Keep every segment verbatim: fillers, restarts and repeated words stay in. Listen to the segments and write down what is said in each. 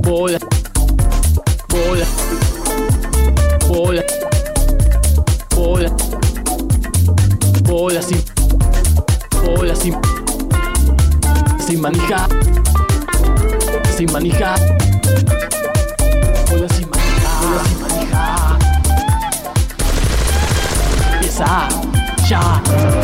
Bola. Bola. Bola. Bola. Bola sin. Bola sin. Sin manija. Sin manija. Bola sin manija. Bola sin manija. Empieza ya.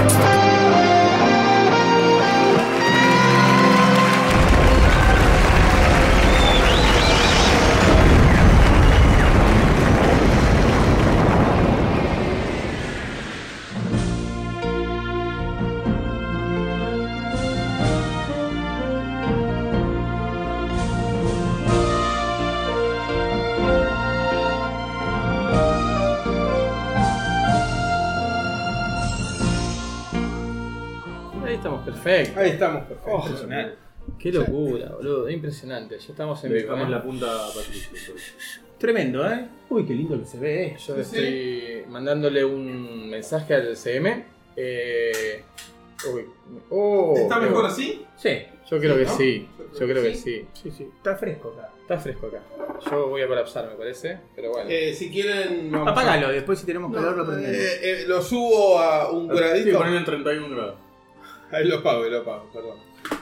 Perfecto. Ahí estamos, perfecto. Oh, impresionante. Qué locura, boludo. Impresionante. Ya estamos en Le vivo. dejamos ¿eh? la punta a Patricio. Tremendo, ¿eh? Uy, qué lindo que se ve. Yo Sí, estoy sí. mandándole un mensaje al C M. Eh... Uy. Oh, ¿Está qué mejor bueno. así? Sí, yo creo que ¿no? sí. Yo Yo creo que sí. Sí, sí. Está fresco acá. Está fresco acá. Yo voy a colapsar, me parece. Pero bueno. Eh, si quieren... vamos Apágalo, después si tenemos a- calor lo No, prendemos. eh, eh, lo subo a un Sí, gradito. ponen en treinta y uno grados. Ahí lo pago, ahí lo pago, perdón.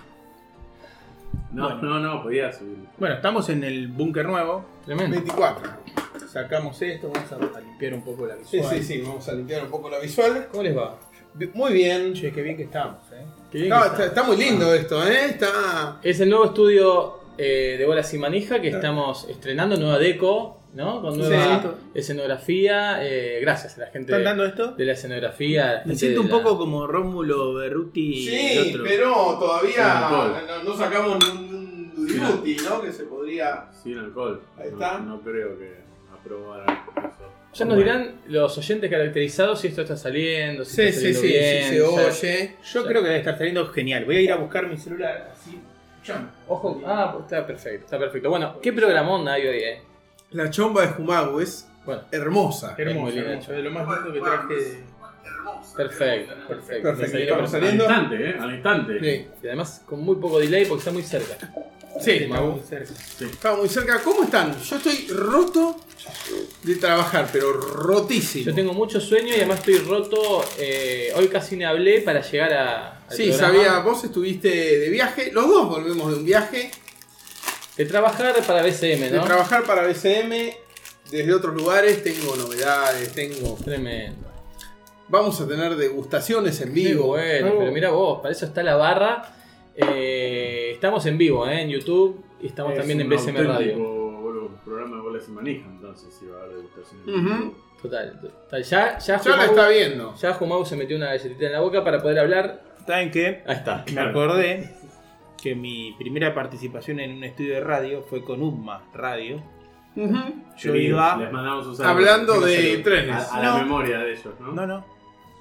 No, no, no, podía subir. Bueno, estamos en el búnker nuevo. Tremendo. veinticuatro. Sacamos esto, vamos a, a limpiar un poco la Sí, visual. sí, sí, vamos a limpiar un poco la visual. ¿Cómo les va? Muy bien. Che, qué bien que estamos, ¿eh? Qué bien Está, que está- está. está muy lindo esto, ¿eh? Está... Es el nuevo estudio eh, de Bolas y Manija que estamos estrenando, nueva deco, ¿no? Con nueva Sí. escenografía. Eh, gracias a la gente ¿Están dando esto? de la escenografía. a la Me gente siento de un la- poco como Rómulo Berruti Sí, y el otro. pero todavía Sin alcohol. no, no sacamos ni un Duty, ¿no? Que se podría... Sin alcohol. Ahí No- está. No, creo que aprobaran eso. Ya nos dirán los oyentes caracterizados si esto está saliendo, si Sí, está sí, saliendo sí, bien. sí, se ya- oye. Yo Ya. creo que debe estar saliendo genial. Voy a ir a buscar mi celular así. Cham. Ojo, ah, pues está perfecto, está perfecto. Bueno, ¿qué programón hay hoy, eh? La chomba de Jumagu es Bueno, hermosa. Es muy Hermoso, lindo. hermoso. De lo más lindo que traje. de- perfecto, perfecto. Perfecto, Me salió estamos perfecto. Al saliendo. instante, ¿eh? Al instante. Sí, Y además con muy poco delay porque está muy cerca. sí, Estamos muy cerca. estamos muy cerca. ¿Cómo están? Yo estoy roto de trabajar, pero rotísimo. Yo tengo mucho sueño y además estoy roto. eh, hoy casi me hablé para llegar a. al Sí, programa. sabía, vos estuviste de viaje, los dos volvemos de un viaje, De trabajar para B C M, de ¿no? trabajar para B C M desde otros lugares, tengo novedades, tengo... Tremendo. Vamos a tener degustaciones en Qué vivo. bueno, ¿no? pero mira vos, para eso está la barra. Eh, estamos en vivo, ¿eh? En YouTube y estamos Es también en un B C M auténtico, Radio. boludo, programa de bolas y manija, entonces si va a haber degustación. Ujú. Total, total. Ya, ya, Ya la Jumau- está viendo. ya Jumau se metió una galletita en la boca para poder hablar. ¿Saben qué? Ahí está. Me acordé que mi primera participación en un estudio de radio fue con UMA Radio. Ujú. Yo Queridos, iba. les mandamos un saludo. Hablando Un de saludo. trenes. A, a la No. memoria de ellos, ¿no? No, no.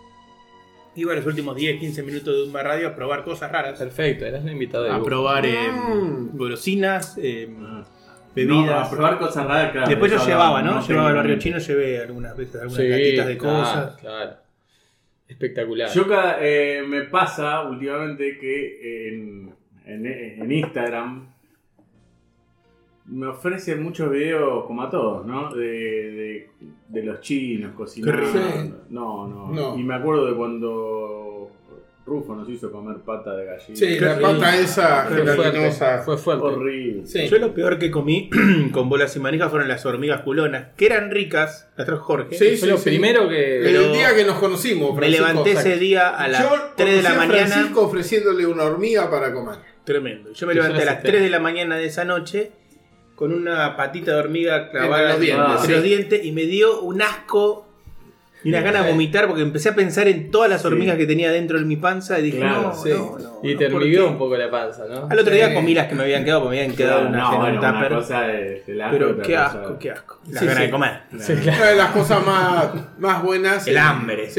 Iba los últimos diez quince minutos de UMA Radio a probar cosas raras. Perfecto, eras un invitado de A lujo. probar eh, Mm. golosinas, eh, Ah. bebidas. No, a probar cosas raras, claro. Después yo Eso llevaba, hablaba, ¿no? Llevaba al barrio chino, técnicamente. llevé algunas veces algunas Sí, latitas de claro, cosas. Claro. Espectacular. Yo cada, eh, me pasa últimamente que en, en, en Instagram me ofrecen muchos videos como a todos, ¿no? De, de, de los chinos cocinando. Qué rico. No, no, No. Y me acuerdo de cuando Rufo nos hizo comer pata de gallina. Sí, la Sí. pata esa Fue fuerte. gelatinosa. Fue fuerte. Horrible. Sí. Yo lo peor que comí con bolas y manijas fueron las hormigas culonas, que eran ricas, las trajo Jorge. Sí, Fue lo sí. primero que. El Pero día que nos conocimos, Me Francisco, levanté exacto. ese día a las Yo tres de la conocí a mañana. Francisco ofreciéndole una hormiga para comer. Tremendo. Yo me Que levanté yo a las las acepté. tres de la mañana de esa noche con una patita de hormiga clavada Entre los entre dientes, los sí. dientes y me dio un asco y una gana de vomitar porque empecé a pensar en todas las hormigas que tenía dentro de mi panza y dije, Claro, no, sí. no, no. Y no, te ¿por hormigueó qué? un poco la panza, ¿no? Al otro día Sí. comí las que me habían quedado porque me habían quedado Claro, unas no, en bueno, un una tupper. cosa es el asco, Pero otra qué cosa- asco, qué asco. Las Sí, ganas sí. de comer. Sí, Una claro. de las cosas más, más buenas. El hambre. Sí.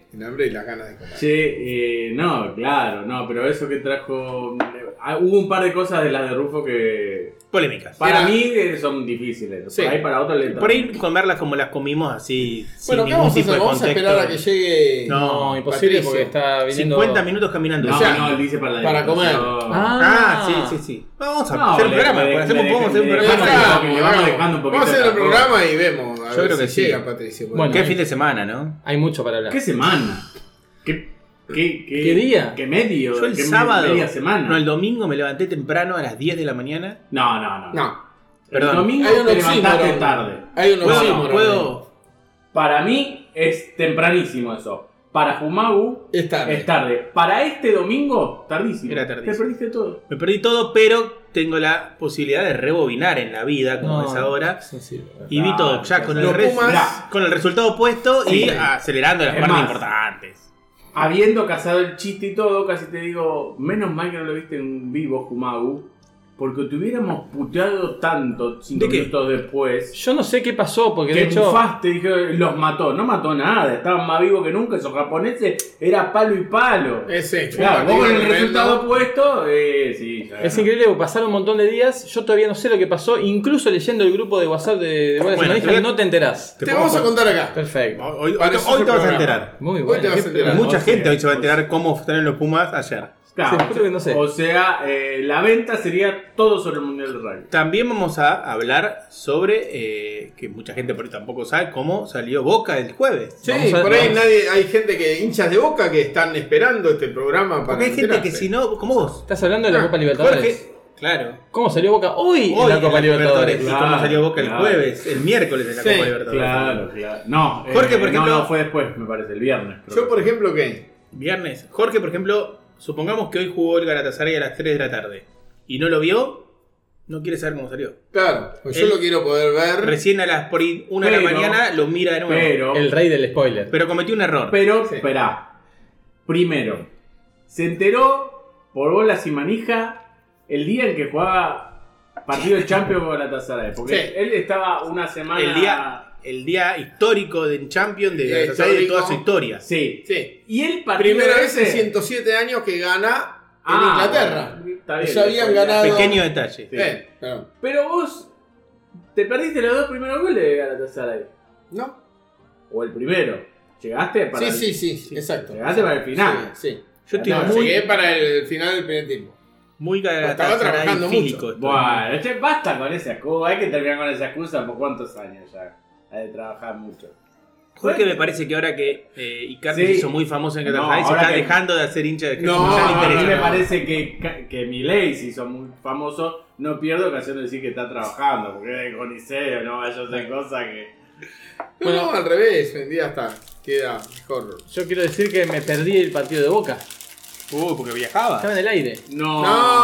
El hambre y las ganas de comer. Che, eh, no, claro, no, pero eso que trajo... ah, hubo un par de cosas de las de Rufo que... Polémicas. Para Era- mí eh, son difíciles. Sí. Por ahí para otros le Por ahí comerlas como las comimos así, Bueno, sin ¿qué ningún vamos a tipo hacer? de Vamos a contexto. esperar a que llegue. No, No, imposible Patricio. porque está viniendo. cincuenta minutos caminando. No, O sea, no, él dice para la para comer. degustación. Ah, Ah, sí, sí, sí. Vamos a No, hacer un le- programa. le- hacemos, le- podemos hacer un le- programa. le- Vamos, le vamos dejando un poquito vamos a hacer de el arroz. programa y vemos. A Yo ver creo si que sí. llega Patricio. Bueno. Qué fin de semana, ¿no? Hay mucho para hablar. ¿Qué semana? ¿Qué, qué, qué, ¿Qué día? ¿Qué medio? Yo el ¿Qué me- sábado, media semana? no, el domingo me levanté temprano a las diez de la mañana. No, no, no. No. Perdón. El domingo Hay un te levantaste oxímoron. tarde. Hay un ¿Puedo? oxímoron. ¿Puedo? Para mí es tempranísimo eso. Para Fumagu Es tarde. es tarde. Para este domingo, tardísimo. Era tardísimo. Te perdiste todo. Me perdí todo, pero tengo la posibilidad de rebobinar en la vida, como es ahora. Sensible. Y vi todo ya con el, Los res- Pumas- con el resultado puesto Sí. y acelerando las Es partes más, importantes. Habiendo cazado el chiste y todo, casi te digo, menos mal que no lo viste en vivo, Fumagu. Porque te hubiéramos puteado tanto cinco ¿De qué? minutos después. Yo no sé qué pasó, porque Que de hecho. bufaste, dije, los mató. No mató nada, estaban más vivos que nunca. Esos japoneses era palo y palo. Ese. fue Claro, un vos con partido el tremendo. resultado puesto, eh, sí. ya Es ganó. increíble, porque pasaron un montón de días. Yo todavía no sé lo que pasó. Incluso leyendo el grupo de WhatsApp de, de Bolas y Bueno, Manijas, te voy a- no te enterás. Te vamos a contar acá. Perfecto. Hoy, hoy- Para hoy eso es te el vas a programa. enterar. Muy Hoy bueno. te vas a qué- enterar. Mucha O sea, gente hoy se va a o enterar cómo están los Pumas ayer. Claro, Sí, juro que no sé. O sea, eh, la venta sería todo sobre el Mundial de Rugby. También vamos a hablar sobre, eh, que mucha gente por ahí tampoco sabe, cómo salió Boca el jueves. Sí, Vamos a- por ahí vamos. nadie, hay gente que hinchas de Boca que están esperando este programa para Porque hay gente que enterarse. si no, como vos. Estás hablando de la Ah, Copa Libertadores. Jorge, claro. ¿Cómo salió Boca hoy, Hoy en la Copa Libertadores? Y Claro, cómo salió Boca el claro. jueves, el miércoles en la Sí, Copa Libertadores. Claro, claro. No, Jorge, eh, por ejemplo- no, no, fue después, me parece, el viernes. creo Yo, que por fue. ejemplo, ¿qué? Viernes. Jorge, por ejemplo, supongamos que hoy jugó el Galatasaray a las tres de la tarde y no lo vio, no quiere saber cómo salió. Claro, pues yo Él- lo quiero poder ver. Recién a las por ahí una de la Pero- mañana lo mira de nuevo. Pero, El rey del spoiler. Pero cometió un error. pero, Sí. esperá. Primero, se enteró por Bolas y Manija el día en que jugaba partido de Champions con Galatasaray. Porque Sí. él estaba una semana. el día el día histórico de Champions de Día Galatasaray de toda su histórico. historia. Sí. Sí. Y el partido. Primera vez en ese- ciento siete años que gana en Ah, Inglaterra. bueno, está bien, Ya habían después, ganado- Pequeño detalle. Sí. Bien, claro. Pero vos te perdiste los dos primeros goles de Galatasaray. ¿No? O el primero. ¿Llegaste para Sí, el, sí, sí, exacto. Llegaste para el final. Sí, sí. Yo estoy No, muy, llegué para el final del primer tiempo. muy Estaba Galatasaray trabajando fílico. mucho. estoy. Bueno, che, basta con esa excusa. Hay que terminar con esa excusa por cuántos años ya. Hay de trabajar mucho. Jorge me parece que ahora que eh, Icardi Sí. se hizo muy famoso en No, Galatasaray, se ahora está que- dejando de hacer hincha de que No, ya le a mí interesa. me no. parece que, que Milei se hizo muy famoso. No pierdo ocasión de decir que está trabajando. Porque es de Coniseo, no vaya a hacer cosas que. No, Bueno. no, al revés, hoy en día está. Queda mejor. Yo quiero decir que me perdí el partido de Boca. Uy, porque viajaba. Estaba en el aire. No.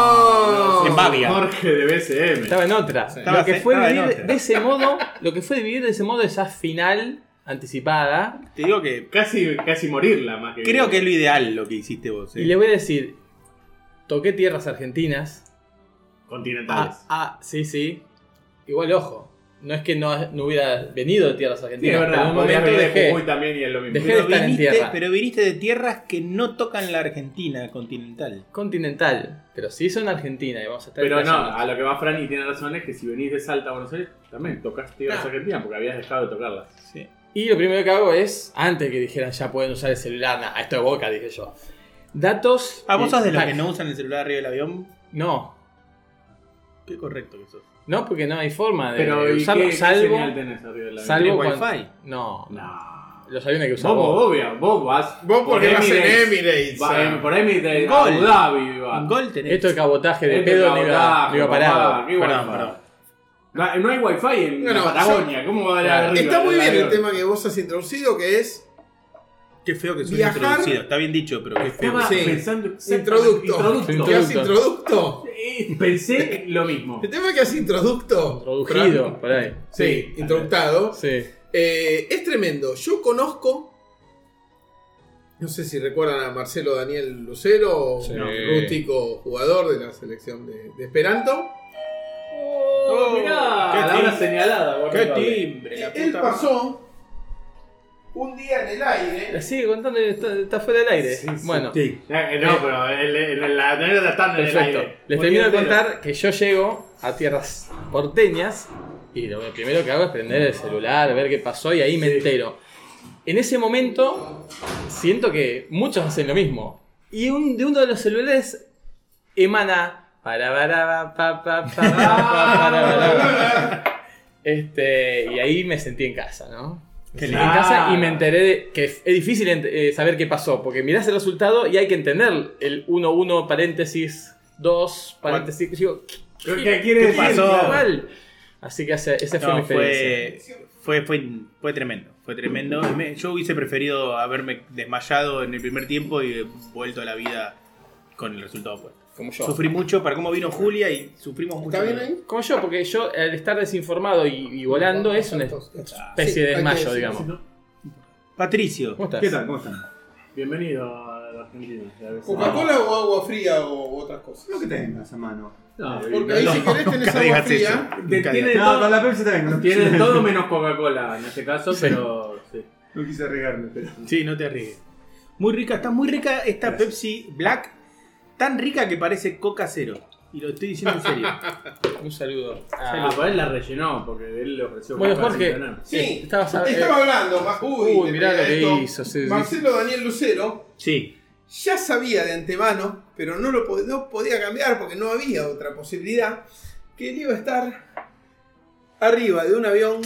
No. En Bavia. Jorge de B C M. Estaba en otra. Sí. Lo que Estaba- fue estaba en vivir otra. de ese modo, lo que fue vivir de ese modo esa final anticipada. Te digo que Casi, casi morirla más que. creo que es lo ideal lo que hiciste vos. eh. Y le voy a decir, toqué tierras argentinas. Continentales. Ah, ah, sí, sí. Igual, ojo, no es que no, no hubiera venido de tierras Sí, es argentinas, pero en verdad. un Podrías momento venir de dejé. Jujuy también y es lo mismo. Dejé pero, de estar en viniste, tierra. pero viniste de tierras que no tocan la Argentina continental. Continental, pero sí son Argentina y vamos a estar Pero no, explayándonos. a lo que va Fran y tiene razón es que si venís de Salta a Buenos Aires, también tocas tierras Ah. argentinas porque habías dejado de tocarlas. Sí. Y lo primero que hago es, antes que dijeran ya pueden usar el celular, nah, esto de Boca, dije yo. Datos. Ah, vos sos de los Ah, que no usan el celular arriba del avión. No, Qué correcto que sos. no, porque no hay forma de Pero ¿y usarlo, qué, qué salvo. señal tenés arriba del avión? salvo ¿Tenés cuando- wifi? No, No. los aviones que Vos, usamos. vos, obvio, vos vas. Vos porque por vas en Emirates, Emirates. va- ah. en- por Emirates, Gol. Abu Dhabi, vas. Un gol tenés. Esto de cabotaje de Este pedo no iba, cabotaje, no iba papá, parado. qué Perdón, wifi. perdón. No, no hay wifi en Bueno, la Patagonia. ¿Cómo va a haber Claro. arriba Está muy del bien el avión? tema que vos has introducido, que es Qué feo que soy Viajar- introducido. Está bien dicho, pero qué feo. Estaba Sí. pensando exactamente- introducto. Introducto. ¿Qué has introducto? Eh, Pensé lo mismo. El tema que has introducto. Introducido, Fran, por ahí. Sí, introductado. Sí. Eh, es tremendo. Yo conozco. No sé si recuerdan a Marcelo Daniel Lucero, Sí. un rústico jugador de la selección de, de Esperanto. Oh, mirá, qué a la hora tim- señalada. Qué bueno, timbre. la Él puta pasó un día en el aire. La sigue contando y está, está fuera del aire. Sí, sí. Bueno, Sí. Eh, no, pero el, el, el- la anécdota está en el perfecto. aire. Les Muy termino de bien, contar que yo llego a tierras porteñas y lo primero que hago es prender el celular, ver qué pasó y ahí me entero. En ese momento siento que muchos hacen lo mismo. Y un, de uno de los celulares emana... Para, para, pa, pa, pa, pa, pa, para, para, para. Este, y ahí me sentí en casa, ¿no? Me Qué sentí lindo. en casa y me enteré de que es difícil ent- eh, saber qué pasó, porque mirás el resultado y hay que entender el uno uno paréntesis dos paréntesis. Digo, ¿Qué, qué quiere decir? pasó? Claro. mal. Así que ese, ese fue mi No, experiencia. fue, fue, fue, fue tremendo. Fue tremendo. Me- Yo hubiese preferido haberme desmayado en el primer tiempo y vuelto a la vida con el resultado opuesto. Como yo. Sufrí mucho para cómo vino Julia y sufrimos mucho. ¿Está bien ahí? Como yo, porque yo al estar desinformado y, y volando es una especie Sí, de hay que desmayo, decirlo, digamos. Si no- Patricio. ¿Cómo estás? ¿Qué tal? ¿Cómo están? Bienvenido a la Argentina. ya ves. ¿Coca-Cola o agua fría o otras cosas? Lo que tengas a mano. No, Porque ahí si querés tenés nunca agua digas fría. eso. Te- Nunca tiene digas. No, todo, con la Pepsi también. No, tiene todo menos Coca-Cola en este caso, Sí. pero sí. no quise arriesgarme, pero. Sí, no te arriesgues. Muy rica, está muy rica esta Gracias. Pepsi Black. Tan rica que parece Coca Cero. Y lo estoy diciendo en serio. Un saludo. Ah, pues él la rellenó porque él le ofreció. Bueno, Coca Jorge. sin tener. Sí, Estabas a- estaba hablando más. Uy, Uy, le mirá pega lo que esto. hizo, sí, sí. Marcelo Daniel Lucero Sí. ya sabía de antemano, pero no lo pod- no podía cambiar porque no había otra posibilidad, que él iba a estar arriba de un avión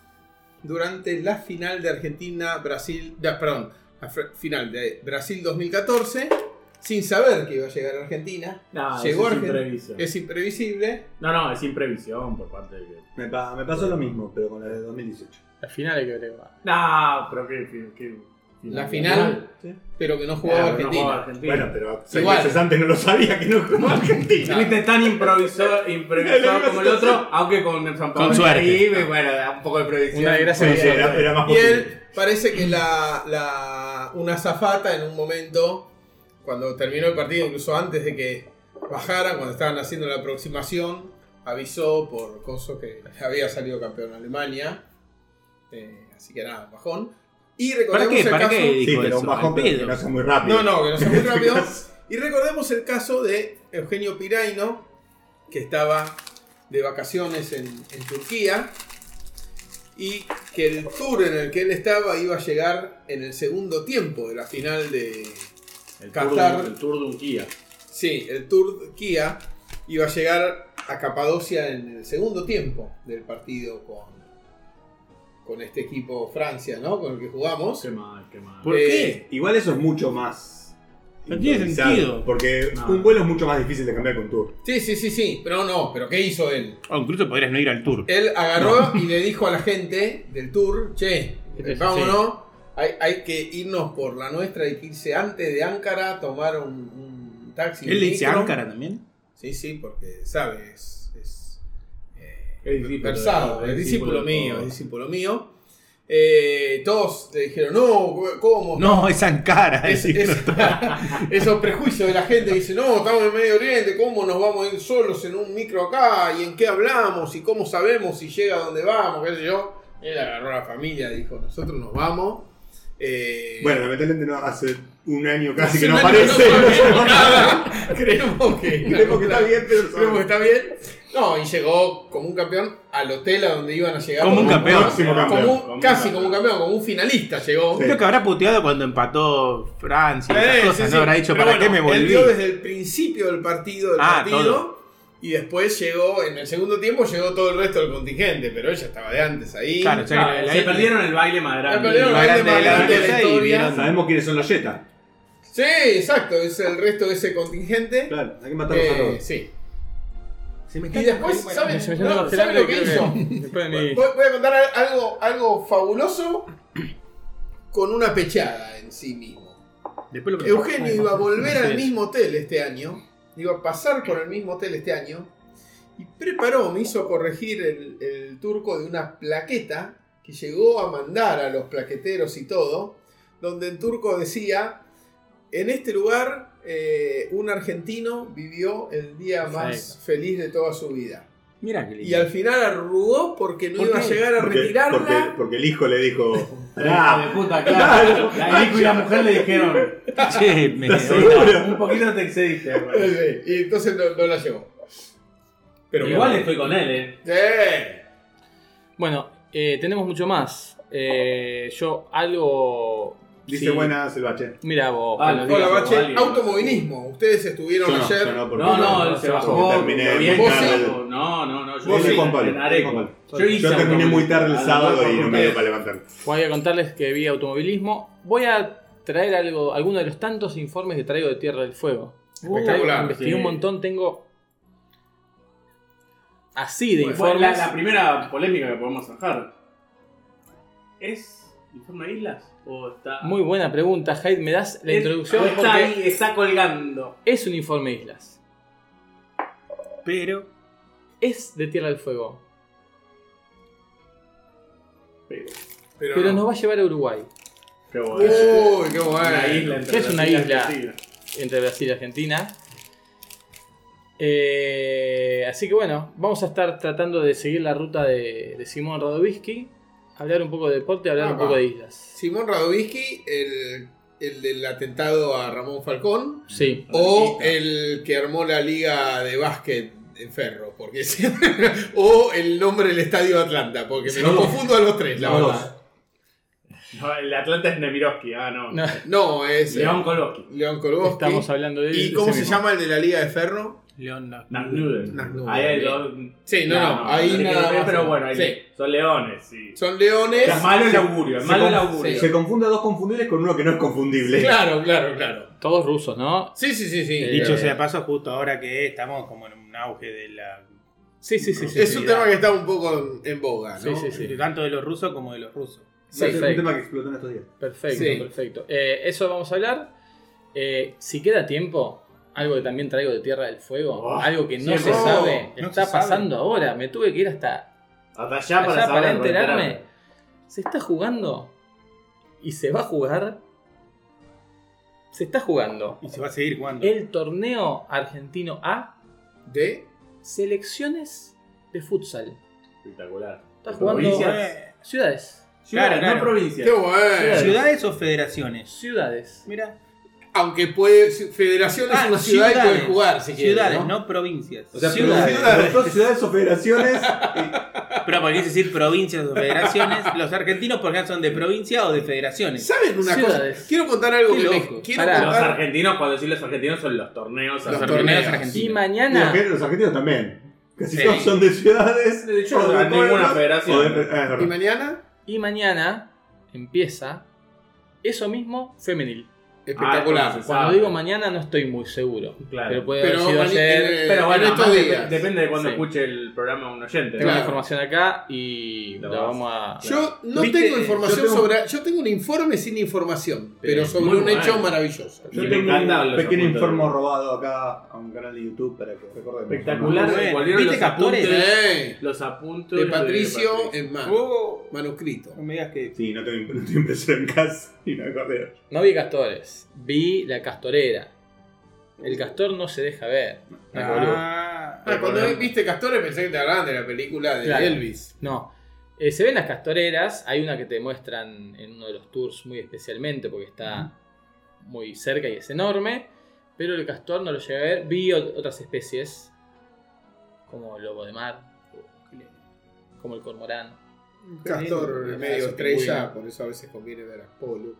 durante la final de Argentina-Brasil, de- perdón, la fr- final de Brasil dos mil catorce, sin saber que iba a llegar a Argentina. No, Llegó eso a es Argentina. imprevisión. Es imprevisible. No, no, es imprevisión por parte de que. Me, pa- me pasó lo mismo, pero con la de dos mil dieciocho. Al final hay que brevar. No, pero qué. qué- La final, pero que no jugaba Claro, no Argentina. jugaba Argentina. Bueno, pero seis Igual. meses antes no lo sabía que no jugaba Argentina. Viste, tan improvisó, improvisó como el otro, aunque con el San Pablo Con suerte. ahí, bueno, da un poco de previsión. Una desgracia. Sí, sí, era, era más Y posible. él parece que la, la, una azafata en un momento, cuando terminó el partido, incluso antes de que bajaran, cuando estaban haciendo la aproximación, avisó por coso que había salido campeón Alemania. Eh, así que nada, bajón. Y ¿Para recordemos qué? el ¿Para caso. qué Sí, dijo pero eso? un bajón Al pero que pedo. no sea muy rápido. No, no, que no sea muy rápido. Y recordemos el caso de Eugenio Piraino, que estaba de vacaciones en, en Turquía y que el tour en el que él estaba iba a llegar en el segundo tiempo de la final de El tour, Qatar. de, el tour de un Kia. Sí, el Tour Kia iba a llegar a Capadocia en el segundo tiempo del partido con, con este equipo Francia, ¿no? Con el que jugamos. Qué mal, qué mal. ¿Por Eh, qué? Igual eso es mucho más. No tiene improvisado, sentido. Porque No. un vuelo es mucho más difícil de cambiar con tour. Sí, sí, sí, sí. Pero no, pero ¿qué hizo él? O incluso podrías no ir al tour. Él agarró y le dijo a la gente del tour, che, Eso vámonos, hay, hay que irnos por la nuestra, hay que irse antes de Ankara, tomar un, un taxi. ¿Él un le dice micro. Ankara también? Sí, sí, porque sabe, es, es, eh, Es discípulo versado, de- es es discípulo discípulo de mío, todo. es discípulo mío. Eh, todos le dijeron, no, ¿cómo? No, es Ankara. Es- el es- esos prejuicios de la gente que dice, no, estamos en Medio Oriente, ¿cómo nos vamos a ir solos en un micro acá? ¿Y en qué hablamos? ¿Y cómo sabemos si llega a donde vamos? ¿Qué sé yo? Él agarró a la familia y dijo, nosotros nos vamos. Eh, Bueno, lamentablemente no, hace un año casi hace que un no año aparece. sabemos nada. Creemos que, Creemos que está bien, pero creemos que está bien. No, y llegó como un campeón al hotel a donde iban a llegar. Como un campeón. Máximo Como campeón. un- Como un casi campeón. como un campeón, como un finalista llegó. Creo que habrá puteado cuando empató Francia y esas Eh, cosas, sí, ¿no? sí. Habrá dicho, Pero ¿para qué bueno, me Él volví? vio desde el principio del partido, del Ah, partido todo. y después llegó, en el segundo tiempo llegó todo el resto del contingente, pero ella estaba de antes ahí. Claro, o sea, Claro, la- la- se perdieron el baile más grande. perdieron el más baile grande más de la grande de la empresa y historia. vieron- Sabemos quiénes son los Jetta. Sí, exacto, es el resto de ese contingente. Claro, hay que matarlos a Eh, todos. sí. Se me Y está- después, bueno, ¿saben, Se me no, está ¿saben lo que congelando hizo? y creo que después de mi- Voy, voy a contar algo, algo fabuloso con una pechada en sí mismo. Después lo Eugenio iba a volver al Sí. mismo hotel este año, iba a pasar por el mismo hotel este año, y preparó, me hizo corregir el, el turco de una plaqueta que llegó a mandar a los plaqueteros y todo, donde en turco decía, en este lugar eh, un argentino vivió el día más Perfecto. feliz de toda su vida. Mira que lindo. Y al final arrugó porque no ¿Por iba qué? a llegar a Porque, retirarla. porque, porque el hijo le dijo. Hijo "Ah, de puta, claro. El hijo y la mujer le dijeron. Che, me ¿Estás seguro? Un poquito te excediste, hermano. Y entonces no, no la llevó. Pero Igual bueno. estoy con él, eh. Sí. Bueno, eh, tenemos mucho más. Eh, yo algo... Dice sí. buenas el bache. Mira vos. Ah, que nos hola, digas Hola, vos. Bache. alguien. Automovilismo. Ustedes estuvieron Yo no, ayer. yo no, porque No, no, él se porque bajó. terminé Bien muy ¿Vos sí? tarde. No, no, no. Yo Vos hice sí, Juan Pablo. en Areco. Juan Pablo. Yo, hice Yo terminé automovilismo. muy tarde el A lo sábado mejor y no me ustedes. dio para levantarme. Voy a contarles que vi automovilismo. Voy a traer algo, alguno de los tantos informes que traigo de Tierra del Fuego. Espectacular. Investigué Sí. un montón, tengo así de Bueno, informes. la, la primera polémica que podemos sacar. ¿Es informe de islas? ¿O está.? Muy buena pregunta, Hyde. ¿Me das la Es- introducción? Está Porque ahí, está colgando. es un informe de islas. Pero. Es de Tierra del Fuego. Pero. Pero, Pero no. nos va a llevar a Uruguay. Qué bueno. Uy, qué Una bueno. isla entre ¿Qué es una Brasil y isla? Argentina. Entre Brasil y Argentina. Eh, así que bueno, vamos a estar tratando de seguir la ruta de, de Simón Radovisky, hablar un poco de deporte, hablar Ah, un poco va. de islas. Simón Radovisky, el, el del atentado a Ramón Falcón. Sí, O el que armó la liga de básquet en Ferro. Porque o el nombre del estadio de Atlanta. Porque me los confundo a los tres, la Los verdad. No, el Atlanta es Nemirovsky. Ah, no. no, No, es León Koloski. León Kolboski. estamos hablando de ¿Y de cómo ese se mismo. llama el de la liga de Ferro? León no. Nasnuden. Nasnuden. Ahí hay dos. Sí, no, no, ahí sé nada qué, más. Pero bueno, ahí Sí. son leones, sí. Son leones. Es malo el augurio, es Se malo el conf- augurio. Se confunde a dos confundibles con uno que no es confundible. Claro, claro, claro. Todos rusos, ¿no? Sí, sí, sí, sí. Eh, Dicho sea de paso, justo ahora que estamos como en un auge de la. Sí, sí, sí. sí, es sí. un tema que está un poco en, en boga, ¿no? Sí, sí, sí. Tanto de los rusos como de los rusos. Sí, es un Perfecto. tema que explotó en estos días. Perfecto, Sí. perfecto. Eh, eso vamos a hablar. Eh, si queda tiempo, algo que también traigo de Tierra del Fuego, Oh, algo que no siempre. se Oh, sabe, no está se sabe. pasando ahora. Me tuve que ir hasta Hasta allá allá para para, saber enterarme. Se está jugando y se va a jugar. Se está jugando Y se va a seguir jugando. el torneo argentino A, De. selecciones de futsal. Espectacular. Está jugando Provincias. ciudades. Ciudades, Claro, claro. no provincias. Qué bueno. ¿Ciudades o federaciones? Ciudades. Mira. Aunque puede. Federación es Ah, una ciudad y puede ciudades. jugar si quiere. Ciudades, ¿no? no, provincias. O sea, ciudades. ciudades, dos ciudades o federaciones. Pero porque quise decir provincias o federaciones. Los argentinos, por ejemplo, son de provincia o de federaciones. ¿Saben una Ciudades. cosa? Quiero contar algo Qué que me. loco. Quiero Pará. Los contar. argentinos, cuando decís los argentinos, son los torneos Los argentinos. torneos Y argentinos. Y mañana. los, los argentinos también. Casi Sí. todos son de ciudades. De hecho, o no hay ninguna pueblos, federación. o de- ah, es verdad. ¿Y mañana? Y mañana empieza eso mismo femenil. Espectacular. Ah, entonces, Cuando sabe. digo mañana no estoy muy seguro. Claro. Pero puede Pero haber sido mani- ayer. eh, Pero bueno, en estos además días. dep- depende de cuando Sí. escuche el programa un oyente. Tengo ¿no? la Claro. información acá y Lo la vas- vamos a. Yo no ¿Viste? tengo información Yo tengo- sobre. Yo tengo un informe sin información, pero sobre muy un bueno. hecho maravilloso. Y Yo me tengo encantan un los pequeño apuntes. informe robado acá a un canal de YouTube para que recordemos. Espectacular. Muy bueno. Volvieron ¿Viste los Captores? apuntes, Eh, los apuntes de Patricio Patricio. en mano. Oh, Manuscrito. no me digas que. Sí, no tengo, no tengo impresora en casa y me acordé. No vi castores, vi la castorera. El castor no se deja ver. No es boludo. Ah, Ah, cuando viste Castores pensé que te hablaban de la película de Claro. Elvis. No. Eh, se ven las castoreras. Hay una que te muestran en uno de los tours muy especialmente porque está muy cerca y es enorme. Pero el castor no lo llegué a ver. Vi ot- otras especies como el lobo de mar, como el cormorán. Castor lindo. medio Eso, estrella, pingüino. por eso a veces conviene ver a Pollux.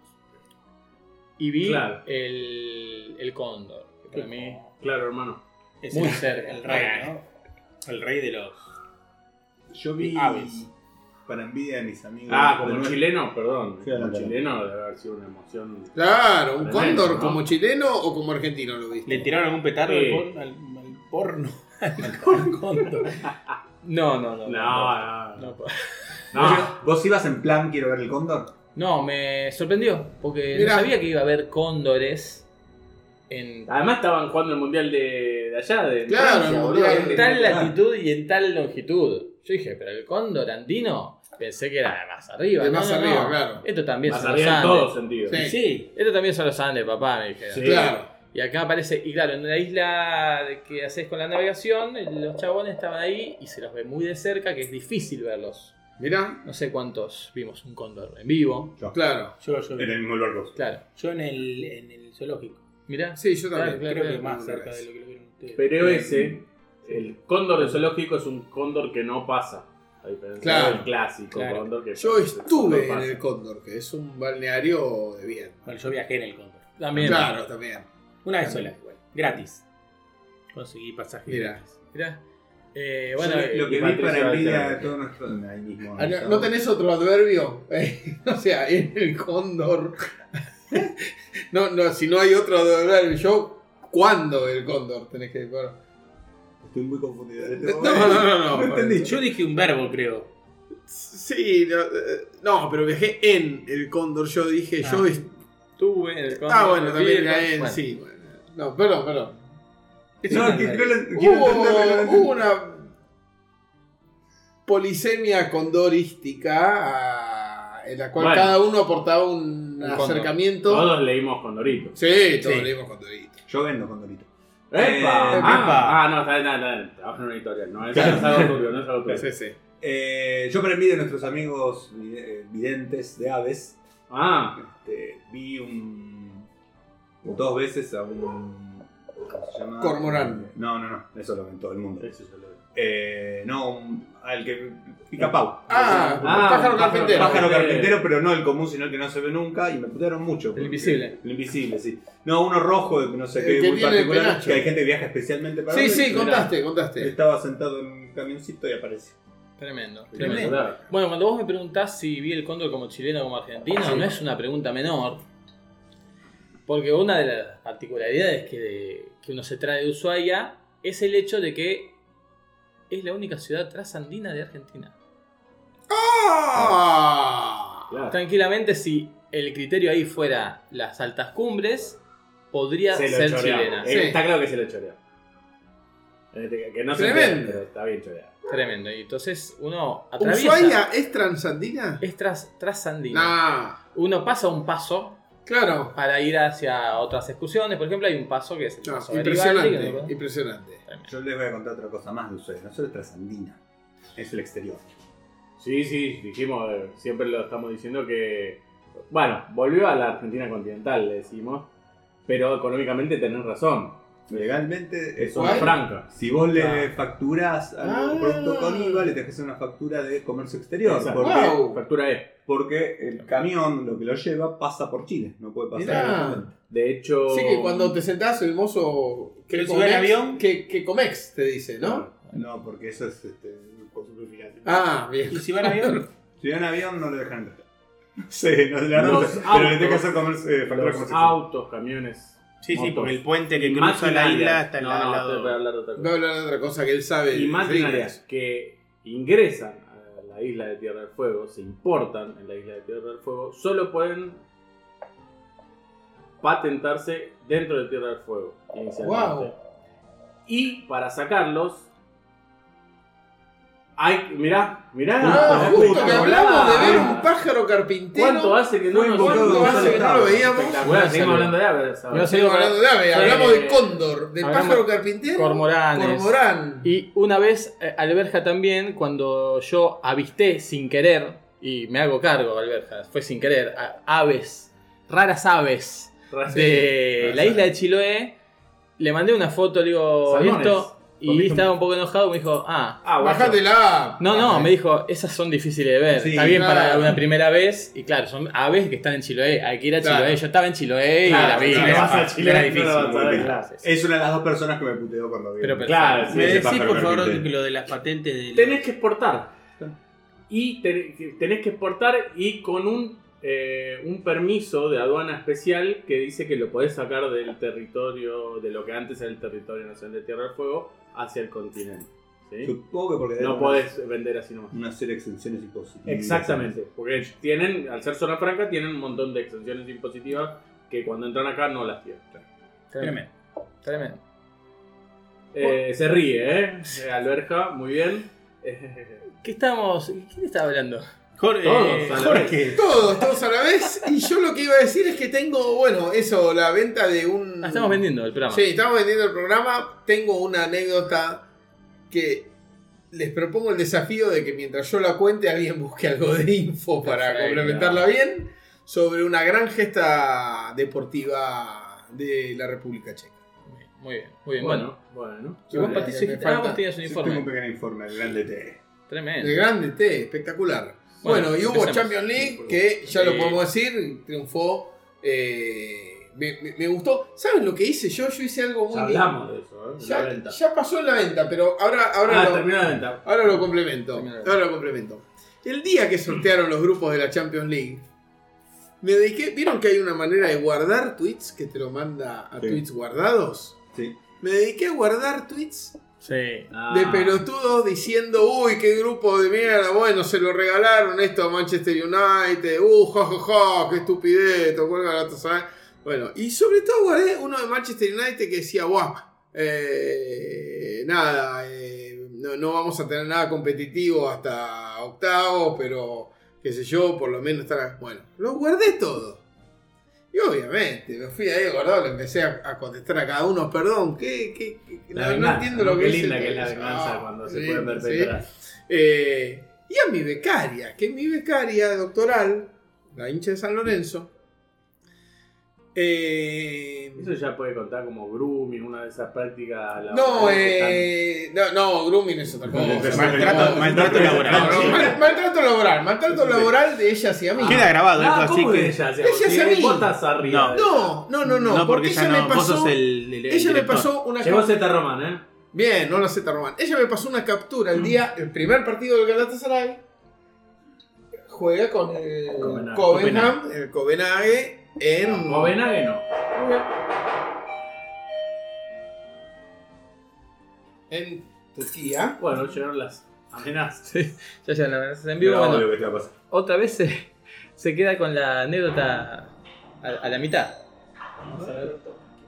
Y vi Claro. el, el cóndor. Que para mí. Claro, hermano. es Muy el- cerca. El rey, ¿no? El rey de los. Yo vi Aves. para envidia de mis amigos. Ah, como de nuestro- chileno, perdón. Sí, como adelante. chileno debe haber sido una emoción. Claro, un Tremendo, cóndor ¿no? como chileno o como argentino lo viste. ¿Le tiraron algún petardo Sí. al, por- al- al porno? Al cóndor. No, no, no. No, no, no. no. ¿Vos ibas en plan quiero ver el cóndor? No, me sorprendió. Porque Mirá. no sabía que iba a haber cóndores en Además estaban jugando el mundial de, de allá, de Claro, Francia, el boludo. mundial. en tal latitud y en tal longitud. Yo dije, pero el cóndor andino pensé que era de más arriba. De No, más no, arriba, no. claro. Esto también Más son los arriba en Andes. todos sentidos. Sí. Sí. Esto también son los Andes, papá, me dijeron. Sí. Claro. Y acá aparece, y claro, en la isla de que haces con la navegación, los chabones estaban ahí y se los ve muy de cerca, que es difícil verlos. Mirá, No sé cuántos vimos un cóndor en vivo. Yo. claro. Yo, yo, En el mismo lugar que vos. Claro. yo en, el, en el zoológico. Mirá. Sí, yo también. Claro, Creo claro, que más claro. cerca de lo que lo vieron ustedes. Pero ese, el cóndor del zoológico es un cóndor que no pasa. A diferencia Claro. del clásico Claro. cóndor que Yo el estuve cóndor en pasa. el Cóndor, que es un balneario de bien. Bueno, yo viajé en el cóndor. También. Claro, también. Una vez sola, igual. Gratis. Conseguí pasaje. Mira. gratis. Mirá. Eh, bueno, Yo eh, lo que y vi Patricio para envidia Alcalá. de todo nuestro. Ahí mismo. Ah, ¿no, ¿no tenés otro adverbio? Eh, o sea, en el Cóndor. no, no, si no hay otro adverbio, yo, ¿cuándo el Cóndor? Tenés que. Bueno. Estoy muy confundido. en este No, momento. no, no, no. No entendí. Yo dije un verbo, creo. Sí, no, eh, no, pero viajé en el Cóndor. Yo dije, Ah. yo. est- estuve en el cóndor. Ah, bueno, vi también el era cóndor. en. Bueno. Sí, bueno. No, perdón, perdón. No, que- no lo- quiero Hubo, entenderlo, no lo hubo una polisemia condorística ah, en la cual Bueno. cada uno aportaba un, Un cóndor. acercamiento. Todos leímos Condorito. Sí, todos Sí. leímos condorito. Yo vendo Condorito. ¡Epa! Eh, ah, epa. ah, no, está bien, está bien. Trabajo en una editorial. No, eso no es algo turbio, no es algo turbio. Sí, sí. Eh, yo para envidia de nuestros amigos vid- videntes de aves, Ah, este, vi un dos veces a un ¿cómo se llama? Cormorán. No, no, no, eso lo ven todo el mundo. eso yo lo veo. Eh, no, un- al que pica pau. Ah, Ah, pájaro un pájaro carpintero. Pájaro Carpintero. carpintero, pero no el común, sino el que no se ve nunca, y me putearon mucho. porque- invisible. El invisible, sí. No, uno rojo, de no sé El qué, que muy tiene el particular, penacho. que hay gente que viaja especialmente para Sí, verlo, sí, y contaste, contaste. estaba sentado en un camioncito y apareció. Tremendo. Tremendo. Tremendo. Claro. Bueno, cuando vos me preguntás si vi el cóndor como chileno o como argentino, no es una pregunta menor. Porque una de las particularidades que, que uno se trae de Ushuaia es el hecho de que es la única ciudad trasandina de Argentina. ¡Ah! Claro. Tranquilamente, si el criterio ahí fuera las altas cumbres, podría Se lo ser choreamos. chilena. Eh, Sí. Está claro que se lo choreó. Eh, Que no se Tremendo. entiende, pero está bien choreado. Tremendo. Y entonces uno atraviesa. ¿Ushuaia es transandina? Es tras, trasandina. Nah, Uno pasa un paso claro. para ir hacia otras excursiones. Por ejemplo, hay un paso que es el No, paso Garibaldi, impresionante, que- impresionante. Yo les voy a contar otra cosa más de ustedes. No solo es trasandina, es el exterior. Sí, sí, dijimos, eh, siempre lo estamos diciendo que. Bueno, volvió a la Argentina continental, le decimos. Pero económicamente tenés razón. Legalmente, Es eso zona ¿Cuál? franca. si vos le Ah. facturás al Ah. producto con I V A, le tenés que hacer una factura de comercio exterior. Exacto. Porque, Wow. Factura E. porque el camión, lo que lo lleva, pasa por Chile. No puede pasar Mirá. directamente. De hecho. Sí, que cuando te sentás, el mozo. Pero que si va en comex- avión- Que, que comex, te dice, ¿no? No, porque eso es este, consumidor final. Ah, bien. ¿Y si van a avión? Si va en avión, no le dejan entrar. Sí, no, la Los no, pero le tenés que autos. hacer comercio, eh, factura Los comercio autos, camiones. Sí, sí, motos, porque el puente que y cruza la maquinarias. isla está al no, lado. no, estoy para hablar de otra No cosa. hablar de otra cosa que él sabe. Y maquinarias Rodríguez. que ingresan a la isla de Tierra del Fuego, se importan en la isla de Tierra del Fuego, solo pueden patentarse dentro de Tierra del Fuego inicialmente. Wow. Y para sacarlos hay, mirá, mirá, Ah, mirá, justo que hablamos de ver un pájaro carpintero. ¿Cuánto hace que no Fue nos invocado ¿Cuánto Gonzalo hace que no lo Távora. veíamos? Espectacular, seguimos hablando de aves. ¿sabes? Yo Seguimos hablando de ave, Sí. hablamos de cóndor, del Hablamos- pájaro carpintero. Cormoranes. Cormorán. Y una vez, eh, Alberja también, cuando yo avisté sin querer, y me hago cargo, Alberja, fue sin querer, a- aves, raras aves de la isla de Chiloé, le mandé una foto, le digo, Salmones. esto, y Comiste un- estaba un poco enojado, me dijo, ah, Ah, guacho. Bájatela. no, no, me dijo, esas son difíciles de ver, Sí, está bien claro. para una primera vez, y claro, son aves que están en Chiloé, hay que ir a Claro. Chiloé, yo estaba en Chiloé Claro, y la vi, si era le vas a fácil, Chile, era no difícil. lo vas a ver, Muy bien. claro. Sí, sí. Es una de las dos personas que me puteó cuando vi. Pero- Claro, sí, ¿Me ese decís, pájaro por favor, carpintero. lo de las patentes del... Tenés que exportar. Y te- tenés que exportar y con un, eh, un permiso de aduana especial que dice que lo podés sacar del territorio, de lo que antes era el territorio nacional de Tierra del Fuego, hacia el continente. ¿sí? Supongo que porque No deben podés vender así nomás. una serie de exenciones imposibles. Exactamente, porque tienen, al ser zona franca, tienen un montón de exenciones impositivas que cuando entran acá no las tienen. Tremendo. Tremendo. Eh, se ríe, ¿eh? Eh, Alberja, muy bien. Eh, ¿Qué estábamos? ¿Quién estaba hablando? Jorge, Todos eh, a la Jorge. Todos, todos a la vez. Y yo lo que iba a decir es que tengo, bueno, eso, la venta de un... Ah, estamos vendiendo el programa. Sí, estamos vendiendo el programa. Tengo una anécdota que les propongo el desafío de que mientras yo la cuente alguien busque algo de info para Perfecto. complementarla bien sobre una gran gesta deportiva de la República Checa. Muy bien, muy bien. Bueno, Bueno, bueno. y vos, me- Patricio, me que ah, falta- vos tenías un Yo tengo un informe. pequeño informe, el grande T. Tremendo. De grande T, espectacular. Bueno, Bueno, y hubo empecemos. Champions League que ya lo Sí. podemos decir, triunfó. eh, me, me- me gustó. ¿Saben lo que hice yo? Yo hice algo muy Ya hablamos de eso, ¿eh? De la Ya, venta. ya pasó en la venta, pero ahora, ahora, Ah, lo, terminó la venta. ahora lo complemento. Terminó la venta. Ahora lo complemento. El día que sortearon los grupos de la Champions League, me dediqué. ¿Vieron que hay una manera de guardar tweets que te lo manda a Sí. tweets guardados? Sí. Me dediqué a guardar tweets Sí. Ah. de pelotudos diciendo, uy, qué grupo de mierda, bueno, se lo regalaron esto a Manchester United, uh, ja, ja, ja, qué estupidez, tocó el Galatasaray. Bueno, y sobre todo guardé uno de Manchester United que decía, guau, eh, nada, eh, no, no vamos a tener nada competitivo hasta octavos, pero qué sé yo, por lo menos estar... Bueno, lo guardé todo. Y obviamente, me fui ahí a guardar, le empecé a, a contestar a cada uno, perdón, ¿qué, qué, qué? La no, no venganza, entiendo ¿no? lo que Qué es linda el- que es la venganza Ah, cuando sí, se pueden sí. perpetrar. Eh, y a mi becaria, que mi becaria doctoral, la hincha de San Lorenzo, eh, Eso ya puede contar como grooming, una de esas prácticas. no, laborales que eh, no, no, grooming es otra cosa. Maltrato, No, maltrato no, laboral. no, mal- maltrato laboral, maltrato laboral de ella hacia mí. Queda grabado están- esto, Ah, así ¿cómo de que. ella? Ella Si es a mí. vos estás arriba. de No, no, no, no, No, porque ya ella no. me Vos pasó, sos el, el- el ella me director. pasó una ella. Llegó cap- Z Román, ¿eh? Bien, no la Z Román. Ella me pasó una captura el día, el primer partido del Galatasaray. Juega con el Copenhague. Copenhague, el Copenhague en Copenhague no. en Turquía. Bueno, llegaron las amenazas. Sí, ya ya la verdad, en vivo. Pero Bueno, obvio que te va a pasar. otra vez se, se queda con la anécdota a, a la mitad. Vamos a ver.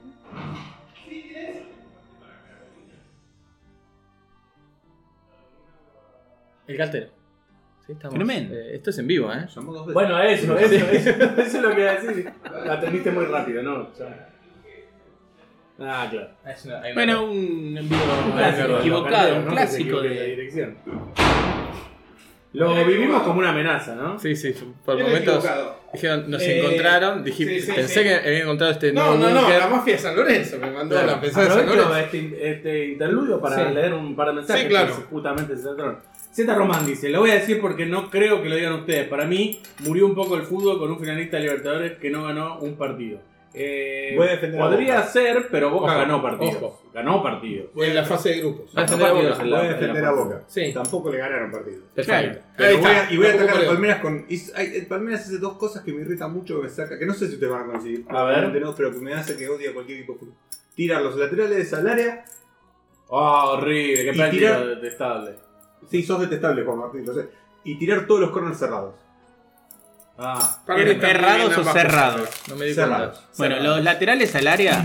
El cartero. Sí, estamos, Tremendo. eh, esto es en vivo, ¿eh? Llamó dos veces. Bueno, eso, eso, eso, eso es lo que iba a decir. La atendiste muy rápido, ¿no? Ya. Ah, claro. Es una- hay una- Bueno, un envío Un clásico, equivocado, un ¿no? Que se clásico equivoque la de. dirección. Lo vivimos como una amenaza, ¿no? Sí, sí, por Era momentos equivocado. dijeron, nos Eh, encontraron, dije, sí, sí, pensé sí. que habían encontrado este No, nuevo no, no, búnker. la mafia de San Lorenzo me mandó Claro. la pesada de San Aprovecho Lorenzo. este, este interludio para Sí. leer un par de mensajes Sí, claro. que justamente se trataron. Z Román dice, lo voy a decir porque no creo que lo digan ustedes. Para mí, murió un poco el fútbol con un finalista de Libertadores que no ganó un partido. Eh, Voy a defender a podría Boca. ser, pero Boca Ojo, ganó partidos. ojo. Ganó partidos. En la fase de grupos. Va a Ganó defender a partidos Boca. en Voy la- a en la defender a fase. Boca. Sí. Tampoco le ganaron partido. Perfecto. Pero Ahí voy está. a, y voy a Tampoco atacar a creo. Palmeiras con. hizo- hay- el Palmeiras hace dos cosas que me irritan mucho, que me saca. Que no sé si ustedes van a conseguir. A ver. probablemente no, pero que me hace que odie a cualquier equipo de fútbol. Tirar los laterales al área. Oh, horrible, qué Y práctica tirar- detestable. Sí, sos detestable, Juan Martín, lo sé. Y tirar todos los corners cerrados. Ah, Para mí está muy ¿Errados bien o ambas cerrados? cosas. No me di Cerrados. cuenta. Bueno, Cerrado. los laterales al área,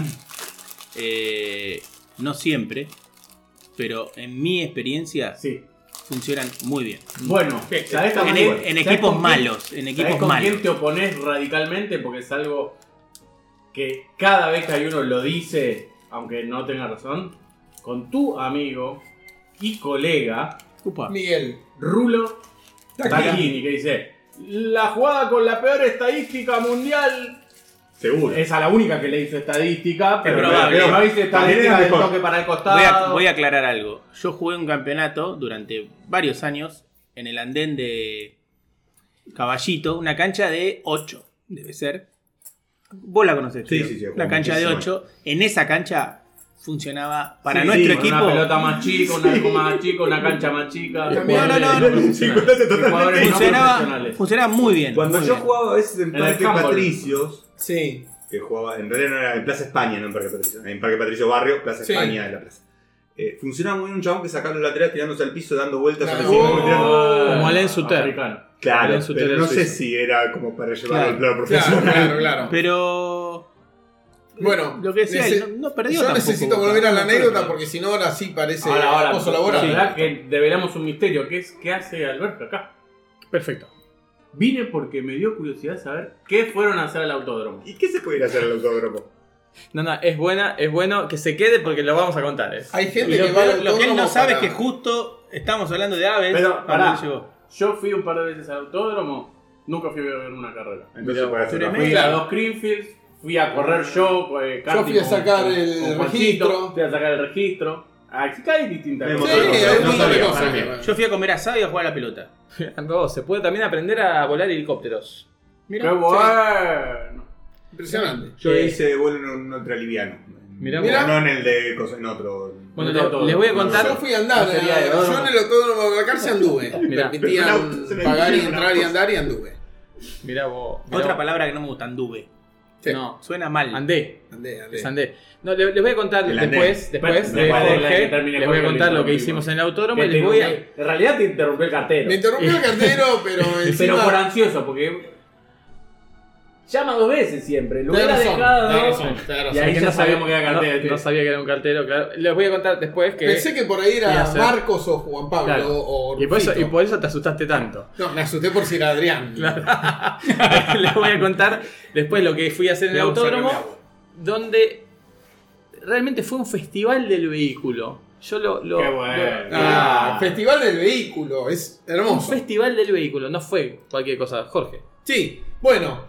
eh, no siempre, pero en mi experiencia sí. funcionan muy bien. Bueno, ¿sabés con En, quién- en sabés equipos con quién- malos, en ¿sabés equipos con malos. quién te opones radicalmente? Porque es algo que cada vez que hay uno lo dice, aunque no tenga razón, con tu amigo y colega Upa. Miguel. Rulo Tacchini, que dice: la jugada con la peor estadística mundial. Seguro. Es a la única que le hizo estadística, pero Es probable. no dice También estadística era del mejor. toque para el costado. Voy a, voy a aclarar algo. Yo jugué un campeonato durante varios años en el andén de Caballito, una cancha de ocho, debe ser. Vos la conocés. Sí, creo. sí, sí, Una cancha de muchísimo. ocho. En esa cancha funcionaba para Sí, nuestro sí, con equipo. una pelota más chica, un arco más chico, una cancha más chica. También- No, no, no, no. Circunstancia totalmente Jugadores no Funcionaba, profesionales. funcionaba muy bien. Cuando muy yo bien. jugaba a veces en En el Parque handball. Patricios, Sí. que jugaba, en realidad no era en Plaza España, no en Parque Patricio, en Parque Patricio Barrio, Plaza Sí. España de la plaza. Eh, funcionaba muy bien un chabón que sacaba los laterales tirándose al piso, dando vueltas Claro. a la Oh. tirando- Como Alain Suter. Africano. Claro, Alain Suter pero era no sé suizo. si era como para llevarlo Claro, al plano Claro, profesional. claro, claro. Pero. Bueno, Lo que decía, nece- no, no perdió yo tampoco necesito Boca. volver a la No anécdota perdió. porque si no ahora sí parece Ahora, ahora, acoso la laboral. verdad que develamos un misterio. ¿Qué, es, qué hace Alberto acá? Perfecto. Vine porque me dio curiosidad saber qué fueron a hacer al autódromo. ¿Y qué se puede ir a hacer al autódromo? No, no, es buena, es bueno que se quede porque lo vamos a contar. ¿eh? Hay gente Y lo, que va al lo que él no autódromo sabe para- es que justo estamos hablando de aves Pero, cuando pará. él llegó. Yo fui un par de veces al autódromo, nunca fui a ver una carrera. Entonces puede hacer una tremendo. Fui fiesta. a dos Greenfields, fui a correr yo, eh, karting fui a con- sacar con- el con Juancito, registro. Fui a sacar el registro. Acá hay distintas Sí, Sí, cosas. no, hay no un montón de sabía, cosas. para mí. Yo fui a comer asado y a jugar a la pelota. No, se puede también aprender a volar helicópteros. ¡Qué bueno! Impresionante. Yo Eh, hice vuelo en un ultraliviano. Mirá vos. No en el de cosa- en otro. Bueno, No, le- todo. les voy a No, contar. Yo fui a andar, No sería eh, aeródromo. yo en el autódromo de la cárcel anduve. Me Mirá. permitían Se me pagar y entiende una entrar y cosa. andar y anduve. Mirá vos. mirá Otra vos. palabra que no me gusta, anduve. Sí. No, Suena mal. andé. Andé, andé. Es andé. No, le- les voy a contar El andén. después, después Después de de la Jorge, que termine les voy a Jorge, contar lo lo que interrumpimos. hicimos en el autódromo Que y te les voy a... interrumpí- En realidad te interrumpió el cartero. Me interrumpió el cartero, pero Pero encima... por ansioso, porque llama dos veces siempre. Lo Tenés hubiera razón, dejado. tenés razón, tenés Y razón. ahí que ya no sabía- sabíamos que era cartero. No, no sabía que era un cartero, claro. Les voy a contar después que... Pensé que por ahí iba a era ser- Marcos o Juan Pablo Claro. o y, por eso, y Rufito. por eso te asustaste tanto. No, me asusté por si era Adrián. Les voy a contar después lo que fui a hacer en el Vamos a sacarme autódromo, agua. donde realmente fue un festival del vehículo. Yo lo... lo Qué bueno. lo- Ah, Festival del Vehículo, es un hermoso. festival del vehículo, no fue cualquier cosa. Jorge. Sí, bueno.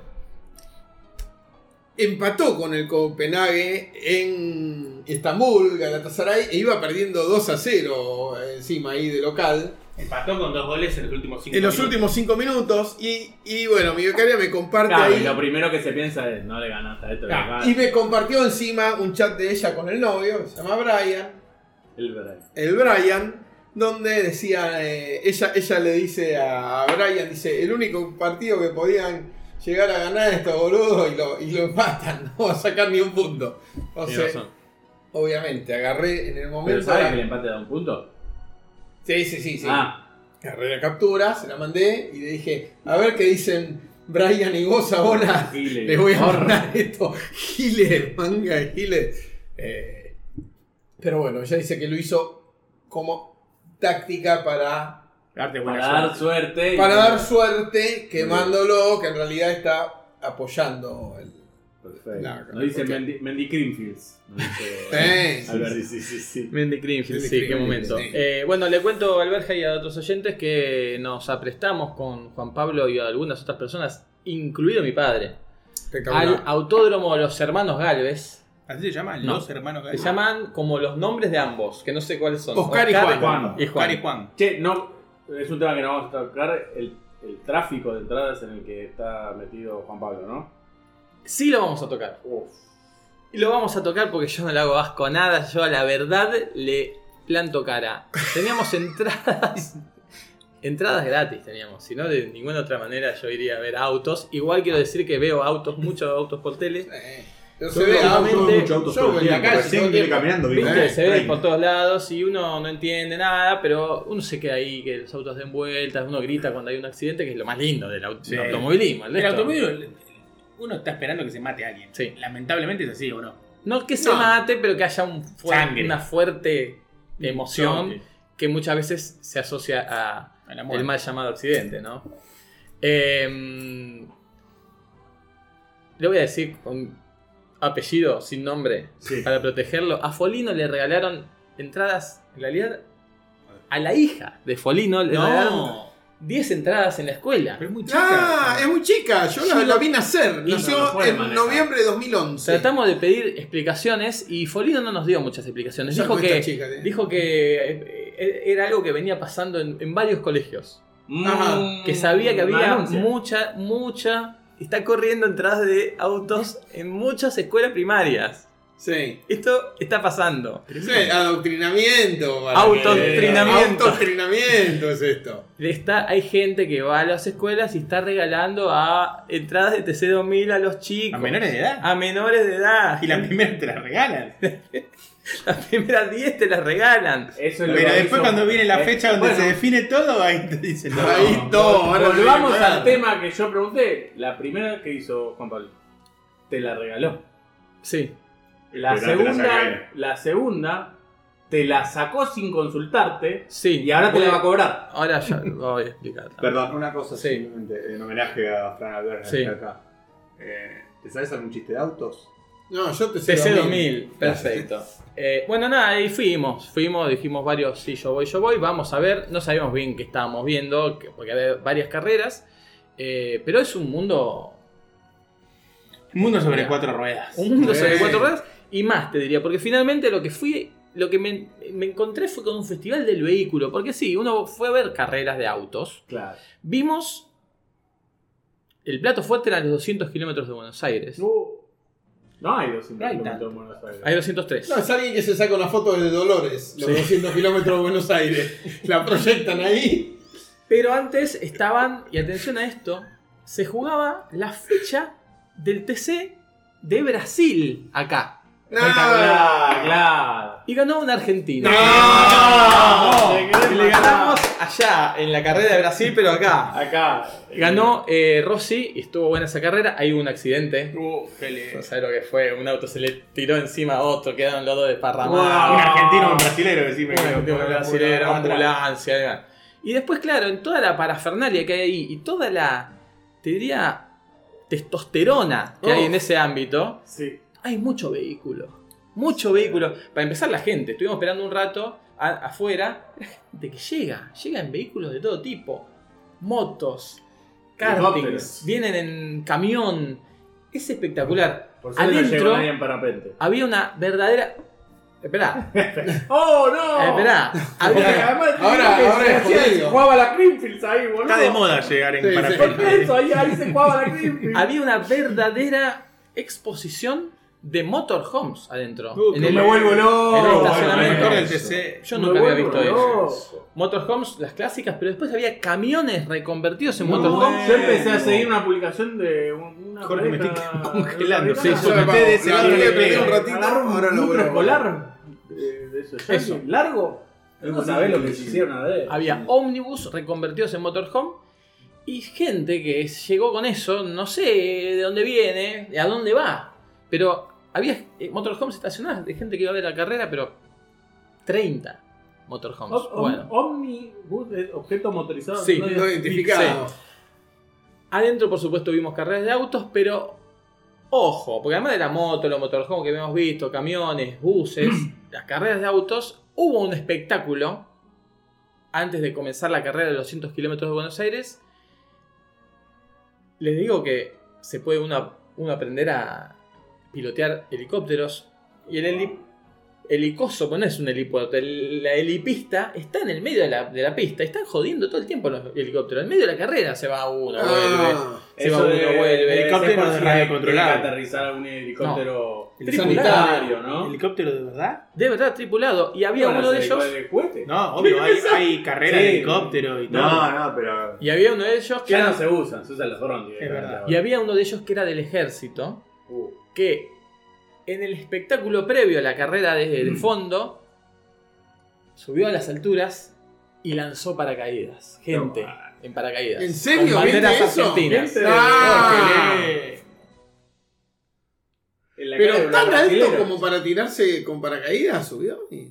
Empató con el Copenhague en Estambul, Galatasaray, e iba perdiendo dos a cero encima ahí de local. Empató con dos goles en los últimos cinco En los minutos. últimos cinco minutos. Y, y bueno, mi becaria me comparte Claro, y ahí. lo primero que se piensa es: no le ganaste a esto, le Ah, ganaste. y me compartió encima un chat de ella con el novio, que se llama Brian. El Brian. El Brian, donde decía, eh, ella, ella le dice a Brian, dice, el único partido que podían llegar a ganar estos boludos y lo, y lo empatan, no va a sacar ni un punto. O Tiene sea, razón. obviamente, agarré en el ¿Pero momento... sabes la- que el empate da un punto? Sí, sí, sí, sí. Ah, Agarré la captura, se la mandé y le dije, a ver qué dicen Brian y vos ahora. Giles. Les voy a Horror. mandar esto. Giles, manga de Giles. Eh, pero bueno, ella dice que lo hizo como táctica para, Darte buena para dar suerte. suerte. y- para dar suerte, quemándolo, que en realidad está apoyando el... Perfecto. La- No dice porque- Mendy, Mendy Greenfields. No dice. Sí, sí, Alberto. Sí, sí, sí, sí. Mendy Greenfield, Mendy sí, qué Greenfield, momento. sí. Eh, bueno, le cuento a Alberja y a otros oyentes que nos aprestamos con Juan Pablo y a algunas otras personas, incluido mi padre, al espectacular. autódromo Los Hermanos Galvez. Así se llaman No. los hermanos Se Galvez. llaman como los nombres de ambos, que no sé cuáles son. Oscar y Juan. Juan. Y Juan. Oscar y Juan. Che, no. Es un tema que no vamos a tocar. El, el tráfico de entradas en el que está metido Juan Pablo, ¿no? Sí lo vamos a tocar. Y lo vamos a tocar porque yo no le hago asco a nada. Yo a la verdad le planto cara. Teníamos entradas. Entradas gratis teníamos. Si no, de ninguna otra manera yo iría a ver autos. Igual quiero decir que veo autos, muchos autos por tele. Eh, pero Yo se ve veo obviamente- yo veo muchos autos yo todo el en la tiempo. calle Recién todo el vine tiempo. caminando, vi ¿Viste? Eh, Se ve treinta. por todos lados y uno no entiende nada, pero uno se queda ahí, que los autos den vueltas, uno grita cuando hay un accidente, que es lo más lindo del auto- Sí. automovilismo. El El resto- automóvil, uno está esperando que se mate a alguien. Sí. Lamentablemente es así, ¿o no? No que se No. mate, pero que haya un fuer- Sangre. una fuerte emoción Choque. que muchas veces se asocia a A la muerte. el mal llamado accidente, ¿no? Eh, le voy a decir con apellido, sin nombre, Sí. para protegerlo. A Folino le regalaron entradas, en realidad, a la hija de Folino le regalaron No. diez entradas en la escuela. Pero es muy chica. Ah, es muy chica, yo la, la vi nacer. Y Nació no lo puede en manejar. noviembre de dos mil once. Tratamos de pedir explicaciones y Folino no nos dio muchas explicaciones. Ya Dijo con que, esta chica, ¿eh? dijo que eh, eh, era algo que venía pasando en, en varios colegios. Ajá. Mm, Que sabía que una había denuncia. mucha, mucha... Está corriendo entradas de autos en muchas escuelas primarias. Sí. Esto está pasando. Sí, adoctrinamiento. para Autodoctrinamiento. que- Autodoctrinamiento es esto. Está, hay gente que va a las escuelas y está regalando a entradas de T C dos mil a los chicos. ¿A menores de edad? A menores de edad. Y la primera te la regalan. Las primeras diez te las regalan. Eso es lo Pero que después hizo- cuando viene la Eh, fecha donde bueno, se define todo, ahí te dicen no. Ahí todo. ahora Volvamos no viene al nada. tema que yo pregunté. La primera que hizo Juan Pablo. Te la regaló. Sí. La Pero no te la segunda, saqué. la segunda te la sacó sin consultarte Sí. y ahora te voy- la va a cobrar. Ahora ya lo voy a explicar. Perdón, una cosa Sí. simplemente en homenaje a Fran Albert Sí. acá. Eh, ¿Te sabes algún chiste de autos? No, yo te sé T C dos dos mil. mil, perfecto. Eh, bueno, nada, ahí fuimos, fuimos, dijimos varios, sí, yo voy, yo voy, vamos a ver, no sabíamos bien qué estábamos viendo, que- porque había varias carreras, eh, pero es un mundo, Un mundo sobre cuatro ruedas. un mundo sobre Sí. cuatro ruedas y más, te diría, porque finalmente lo que fui, lo que me, me encontré fue con un festival del vehículo, porque sí, uno fue a ver carreras de autos, Claro. vimos, el plato fuerte era los doscientos kilómetros de Buenos Aires, No hay doscientos No hay kilómetros en Buenos Aires. hay doscientos tres. No, es alguien que se saca una foto de Dolores, los Sí. doscientos kilómetros de Buenos Aires. La proyectan ahí. Pero antes estaban, y atención a esto, se jugaba la fecha del T C de Brasil acá. Espectacular, claro. Y ganó un argentino. ¡No! Y le ganamos allá, en la carrera de Brasil, pero acá. Acá. Ganó eh, Rossi y estuvo buena esa carrera. Hay hubo un accidente. Uh, qué le- No sabes lo que fue. Un auto se le tiró encima a otro, quedaron los dos Un desparramados. argentino o un brasilero, decime. Un que- argentino, un brasilero, Atrás. ambulancia. demás. Y después, claro, en toda la parafernalia que hay ahí y toda la, te diría, testosterona que Oh. hay en ese ámbito, Sí. hay mucho vehículo. Mucho vehículo. Para empezar, la gente. Estuvimos esperando un rato a- afuera. La gente que llega. Llega en vehículos de todo tipo. Motos. Kartings. Helicópteros. Vienen en camión. Es espectacular. Por suerte no llegó Adentro nadie en parapente. había una verdadera... Esperá. ¡Oh, no! Eh, esperá. Porque Había... además Ahora- que ahora se es hacía- jodido. se jugaba la Greenfields ahí, boludo. Está de moda llegar en Sí, sí. Por parapente. eso, ahí, ahí se jugaba la Greenfields. Había una verdadera exposición de motorhomes adentro. Uh, en que el, me vuelvo loco. en el Bueno, estacionamiento. mejor el T C. Yo Me nunca había vuelvo visto eso. loco. Motorhomes, las clásicas, pero después había camiones reconvertidos en No, motorhomes. yo empecé a seguir una publicación de un- una Jorge, me pareja estoy congelando. americana. Sí, porque Yo ustedes se la- van la- a la- ver. un ratito, Agarrar un ahora lo micro vuelvo a escolar de, de esos Eso. yankees, largo. No sabés lo que se hicieron a ver. Había ómnibus reconvertidos en motorhome. Y gente que llegó con eso, no sé de dónde viene, a dónde va. Pero había eh, motorhomes estacionados de gente que iba a ver la carrera, pero treinta motorhomes. O- o- Bueno. Omnibus, eh, objeto motorizado. Sí, no No identificado. Adentro, por supuesto, vimos carreras de autos, pero ojo, porque además de la moto, los motorhomes que habíamos visto, camiones, buses, las carreras de autos, hubo un espectáculo antes de comenzar la carrera de los doscientos kilómetros de Buenos Aires. Les digo que se puede uno, uno aprender a pilotear helicópteros y el heli- helicoso, pues no es un helipuerto, el- la helipista está en el medio de la, de la pista, están jodiendo todo el tiempo los helicópteros, en medio de la carrera se va uno, vuelve. Ah, Se va uno, vuelve. helicóptero de radio controlado. Tiene que aterrizar un helicóptero El tripulado, ¿no? ¿Helicóptero de verdad? Debe estar tripulado y había ¿Qué van a uno de hacer, ellos igual de juguete? No, obvio, hay, hay carrera Sí. de helicóptero y todo. No, no, pero. y había uno de ellos que Ya era, no se usan, se usan los drones. Es verdad. y había uno de ellos que era del ejército Uh, que en el espectáculo previo a la carrera de, de fondo subió a las alturas y lanzó paracaídas. Gente en paracaídas. ¿En serio? Con banderas ¿Viste eso? argentinas. Gente de- Ah. en la Pero cara de tan los alto brasileros. como para tirarse con paracaídas, subió. Y...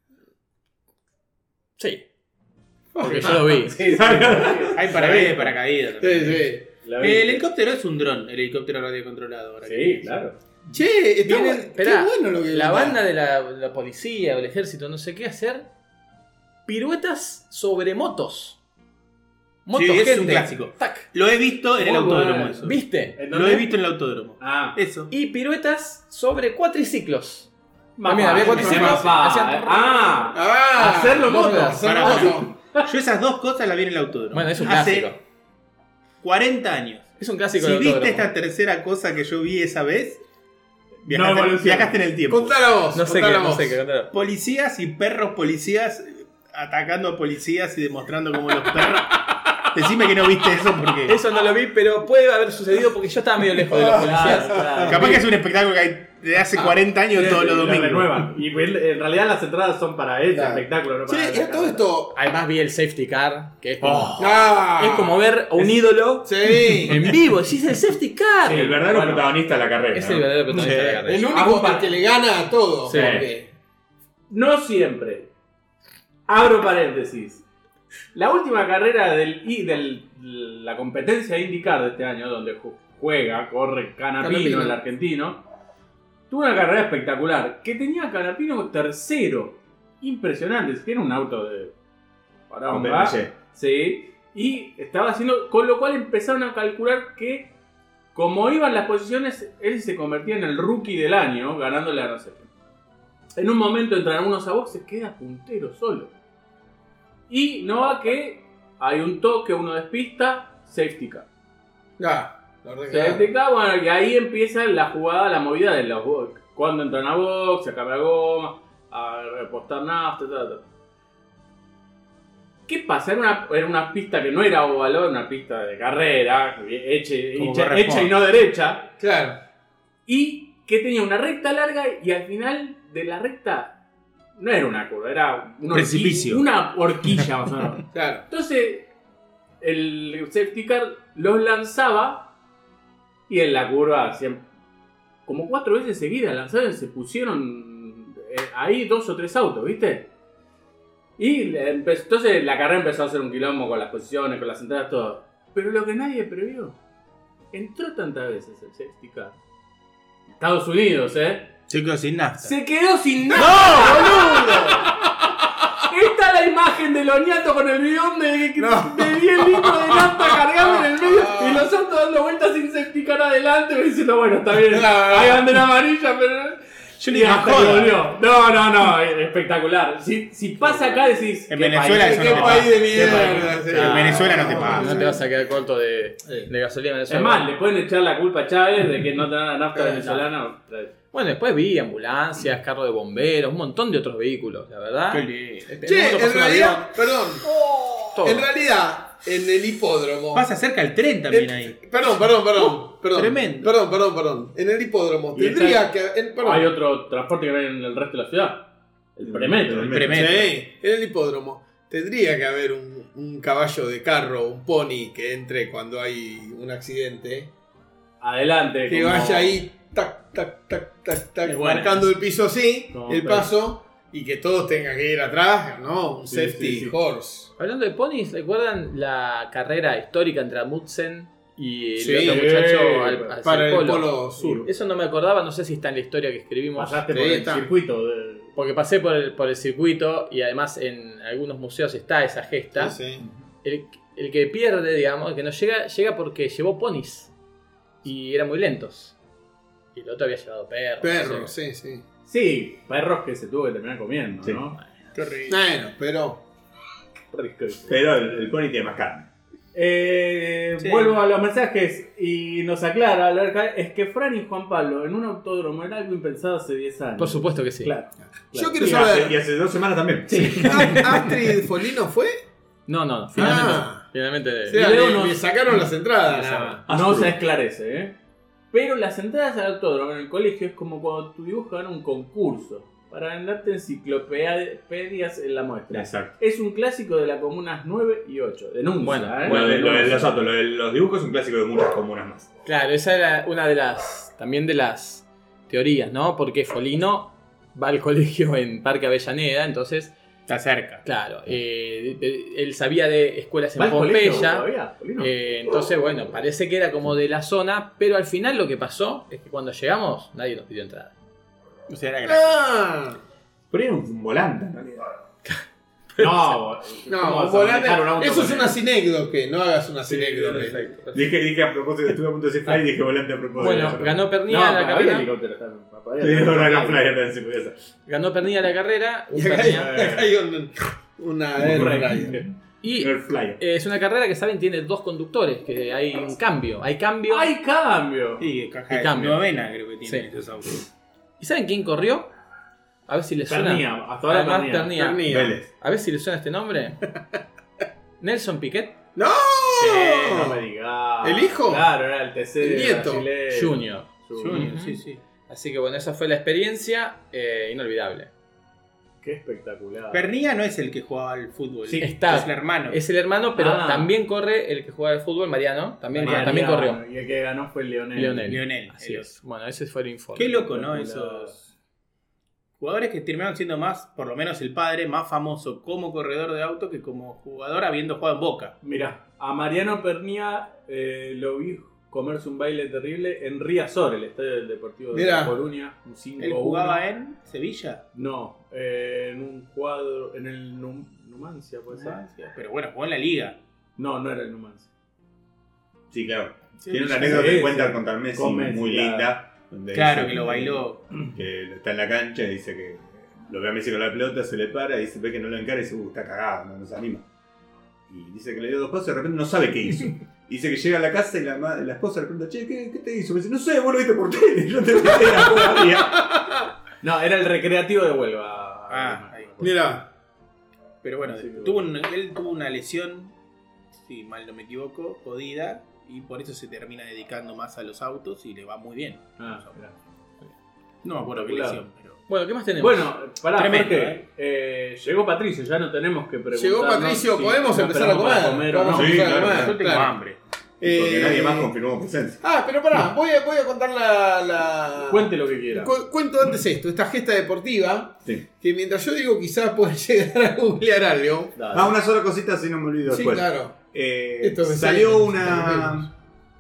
Sí. Porque yo lo vi. Sí, sí, Hay paracaídas de paracaídas. Sí, también. sí. la vi. Eh, el helicóptero es un dron, el helicóptero radiocontrolado. ahora que Sí, pienso. claro. Che, está Vienen- bu- qué esperá, bueno lo que La banda de la, la policía o el ejército, no sé qué hacer, piruetas sobre motos. Motos, Sí, es un gente. clásico. Tac. Lo he visto en el Muy autódromo bueno. eso. ¿Viste? ¿En Lo dónde? he visto en el autódromo. Ah, Eso. Y piruetas sobre cuatriciclos. más También había fácil, cuatriciclos, más fácil. hacían- Ah, Ah, hacerlo dos moto. ruedas. hacer Para- moto. Yo esas dos cosas las vi en el autódromo. Bueno, es un Hace clásico. cuarenta años. Es un clásico Si del viste autódromo. esta tercera cosa que yo vi esa vez, No viajaste, evoluciona. viajaste en el tiempo. Contala vos. No sé qué, contala no vos. sé qué contar. Policías y perros policías eh, atacando a policías y demostrando cómo los perros. Decime que no viste eso porque. Eso no lo vi, pero puede haber sucedido porque yo estaba medio lejos de los policías. Capaz que es un espectáculo que hay de hace cuarenta años todos los Y la domingos. renuevan. Y en realidad las entradas son para ese Claro. espectáculo, no para Che, y a todo esto. Además vi el safety car, que es como, Ah, es como ver a un ídolo Sí. en vivo. Decís el safety car. Sí, El verdadero Bueno. protagonista de la carrera. Es ¿no? el verdadero protagonista Sí. de la carrera. El A único un par- al que le gana a todo. Sí. porque- No siempre. Abro paréntesis. La última carrera del, y del la competencia IndyCar de este año, donde juega, corre Canapino, Canapino. el argentino, tuvo una carrera espectacular. Que tenía Canapino tercero. Impresionante. Tiene un auto de... para Con un B M bar. W. Sí. Y estaba haciendo... Con lo cual empezaron a calcular que, como iban las posiciones, él se convertía en el rookie del año, ganándole a Russell. En un momento entran unos a boxes, queda puntero solo. Y no va que hay un toque, uno despista, safety car. Ya, lo arreglaron. Safety car, bueno, y ahí empieza la jugada, la movida de los box. Cuando entran a box, a cambiar goma, a repostar nafta, tal, tal. ¿Qué pasa? Era una, era una pista que no era oval, era una pista de carrera, hecha, Como hecha, corresponde. hecha y no derecha. Claro. Y que tenía una recta larga y al final de la recta no era una curva, era una, Precipicio. horqui- una horquilla más o menos. Claro. Entonces el safety car los lanzaba y en la curva siempre, como cuatro veces seguidas lanzaron y se pusieron eh, ahí dos o tres autos, ¿viste? Y le empe- entonces la carrera empezó a hacer un quilombo con las posiciones, con las entradas, todo. Pero lo que nadie previó, entró tantas veces el safety car. Estados Unidos, ¿eh? Se quedó sin nafta. Se quedó sin nada, boludo. Está la imagen de Loñato con el bidón de, de No. diez litros de nafta cargando en el medio y los autos dando vueltas sin safety car adelante, me diciendo, bueno, está bien, hay bandera amarilla, pero... Yo le Y digo, hasta que joda. volvió. No, no, no, espectacular. Si, si pasa acá decís... En ¿qué Venezuela país? eso Qué no te país de ¿Qué mierda. país? sí. En Venezuela no te pasa. No te vas a quedar corto de, de gasolina en Es Venezuela. más, le pueden echar la culpa a Chávez de que no te dan la nafta Eh, venezolana. Bueno, después vi ambulancias, carros de bomberos, un montón de otros vehículos, la verdad. Qué lindo. En un Che, momento en pasó un realidad, avión, perdón. todo. En realidad, en el hipódromo. Pasa cerca el tren también Eh, ahí. Perdón, perdón, perdón. perdón tremendo. Perdón, perdón, perdón. En el hipódromo Y tendría está- que. en- perdón. Hay otro transporte que no hay en el resto de la ciudad. El premetro. El premetro. Sí, en el hipódromo tendría que haber un, un caballo de carro, un pony que entre cuando hay un accidente. Adelante. Que como- vaya ahí, tac, tac, tac, tac, tac, Es buena. marcando el piso así, Como el Pérez. paso, y que todos tengan que ir atrás, ¿no? Un Sí, safety sí, sí. horse. Hablando de ponis, ¿recuerdan la carrera histórica entre Amundsen y el Sí, otro muchacho al, hacia Para el polo? polo sur. Eso no me acordaba, no sé si está en la historia que escribimos. Pasaste Sí, por el está. circuito. De... Porque pasé por el, por el circuito y además en algunos museos está esa gesta. Sí, sí. El, el que pierde, digamos, el que no llega, llega porque llevó ponis y eran muy lentos. Y el otro había llevado perros. Perro, no sé. sí, sí. Sí, perros que se tuvo que terminar comiendo, Sí. ¿no? Qué horrible. Bueno, pero. Rico. Pero el, el pony tiene más carne. Eh, Sí. Vuelvo a los mensajes y nos aclara, Alerca, es que Fran y Juan Pablo en un autódromo era algo impensado hace diez años. Por supuesto que sí. Claro. Yo quiero Y hace, y saber. hace dos semanas también. ¿A- ¿Astrid Folino fue? No, no, finalmente. Ah. finalmente O sea, Y luego le, nos- le sacaron las entradas. nada más. No se esclarece, ¿eh? Pero las entradas al autódromo en el colegio es como cuando tu dibujo gana un concurso para venderte enciclopedias en la muestra. Exacto. Es un clásico de las comunas nueve y ocho. Denuncia, Bueno, ¿eh? Bueno, de- lo de Denuncia. los autos, lo de los dibujos es un clásico de muchas comunas más. Claro, esa era una de las. También de las teorías, ¿no? Porque Folino va al colegio en Parque Avellaneda, entonces, Está cerca. claro, eh, eh, él sabía de escuelas ¿Va en al colegio Pompeya. todavía, Polino? eh, entonces, bueno, parece que era como de la zona, pero al final lo que pasó es que cuando llegamos nadie nos pidió entrada. O sea, era gratis. Ah, Pero era un volante en realidad. No, ¿cómo no, vas a volante- manejar un auto eso con es él? una sinécdoque, no hagas una Sí, sinécdoque. Perfecto. Dije, dije a propósito, estuve a punto de decir fly y dije volante a propósito. Bueno, ganó No, Pernilla la había carrera. helicóptero, está- papá, Sí, había no, no, no, helicóptero. fly también se podía hacer. Ganó Pernilla la carrera. un Y acá hay, Pernilla. acá hay un- una Air Fryer. Y El fly. eh, es una carrera que saben tiene dos conductores, que hay un cambio. Hay cambio. ¡Hay cambio! Sí, caja Y de cambio. novena creo que tiene Sí. esos autos. ¿Y saben quién corrió? A ver si les suena. Pernía, hasta ahora Además, Pernía. Pernía. Pernía. Vélez. A ver si les suena este nombre. Nelson Piquet ¡No! Sí, no me digas. ¿El hijo? Claro, era el T C El nieto. brasileño. Junior. Junior, Ujú. sí, sí. Así que bueno, esa fue la experiencia eh, inolvidable. Qué espectacular. Pernilla no es el que jugaba al fútbol. Sí, es está. el hermano. Es el hermano, pero Ah. también corre el que juega al fútbol, Mariano. También, Mariano, también corrió. Y el que ganó fue Leonel. Lionel. Lionel, Así el es. Bueno, ese fue el informe. Qué loco, ¿no? Espectacular. Esos jugadores que terminaron siendo más, por lo menos el padre, más famoso como corredor de auto que como jugador habiendo jugado en Boca. Mirá, a Mariano Pernía eh, lo vi comerse un baile terrible en Riazor, el estadio del Deportivo de Mirá. La Coruña, un cinco ¿Él uno. jugaba en Sevilla? No, eh, en un cuadro, en el Num- Numancia, puede ser. Pero bueno, jugó en la liga. No, no era el Numancia. Sí, claro. Sí, Tiene una sí, anécdota sí, que cuenta sí. contra Messi, Con Messi, muy claro. linda. Donde Claro, dice que lo bailó. Que está en la cancha y dice que lo ve a Messi con la pelota, se le para y dice, ve que no lo encara y dice, uh, está cagado, no, no se anima. Y dice que le dio dos pasos y de repente no sabe qué hizo. Dice que llega a la casa y la, ma- la esposa le pregunta, che, ¿qué, qué te hizo? Me dice, no sé, vos lo viste por tele, yo te vi todavía. No, era el recreativo de Huelva. Ah, ahí. Mira, Pero bueno, Sí, tuvo bueno. un- él tuvo una lesión, si mal no me equivoco, jodida, y por eso se termina dedicando más a los autos y le va muy bien. Ah, mirá. No me acuerdo qué Claro. lesión, pero... Bueno, ¿qué más tenemos? Bueno, pará, Tremendo, Jorge, ¿eh? eh, llegó Patricio, ya no tenemos que preguntar. llegó Patricio, podemos empezar a comer. o Podemos no. Sí, empezar a claro, comer, Yo tengo claro. hambre. Porque Eh, nadie más confirmó presencia. Ah, pero pará, voy a, voy a contar la. la... Cuente lo que quiera. Cu- cuento antes esto, esta gesta deportiva, Sí. que mientras yo digo quizás pueden llegar a googlear algo. Dale. Ah, una sola cosita así no me olvido Sí, después. claro. Eh, Esto me salió sale, una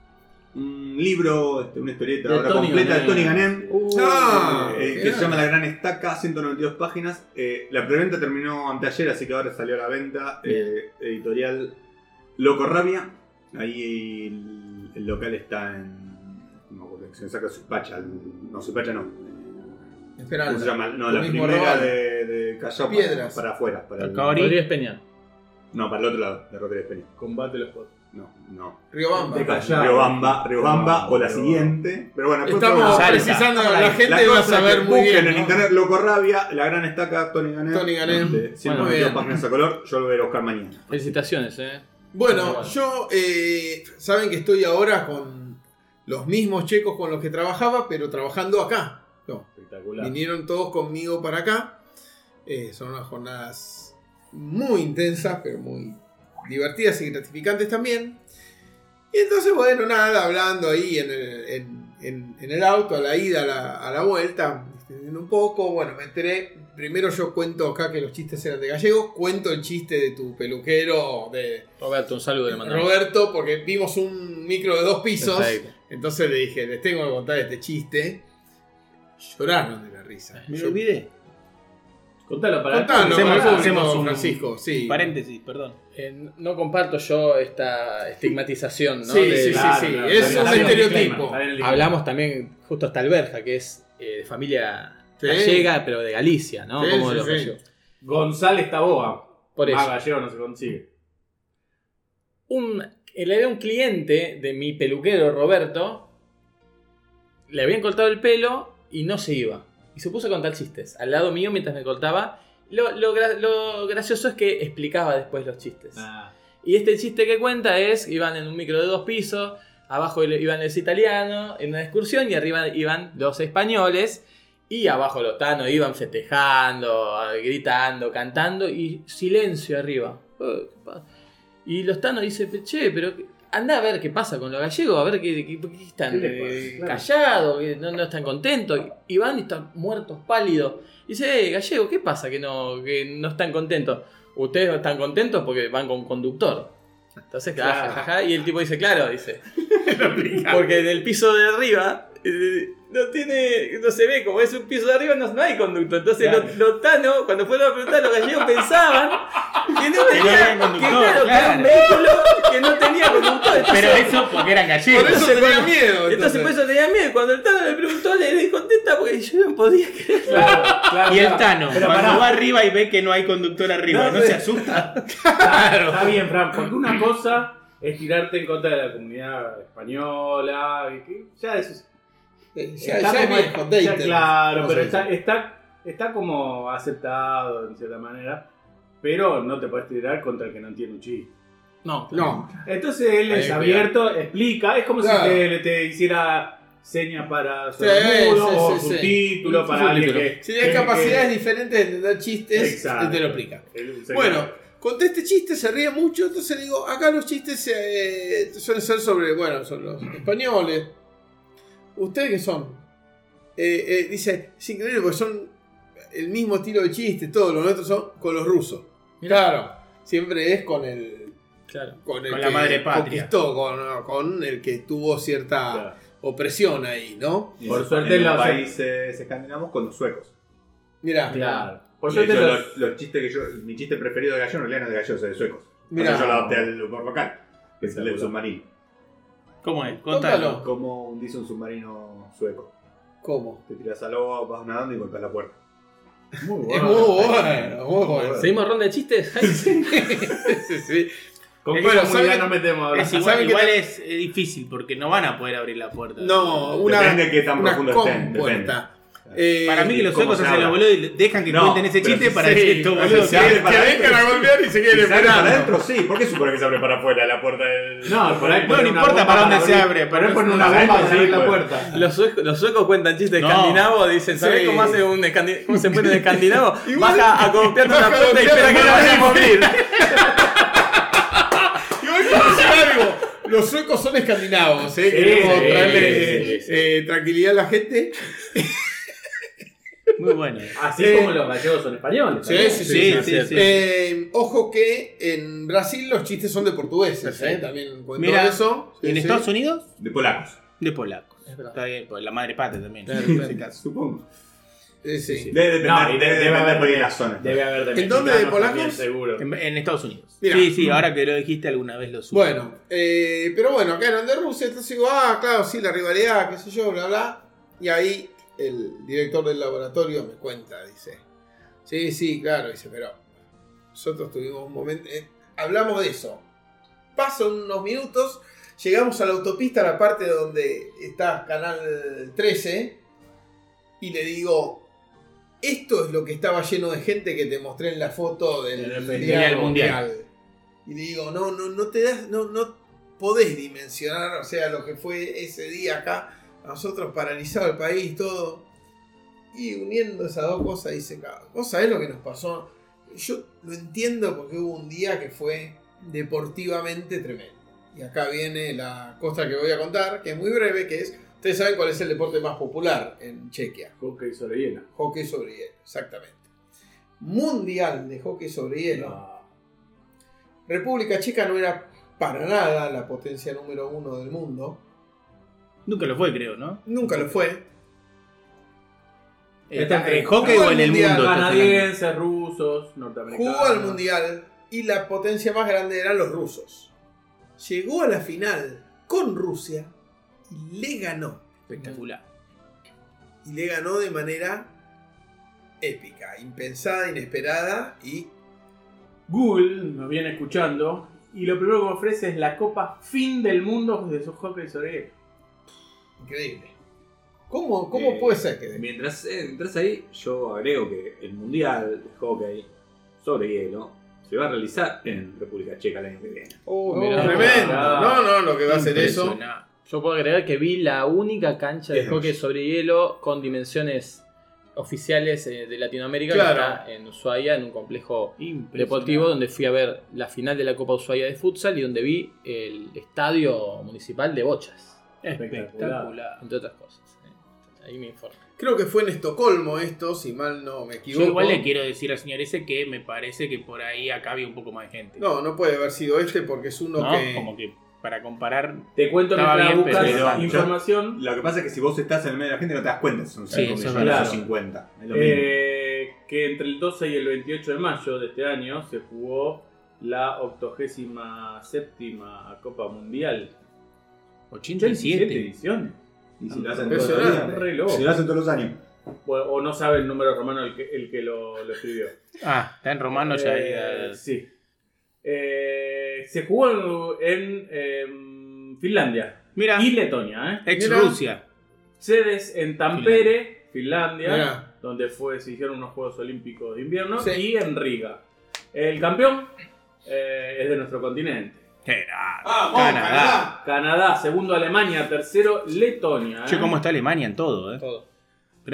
un libro, este, una historieta De ahora Tony completa de Ganem. Tony Ganem. Ah, eh, que bien. se llama La Gran Estaca, ciento noventa y dos páginas. Eh, la preventa terminó anteayer, así que ahora salió a la venta. Eh, editorial Loco Rabia. Ahí el, el local está en. No me acuerdo, se saca Supacha. el- No, Supacha no. Esperá, ¿Cómo se llama? No, el la mismo primera Raval. de, de Callao para, Piedras. para afuera. Para el- Alcaori. Rodríguez Peña. no, para el otro lado, de Rodríguez Peña. Combate los potos. No, no. Riobamba. De Callao. Riobamba, Riobamba No, o la Riobamba. siguiente. Pero bueno, después Estamos podemos- Salta. precisando, la, La gente La va a cosa es saber que muy busquen bien. en ¿no? internet Loco Rabia, La Gran Estaca, Tony Ganem. Tony Ganem. De ciento Bueno, noventa y dos bien. páginas a color. Yo lo voy a ir a buscar mañana. Felicitaciones, eh. Bueno, Bueno. yo, eh, saben que estoy ahora con los mismos checos con los que trabajaba, pero trabajando acá. No, Espectacular. vinieron todos conmigo para acá. Eh, son unas jornadas muy intensas, pero muy divertidas y gratificantes también. Y entonces, bueno, nada, hablando ahí en el, en, en- en el auto, a la ida, a la, a la vuelta, extendiendo un poco, bueno, me enteré. Primero yo cuento acá que los chistes eran de Gallego, cuento el chiste de tu peluquero, de Roberto, un saludo le mandamos. Roberto, porque vimos un micro de dos pisos. Perfecto. Entonces le dije, les tengo que contar este chiste. Lloraron de la risa. Me Yo- lo olvidé. Contalo para Contalo, el Hacemos- para el público, hacemos un- Francisco, sí. Paréntesis, perdón. Eh, no comparto yo esta estigmatización, ¿no? Sí, De- sí, sí, Claro, sí. claro, Es claro. un Está bien el estereotipo. disclaimer, está bien el disclaimer. Hablamos también, justo hasta Alberja, que es eh, de familia Sí. gallega, pero de Galicia, ¿no? Sí, Como sí, los sí. gallegos. González Taboa. Por eso. Ah, gallego no se consigue. Un, él era un cliente de mi peluquero Roberto. Le habían cortado el pelo y no se iba. Y se puso a contar chistes al lado mío mientras me cortaba. Lo, lo gra- lo gracioso es que explicaba después los chistes. Ah, Y este chiste que cuenta es: iban en un micro de dos pisos, abajo iban los italianos en una excursión y arriba iban los españoles. Y abajo los tanos iban festejando, gritando, cantando y silencio arriba. Eh, ¿qué pasa? Y los tanos dicen, che, pero anda a ver qué pasa con los gallegos, a ver qué, qué- qué están ¿Qué le pasa? eh, Claro. callados, que no, no están contentos. Y van y están muertos, pálidos. Y dice, eh, gallego, ¿qué pasa que no, que no están contentos? Ustedes no están contentos porque van con conductor. Entonces, Claro. ja, ja, ja, y el tipo dice, claro, dice. Porque en el piso de arriba eh, no tiene, no se ve, como es un piso de arriba, no, no hay conducto. Entonces Claro. los, los tanos, cuando fueron a preguntar, los gallegos pensaban que no tenía había conductor, que, claro, que era un claro. vehículo que no tenía conductor. Entonces, Pero eso porque eran gallegos. Por eso Entonces, tenía bueno, miedo. entonces por eso tenía miedo. Cuando el Tano le preguntó, le di contenta porque yo no podía creer. claro, claro, Y el claro. Tano, Pero cuando pará. va arriba y ve que no hay conductor arriba, No, ¿no, pero- se asusta? Claro. Está bien, Fran, porque una cosa es tirarte en contra de la comunidad española. y que ya eso es. Eh, Ya, está ya como- es viejo, ya, date. claro, ¿Cómo pero se está, dice? está, está como aceptado en cierta manera. Pero no te puedes tirar contra el que no entiende un chiste. No, No, Entonces él Ahí, es cuidado. abierto, explica. Es como Claro. si te, te hiciera seña para Sí, sordomudo sí, o sí, sí. subtítulo para alguien Subtítulo. que. si tienes que- capacidades que- diferentes de entender chistes, Exacto. él te lo explica. el- se- Bueno, conté este chiste, se ríe mucho, entonces digo, acá los chistes eh, suelen ser sobre, bueno, son los españoles. ¿Ustedes qué son? Eh, eh, dice, es increíble porque son el mismo estilo de chiste, todo lo nuestro son con los rusos. Claro, siempre es con el Claro. con, el Con que la madre patria. conquistó, con, con el que tuvo cierta Claro. opresión ahí, ¿no? Y Por en- suerte en los los- países escandinavos con los suecos. Mirá, Claro. Por De suerte hecho, los- los, los chistes que yo, mi chiste preferido de gallo en realidad no es de gallo, es de suecos. Mirá. Mirá. Yo lo adapté al humor local, que es el del submarino. ¿Cómo es? Contalo. Contalo. ¿Cómo hundís un submarino sueco? ¿cómo? Te tiras al agua, vas nadando y golpeas la puerta. Muy Es bueno. muy bueno, muy bueno. ¿Seguimos ronda de chistes? Sí, sí. ¿Con Es- qué bueno, comunidad ¿saben- nos metemos ahora? Es igual, ¿Saben que igual te- es, es difícil porque no van a poder abrir la puerta. No, una, Depende de qué tan una profundo estén, compuerta. Eh, Para mí que los ¿cómo suecos se hacen habla? los boludos y dejan que No, cuenten ese pero chiste si para sí, decir esto, pero boludo. si se abre que para vengan adentro, a golpear y se Si quieren se abre para esperando. adentro, sí. ¿Por qué supone que se abre para afuera la puerta del.? No, por ahí No, ponen no una importa bomba para dónde se abrir- abre, Por ahí pero ponen es una una bomba bomba, para abrir sí, la pues. puerta. Los suecos, los suecos cuentan chistes No. escandinavos, dicen, ¿sabés Sí. cómo hace un escandi- cómo se pone un escandinavo? Igual- Baja a golpear una baja a puerta y golpear espera que la la vayamos a abrir. Igual quiero decir algo. Los suecos son escandinavos, ¿eh? Sí, Queremos sí, traerle sí, sí, sí. eh, tranquilidad a la gente. Muy bueno. Así Eh, como los gallegos son españoles. Sí, también. sí, Sí, sí. sí, sí. sí. Eh, ojo que en Brasil los chistes son de portugueses, ¿eh? También cuento Mira, eso. ¿Y en Sí, Estados sí. Unidos? De polacos. De polacos. Es verdad. Está bien, pues la madre patria también. Claro, En ese caso. Supongo. Eh, sí. Debe depender, No, y debe debe depender haber por ahí de- en la zona. Debe haber de ¿En dónde, de mexicanos polacos? también, seguro. En, en Estados Unidos. Mira. Sí, sí, ahora que lo dijiste alguna vez lo supe. Bueno, eh, pero bueno, acá eran de Rusia, entonces digo, ah, claro, sí, la rivalidad, qué sé yo, bla, bla. Y ahí el director del laboratorio me cuenta, dice, sí, sí, claro, dice, pero nosotros tuvimos un momento, eh, hablamos de eso. Pasan unos minutos, llegamos a la autopista, a la parte donde está Canal trece, y le digo, esto es lo que estaba lleno de gente que te mostré en la foto del En el Mundial Mundial. Y le digo, no, no, no te das, no, no podés dimensionar, o sea, lo que fue ese día acá, a nosotros paralizado el país, todo. Y uniendo esas dos cosas, dice, claro, vos sabés lo que nos pasó. Yo lo entiendo porque hubo un día que fue deportivamente tremendo. Y acá viene la cosa que voy a contar, que es muy breve, que es, ustedes saben cuál es el deporte más popular en Chequia. Hockey sobre hielo. Hockey sobre hielo, exactamente. Mundial de hockey sobre hielo. No. República Checa no era para nada la potencia número uno del mundo. Nunca lo fue, creo, ¿no? Nunca lo fue. ¿Está Este- en hockey jugó o en el el Mundial, mundo? Canadienses, rusos, norteamericanos. Jugó al Mundial y la potencia más grande eran los rusos. Llegó a la final con Rusia y le ganó. Espectacular. Y le ganó de manera épica, impensada, inesperada y Google nos viene escuchando y lo primero que me ofrece es la Copa Fin del Mundo de su hockey sobre hielo. increíble. ¿Cómo, cómo Eh, puede ser que Mientras eh, entras ahí, yo agrego que el mundial de hockey sobre hielo se va a realizar en República Checa el año que viene. Oh, Oh, mirá. tremendo? Ah. No, no, lo que va a hacer eso. Impresionante. Yo puedo agregar que vi la única cancha de Es hockey hermoso. sobre hielo con dimensiones oficiales eh, de Latinoamérica, Claro. que está en Ushuaia, en un complejo Impresionante. deportivo donde fui a ver la final de la Copa Ushuaia de futsal y donde vi el estadio municipal de bochas, Espectacular. entre otras cosas. eh. Ahí me informo. Creo que fue en Estocolmo esto, si mal no me equivoco. Yo igual le quiero decir al señor ese que me parece que por ahí acá había un poco más de gente. No, no puede haber sido este porque es uno ¿No? que... Como que para comparar. Te cuento Estaba mientras bien, buscas pero- información. Lo que pasa es que si vos estás en el medio de la gente no te das cuenta si son Sí, cinco eso es millones verdad. o cincuenta. Es lo mismo. Eh, que entre el doce y el veintiocho de mayo de este año se jugó la octogésima séptima Copa Mundial. ochenta y siete. ediciones. Y si lo hacen todos los Impresionante. días. Re loco. Si lo hacen todos los años. O, o no sabe el número romano el que, el que lo, lo escribió. Ah, está en romano ya. Eh, ya- sí. Eh, se jugó en, en Finlandia Mira, y Letonia. ¿eh? ex Mira. Rusia. Sedes en Tampere, Finlandia, Mirá. donde fue, se hicieron unos Juegos Olímpicos de invierno, Sí. y en Riga. El campeón eh, es de nuestro continente. Qué grande. ¡Vamos, Canadá. Canadá, segundo Alemania, tercero Letonia. ¿eh? Che, cómo está Alemania en todo, eh. Todo. Tremendo.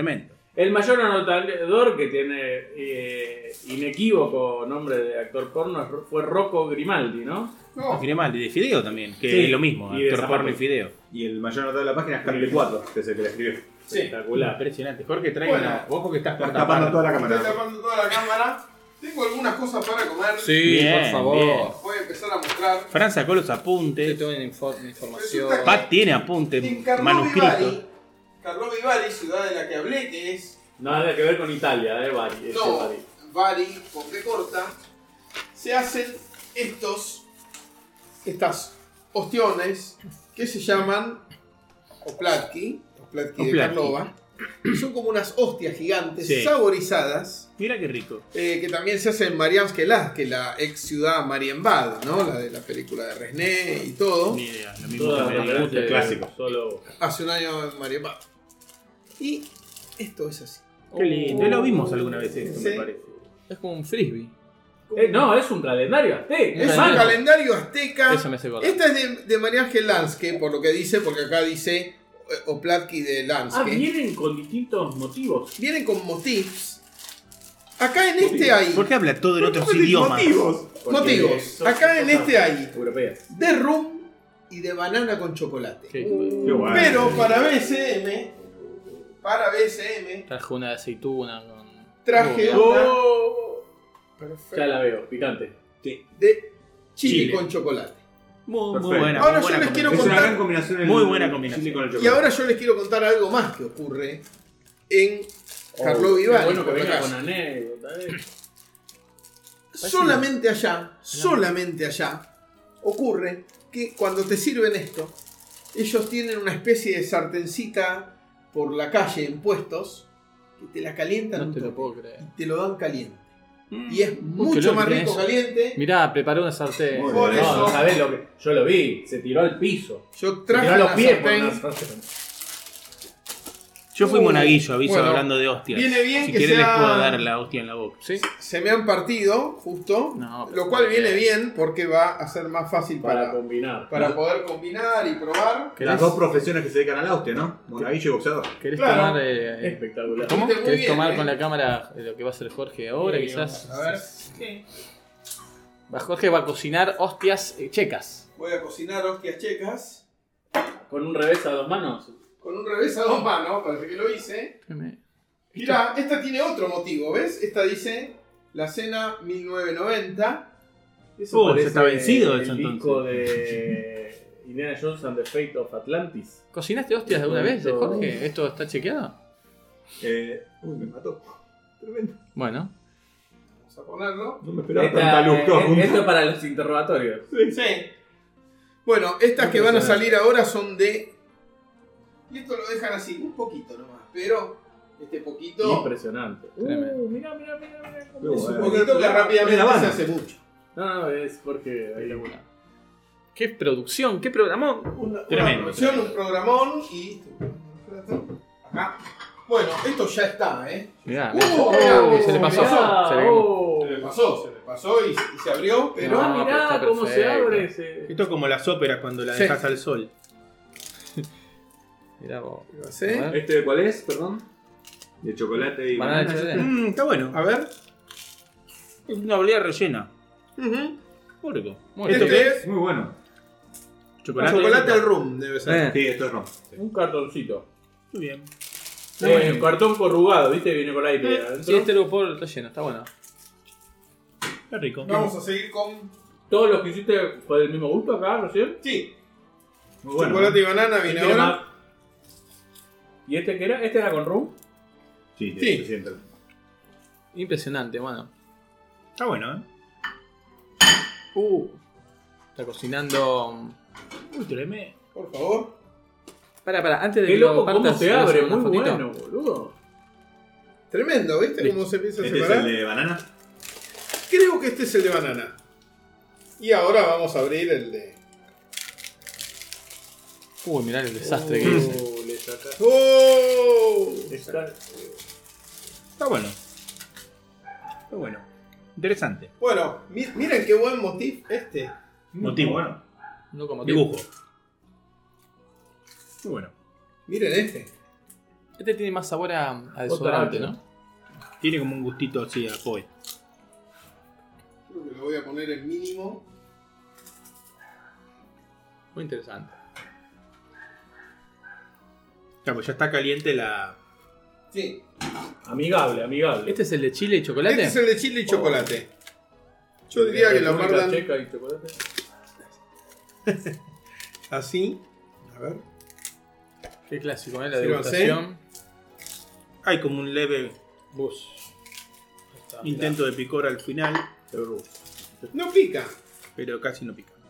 El mayor anotador que tiene eh, inequívoco nombre de actor porno fue Rocco Grimaldi, ¿no? No, Grimaldi, de Fideo también, que Sí, es lo mismo, y de actor porno y Zapato. Fideo. Y el mayor notado de la página es Carly cuatro, que es el que la escribió. sí. Espectacular. Impresionante. Jorge, trae Bueno, una. Ojo que estás Está por tapando tapar. toda la Estoy cámara. tapando toda la cámara. Tengo algunas cosas para comer. Sí, Bien, por favor. bien. Voy a empezar a mostrar. Fran sacó los Yo apuntes. tengo una infor- información. Resulta Pat tiene En apuntes Carlo manuscritos. Vivari, Carlo Vivari, ciudad de la que hablé, que es Nada que ver con Italia, eh, Bari. Este no, Bari. Bari con B corta, se hacen estos, estas ostiones que se llaman oplatki, oplatki de Oplatki. Karlova. Son como unas hostias gigantes Sí. saborizadas Mira qué rico. eh, que también se hacen en Marianske Laz, que es la ex ciudad Marienbad, ¿no? La de la película de Resné y todo. Ni idea, lo mismo Todas que las me referencias gusta. clásico. Solo. Hace un año en Marienbad. Y esto es así. Qué lindo. Lo vimos alguna vez esto, Sí. me parece. Es como un frisbee. Eh, no, es un calendario azteca. Es un Mano. calendario azteca. Eso me hace acordar. Esta es de, de Marianske Lanske, por lo que dice, porque acá dice eh, Oplatki de Ah, Lanske. vienen con distintos motivos. Vienen con motifs. Acá en este hay ¿Por qué habla todo en otros ¿Por qué idiomas? motivos? Porque motivos. son Acá en cosas este hay Europeas. de rum y de banana con chocolate. Sí. Qué bueno. Pero para B S M, para B S M, Traje una de aceituna con. traje Oh, una Oh, perfecta ya la veo, picante. de chili, Chile. con chocolate. Muy, muy Perfecto. buena. Ahora muy yo buena les quiero Es una combinación. gran combinación. el- Muy buena el combinación. chili con el Y chocolate. ahora yo les quiero contar algo más que ocurre en Carlo Oh, Vivari. qué Bueno que por venga acá. con anécdota. eh. Solamente allá, solamente allá, ocurre que cuando te sirven esto, ellos tienen una especie de sartencita por la calle en puestos que te la calientan No un te lo toque puedo creer. y te lo dan caliente. Mm. Y es mucho loco más que rico eso. caliente. Mirá, preparé una sartén. Muy Por bien. eso- No, no sabés lo que. Yo lo vi, se tiró al piso. Yo Se traje tiró a los una pies por sartén. una sartén. Yo fui Uh, monaguillo, aviso, bueno, hablando de hostias. viene bien si que querés sea- les puedo dar la hostia en la boca. ¿Sí? Se me han partido, justo. No, pero lo cual está viene bien. bien porque va a ser más fácil Para para, combinar. para poder combinar y probar. Las dos profesiones que se dedican a la hostia, ¿no? Monaguillo y boxeador. ¿Querés Claro. tomar, eh, Espectacular. ¿Cómo? Muy ¿querés bien, tomar eh. con la cámara lo que va a hacer Jorge ahora, Sí, quizás? A ver. Va- Jorge va a cocinar hostias eh, checas. Voy a cocinar hostias checas Con un revés a dos manos. con un revés a dos manos, parece que lo hice. Mirá, esta tiene otro motivo, ¿ves? Esta dice La Cena mil novecientos noventa. Eso Uh, parece se está vencido el eso, disco de Indiana Jones and the Fate of Atlantis. ¿Cocinaste hostias de alguna vez, eh, Jorge? ¿Esto está chequeado? Eh, uy, me mató. Tremendo. Bueno. Vamos a ponerlo. No me esperaba Esta- tanta luz. todo eh, junto. esto es para los interrogatorios. Sí. Bueno, estas que van a salir ahora son de... Y esto lo dejan así, un poquito nomás, pero este poquito... Impresionante. Tremendo. Uh, mirá, mirá, mirá, mirá. Qué cómo bueno. es Un un poquito que Es la rápidamente banda. se hace mucho. No, no, es porque ahí lo ¿Qué producción? ¿Qué programón? Una, Tremendo, una producción, un programón y... Acá. Bueno, esto ya está, ¿eh? Mirá, Uh, mirá. mirá, se le pasó. mirá, Se le- oh. Se le pasó, se le pasó y, y se abrió, pero... Ah, No, pero mirá está cómo se perfecto. abre ese. Esto es como las óperas cuando las Sí. dejas al sol. Mirá vos. ¿Sí? A ver. ¿Este cuál es, perdón? De chocolate y Banana banana. de chocolate. Mm, está bueno. A ver. Es una bolilla rellena. Ujú. Muy rico. Muy ¿Esto rico. qué Este es? Muy bueno. Chocolate. Chocolate al rum debe ser. Eh. Sí, esto es rom. Un cartoncito. Muy bien. Eh, un cartón corrugado, ¿viste? Viene con aire adentro. Sí, este lo puedo, está lleno, está bueno. Está rico. Vamos a seguir con... ¿Todos los que hiciste fue del mismo gusto acá recién? Sí, Muy bueno. chocolate y banana ¿Quién viene quiere ahora. más? ¿Y este qué era? ¿Este era con rum? Sí, Sí. se siente. Impresionante, bueno. Está bueno, ¿eh? Uh, está cocinando. Uy, tremendo. Por favor. Para, para, antes de Qué que loco lo cómo partas, se ¿querés abre, hacer una muy fotito? bueno, boludo. Tremendo, ¿viste? Listo. Cómo se empieza a ¿Este es separar. el de banana? Creo que este es el de banana. Y ahora vamos a abrir el de... Uy, mirá el desastre que hice. Uh, le saca- ¡Oh! Está- Está bueno. Está bueno. Interesante. Bueno, mi- miren qué buen motif este. Motivo. Muy bueno. No como Dibujo. Muy bueno. Miren este. Este tiene más sabor a, a desodorante, Otra. ¿no? Tiene como un gustito así a Poe. Creo que lo voy a poner en mínimo. Muy interesante. Claro, pues ya está caliente la. Sí. Amigable, amigable. ¿Este es el de chile y chocolate? Este es el de chile y chocolate. Yo diría que lo República guardan Checa y chocolate. así. A ver. Qué clásico, ¿eh? La Sírvanse. degustación. Hay como un leve Bus. Ahí está, intento de picor al final, No pica. pero casi no pica.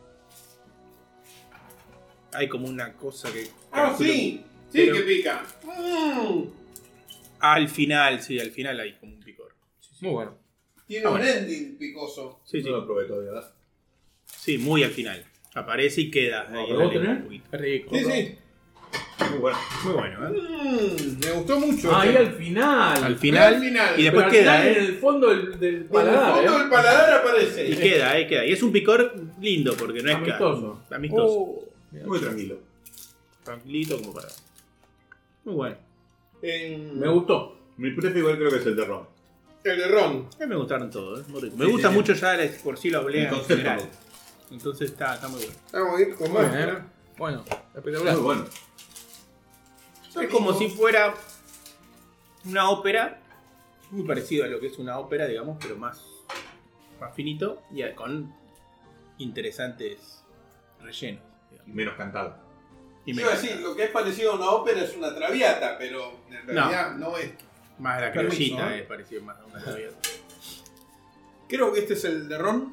Hay como una cosa que. Ah, sí. Sí Pero- que pica. Mm. Al final, sí, al final hay como un picor. Muy bueno. Tiene Ah, un bueno. ending picoso. Sí, sí. No lo probé todavía, ¿verdad? Sí, muy al final. Aparece y queda. No, ahí pero en la vos lengua tenés. un poquito. Es rico. Sí, sí. Muy bueno. Muy bueno, ¿eh? Mm, me gustó mucho. Ah, ahí este. al final. Al final. al final. Y después Pero al queda, final ¿eh? en el fondo del, del En el paladar, fondo ¿eh? del paladar aparece. Y queda, ahí queda. Y es un picor lindo porque no es Amistoso. ca- Amistoso. Oh, Muy tranquilo. Tranquilito como para. Muy bueno. En- Me gustó. Mi prefe igual creo que es el de ron. El de ron. A mí me gustaron todos, ¿eh? Muy rico. Me Sí, gusta sí, mucho ya la, por sí la oblea El en concepto. general. Entonces está, está muy bueno. Vamos a ir con muy más. bien, ¿eh? ¿eh? Bueno, espectacular. Muy bueno. Es como si fuera una ópera, muy parecido a lo que es una ópera, digamos, pero más, más finito y con interesantes rellenos. digamos. Y menos cantado. Y Iba menos- a decir, lo que es parecido a una ópera es una traviata, pero en realidad no, es. más la Permiso, criollita, ¿eh? es parecido más a una traviata. Creo que este es el de ron.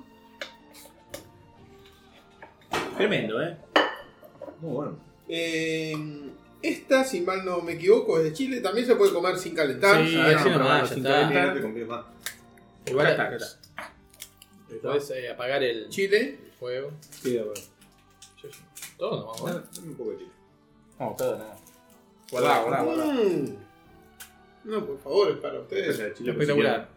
Tremendo, ¿eh? Muy bueno. Eh, esta, si mal no me equivoco, es de Chile. También se puede comer sin calentar. Sí, Ah, no, así pero nomás, bueno, ya sin está. Sí, calentar. no te confíes más. Igual Ya está, ya está. podés eh, apagar el Chile. fuego. Sí, de acuerdo. Yo- yo- Todo no vamos a ver. Dame un poco de chile. No, todo nada. Guardá, guardá, guardá. Mm. No, por favor, es para ustedes. El chile, Espectacular.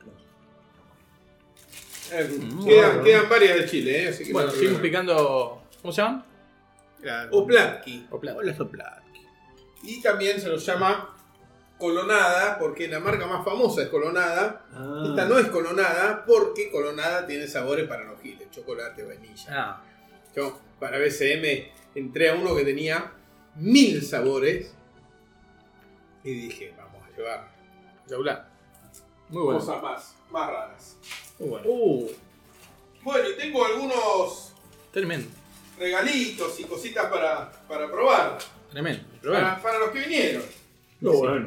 Eh, Mm, quedan, bueno. quedan varias de Chile, ¿eh? Así que Bueno, no hay seguimos problema. picando. ¿Cómo se llaman? La- Oplatki. Oplat. Hola, Soplatki. Y también se los llama Colonada, porque la marca más famosa es Colonada. Ah. Esta no es Colonada, porque Colonada tiene sabores para los giles, chocolate, vainilla. Ah, Yo, para B C M, entré a uno que tenía mil sabores y dije, vamos a llevar espectacular. Muy bueno. cosas más, más raras. Muy bueno. Uh, Bueno, y tengo algunos tremendo. regalitos y cositas para, para probar. Tremendo. Pero bueno. Para, para los que vinieron. Qué bueno.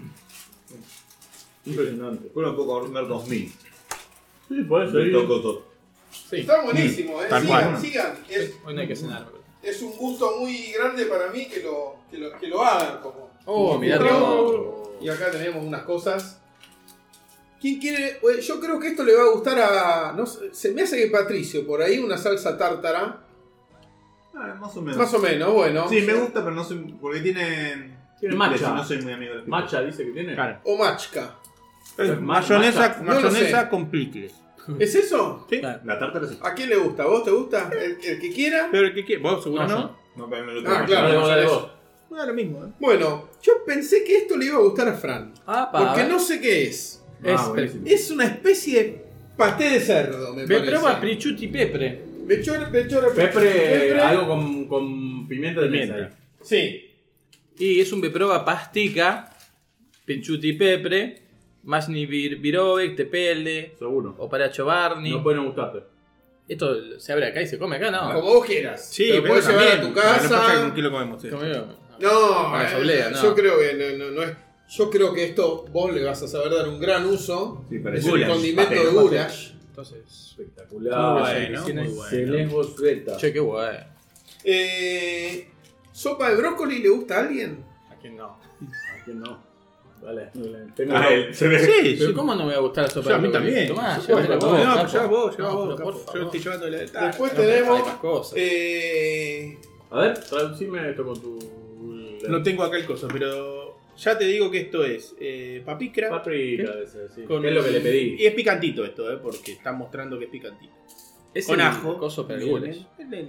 Impresionante. Bueno, puedo comer dos mil. Sí, por eso. Me ahí- toco todo. Sí. Está buenísimo, ¿eh? Tal Sigan, cual. sigan. Es, Hoy no hay que cenar. pero- es un gusto muy grande para mí que lo, que lo, que lo hagan. Como, Oh, como mirá gusto. todo. Y acá tenemos unas cosas. ¿Quién quiere? Oye, yo creo que esto le va a gustar a. No sé, se me hace que Patricio, por ahí una salsa tártara. Ah, más o menos. Más o menos, bueno. Sí, me gusta, pero no soy. Porque tiene. Tiene picles matcha. y no soy muy amigo de los picles. Matcha dice que tiene. Claro. O machca. Es mayonesa, Matcha. No lo mayonesa sé. con picles. ¿Es eso? Sí. Claro. La tártara sí. ¿A quién le gusta? ¿A vos te gusta? ¿El, el que quiera? Pero el que quiere, vos seguro No, no. yo. No, pero me lo Ah, tomo. claro. Dale vos, dale no, vos. No, lo mismo, ¿eh? Bueno, yo pensé que esto le iba a gustar a Fran. Ah, pa, Porque a ver. no sé qué es. Es Ah, buenísimo. Es una especie de paté de cerdo, me Ve, parece. prueba prichuti pepre. Pechore, pechore, Pepre, algo con, con pimienta de Pimienta. mesa. Sí. Y es un beprova pastica, pinchuti pepre, masni vir, virovek, tepelde, Seguro. o paracho barni. No puede no gustarte. Esto se abre acá y se come acá, ¿no? Como vos quieras. Sí, Te lo pero puedes llevar también. a tu Lo que pasa es que casa. ¿con qué lo comemos? Sí. Comió- No, Para eh, soblea, no. yo creo que no, no, no es. Yo creo que esto vos le vas a saber dar un gran uso. Sí, Es parece un goulash. condimento Paté, de paté. goulash. Entonces, Espectacular. Muy bueno, Tiene muy bueno. Selengos Beta. che, qué bueno. Eh, ¿Sopa de brócoli le gusta a alguien? ¿A quién no? ¿A quién no? Dale. Tengo Ah, él, se ve. Sí, Pero sí. ¿cómo no me va a gustar la sopa Yo, a de mí brócoli? también. Tomá, Por llévatela supuesto. vos, No, capo. lleva vos, lleva No, vos, pero capo. por Yo favor. estoy llevando la Después No, hay tenemos. más cosas. Eh, A ver, traducime esto con tu. No tengo acá el coso, pero ya te digo que esto es eh, papicra. Paprika, ese, sí. con- ¿Qué es lo que le pedí? Y es picantito esto, eh, porque están mostrando que es picantito. Es Con el ajo. coso para el Bien, goulash. el- el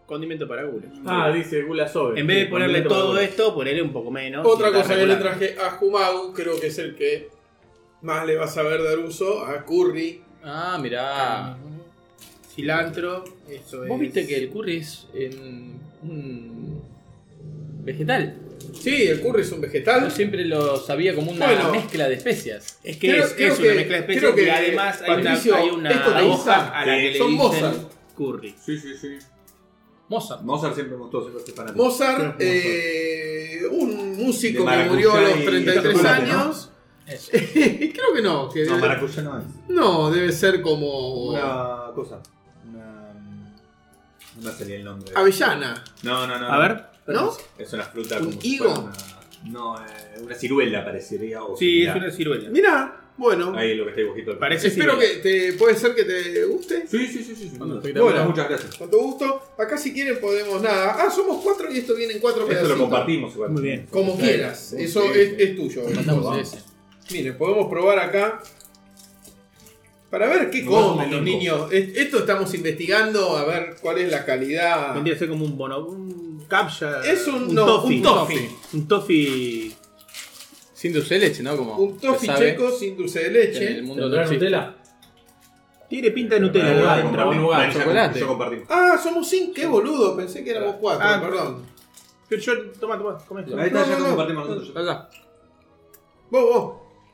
condimento para gula. Ah, dice Gula Sobe. En vez de Sí, ponerle condimento todo para esto, ponerle un poco menos. Otra y está cosa que le regular. traje a Humagu, creo que es el que más le va a saber dar uso, a Curry. Ah, mirá. Cilantro, eso ¿Vos es. viste que el curry es en un vegetal? Sí, el curry es un vegetal. Yo siempre lo sabía como una Bueno. mezcla de especias. Es que Creo- es, creo es que- una mezcla de especies creo que, y además hay una, Patricio, hay una esto te hoja gusta. a la que le Son dicen Mozart. curry. Sí, sí, sí. Mozart. Mozart siempre me gustó, siempre fui fanático. Mozart, eh, un músico De que maracuyá murió a los y treinta y tres chocolate, ¿no? años. Eso. Creo que no. Que No, debe- maracuyá no es. no, debe ser como Una cosa. Una. No me salía el nombre. avellana. No, no, no. A ver. ¿No? Es una fruta ¿Un como si higo? fuera una. No, eh, una ciruela parecería. O Sí, es similar. una ciruela. Mirá, bueno. Ahí lo que está dibujito. Parece Espero ciruela. que te, puede ser que te guste. Sí, sí, sí, sí. sí. Cuando estoy Bueno. grabando. Muchas gracias. Con todo gusto. Acá si quieren podemos nada. Ah, somos cuatro y esto viene en cuatro Esto pedacitos. lo compartimos igual. Muy bien. Como Sí. quieras. Eso Sí, es, sí. es tuyo. Pasamos ese. Miren, podemos probar acá. Para ver qué No, no, comen no, los no. niños. Es- Esto estamos investigando a ver cuál es la calidad. Vendría a ser como un bono, un captcha. Es un- no, toffee. un toffee. Un toffee. Sin dulce de leche, ¿no? Como Un toffee se sabe checo sin dulce de que en leche. el mundo ¿Tendrá no existe. Nutella? Tiene pinta de Nutella. Ah, ¿no? ah, Adentro. compartimos. lugar, Ah, ya chocolate. Yo compartimos. Ah, somos cinco. Qué boludo. Pensé que éramos cuatro. Ah, perdón. Pero yo, toma, toma, come esto. Ahí está, No, ya no, no. compartimos nosotros. Acá. Vos, vos.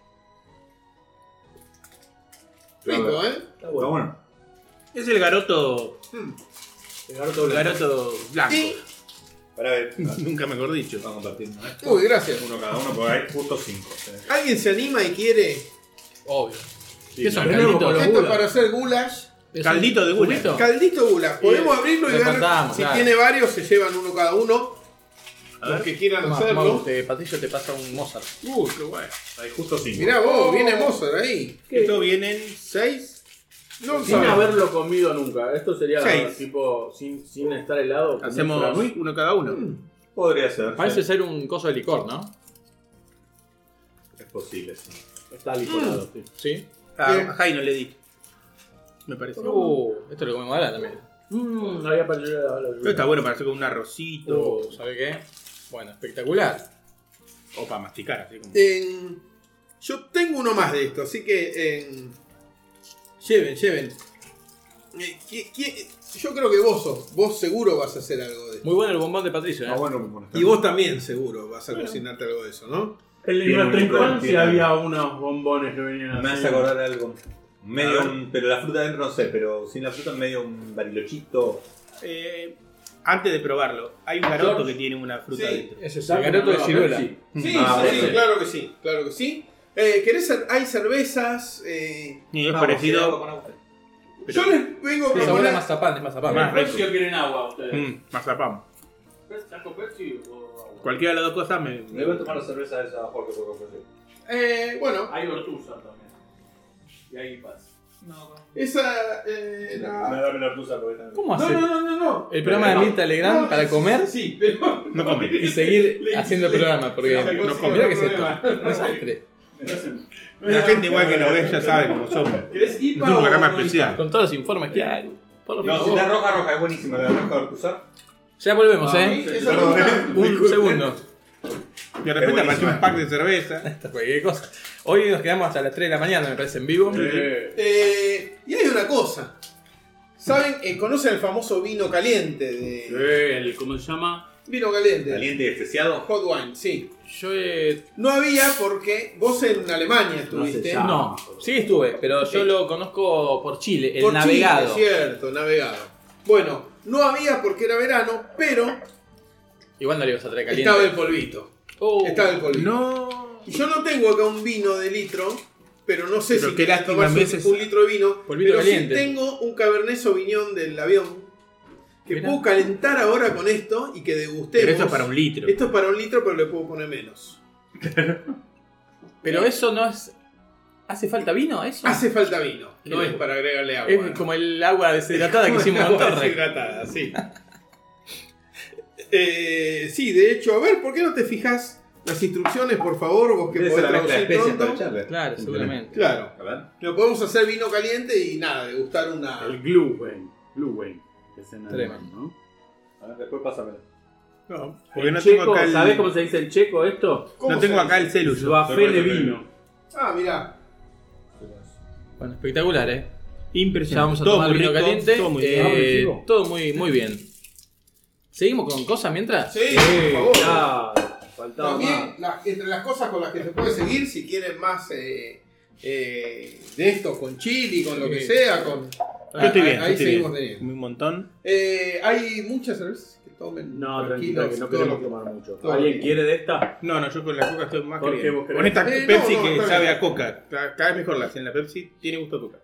Claro. Rico, ¿eh? Está bueno. Es el garoto. El garoto El blanco. garoto blanco. Y. Para ver. Nunca mejor dicho. Vamos a compartir esto. Uy, gracias. Uno cada uno, porque hay justo cinco. ¿Alguien se anima y quiere? Obvio. Sí, ¿Qué son, tenemos calditos? con los Esto es gula. para hacer goulash. ¿Es Caldito un de gula. juguito? Caldito goulash. Podemos abrirlo y Lo ver contamos, si claro. tiene varios, se llevan uno cada uno. A Los ver. que quieran Toma, hacerlo. toma, te- Patricio te pasa un Mozart. Uy, qué bueno. Hay justo cinco. Mirá vos, viene Mozart ahí. Esto vienen seis. No Sin sabe. haberlo comido nunca. Esto sería Seis. tipo sin, sin estar helado. como Hacemos un franui. uno cada uno. Podría ser. Parece sí. ser un coso de licor, ¿no? Es posible, sí. Está licorado, sí. Sí. Ah, Bien. a Jai no le di. Me parece. Uh, esto lo comemos ahora también. Mmm, había aparecido la, la, Esto está bueno para hacer con un arrocito. Uh, ¿sabe qué? Bueno, espectacular. O para masticar, así como. En- Yo tengo uno más de esto, así que en- lleven, lleven. Eh, ¿qui- qui- Yo creo que vos sos, vos seguro vas a hacer algo de esto. Muy bueno el bombón de Patricio, ¿eh? Ah, bueno, bueno, está Y vos también seguro vas a cocinarte algo de eso, ¿no? En Tiene nuestra un infancia tiene- había unos bombones que venían Me así. hace acordar algo. Medio A ver. un, pero la fruta adentro no sé, pero sin la fruta medio un barilochito. Eh, antes de probarlo, hay un garoto que tiene una fruta Sí. dentro. Ese es Está el garoto de como ciruela. Pepsi. Sí, Ah, sí, bueno. sí, claro que sí, claro que sí. Eh, ¿querés cer- hay cervezas? Eh, Y es Vamos, parecido. agua con agua. Pero- yo les vengo a Esa bola proponer. mazapán, es mazapán. Más ¿Pepsi rico. o quieren agua ustedes? Mm, mazapán. ¿Saco Pepsi o agua? Cualquiera de las dos cosas me. Me voy a tomar la cerveza esa Jorge por ofrecer. Eh, bueno, Hay ortuza también. Y ahí pasa. esa. Eh, la- Me da la ortuza porque está. ¿Cómo No, hace? no, no, no, no. El programa de Mirta Legrand No, para es- comer Sí, pero. No come. y seguir Le- haciendo el le- programa. Porque le- no le- come. Mira le- que es esto. le- Un desastre. La gente igual que nos ve ya sabe cómo somos. ¿Querés I P A Es un o programa no especial. Con todos los informes que hay. Por No, si favor. la roja roja es buenísima, la roja ortuza. Ya volvemos, Ah, ¿eh? esa Perdón, no- eh. Un segundo. De repente Es apareció un buenísima. pack de cerveza. Esto es cualquier cosa. Hoy nos quedamos hasta las tres de la mañana, me parece, en vivo. Eh, Eh, y hay una cosa. ¿Saben? Eh, ¿Conocen el famoso vino caliente? De... eh, el, ¿Cómo se llama? Vino caliente. Caliente y especiado. Hot wine, sí. Yo he... No había porque vos en Alemania estuviste. No sé, No, sí estuve, pero yo lo conozco por Chile, el Por navegado. Chile, cierto, navegado. Bueno, no había porque era verano, pero Igual no le ibas a traer caliente. estaba el polvito. Oh. Estaba el polvito. No. Y yo no tengo acá un vino de litro, pero no sé Pero si qué querés lástima, tomarse en veces- un litro de vino. Polvito pero caliente. sí tengo un Cabernet Sauvignon del avión que Mirá. puedo calentar ahora con esto y que degustemos. Pero esto es para un litro. Esto es para un litro, pero le puedo poner menos. Pero eso no es... ¿Hace falta vino eso? Hace falta vino, no Qué es para agregarle agua. Es como el agua deshidratada que hicimos en Agua Torre. deshidratada, sí. Eh, sí, de hecho, a ver, ¿por qué no te fijas las instrucciones, por favor? Vos que Debe podés ser la mezcla de traducir especies para pronto. echarle. Claro, seguramente. Claro, A ver. lo podemos hacer vino caliente y nada, degustar una... El Glühwein. Glühwein. Que es en Tremendo. alemán, ¿no? A ver, después pásamelo. No, porque En no checo, tengo acá el... ¿sabés cómo se dice en checo esto? ¿Cómo No se tengo dice? acá el celu. yo. Suafé de vino. Ah, mirá. Bueno, espectacular, ¿eh? Impresionante. Ya vamos a Todo tomar muy vino rico, caliente. todo muy eh, bien. rico. todo muy, muy bien. ¿Seguimos con cosas mientras? Sí, por favor. Claro, faltaba También, más. las- entre las cosas con las que se puede seguir, si quieren más eh, eh, de esto, con chili, con lo que Sí. sea, con... Yo estoy bien, ahí yo estoy seguimos bien. teniendo. Un montón. Eh, hay muchas cervezas que tomen No, tranquilos, tranquilo, que no todo queremos lo que- tomar mucho. todo lo ¿Alguien que- quiere de esta? No, no, yo con la coca estoy más ¿Por que qué bien. vos querés? Con esta Eh, no, Pepsi no, que está sabe bien. a coca. Cada cada vez mejor la hacen. La Pepsi tiene gusto a coca.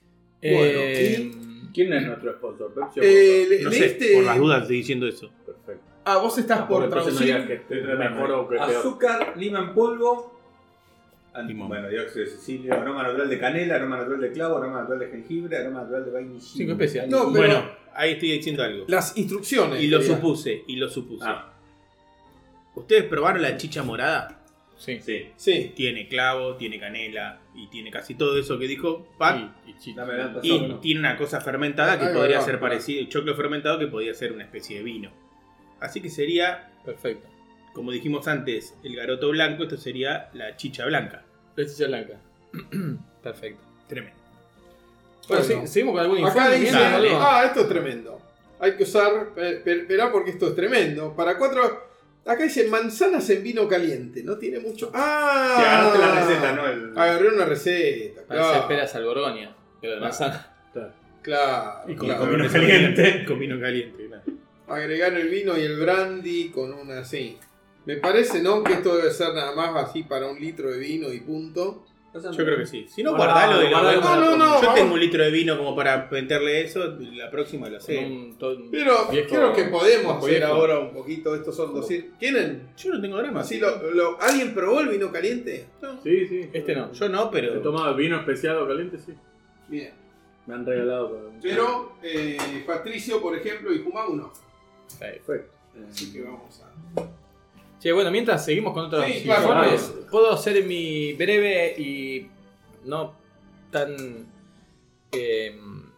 Eh, ¿Quién es nuestro sponsor? ¿Pepsi o Eh, Coca? le- No sé, leíste- por las dudas estoy diciendo eso. Perfecto. Ah, vos estás Ah, por porque entonces no traducir. digas que esté mejor o que peor. Azúcar, lima en polvo. anti- Limón. Bueno, dióxido de silicio, aroma natural de canela, aroma natural de clavo, aroma natural de jengibre, aroma natural de vainilla. Cinco especias. No, pero Bueno, ahí estoy diciendo algo. las instrucciones. Y lo quería. supuse, y lo supuse. Ah, ¿Ustedes probaron la chicha morada? sí. sí. Sí. Tiene clavo, tiene canela y tiene casi todo eso que dijo Pat. Y, y chile. Dame la pasada, Y ¿no? tiene una cosa fermentada que Ahí va, podría ahí va, ser ahí va. parecido, choclo fermentado que podría ser una especie de vino. Así que sería, Perfecto. como dijimos antes, el garoto blanco, esto sería la chicha blanca. La chicha blanca. Perfecto. Tremendo. Bueno, Bueno. sí, seguimos con algún Acá informe. dice, ¿Viene algo? ah, esto es tremendo. Hay que usar, eh, per- esperá porque esto es tremendo. Para cuatro, acá dice manzanas en vino caliente. No tiene mucho. Ah, Sí, agarraste la receta, ¿no? El... Agarré una receta. Para hacer Claro, peras al Borgoña. Pero de Claro. manzana. claro, Y con, claro. con vino caliente. Con vino caliente. ¿no? Agregar el vino y el brandy con una así. Me parece, ¿no? Que esto debe ser nada más así para un litro de vino y punto. Yo creo que sí. Si no, Guardalo, guardalo y lo guardalo vemos. para No, no, no, Yo vamos. tengo un litro de vino como para meterle eso. La próxima lo Con sé. un, todo un Pero viejo- creo que podemos hacer viejo. ahora un poquito. Estos son doscientos. ¿Quieren? Yo no tengo drama. Así lo, lo- ¿Alguien probó el vino caliente? No. Sí, sí. Este no. Yo no, He pero. tomado vino especial o caliente, sí. Bien. Me han regalado. para- Pero eh, Patricio, por ejemplo, y Jumau no. Perfecto. Así que vamos a. Che, bueno, mientras seguimos con otros Sí, claro, informes, claro. puedo hacer mi breve y no tan... eh,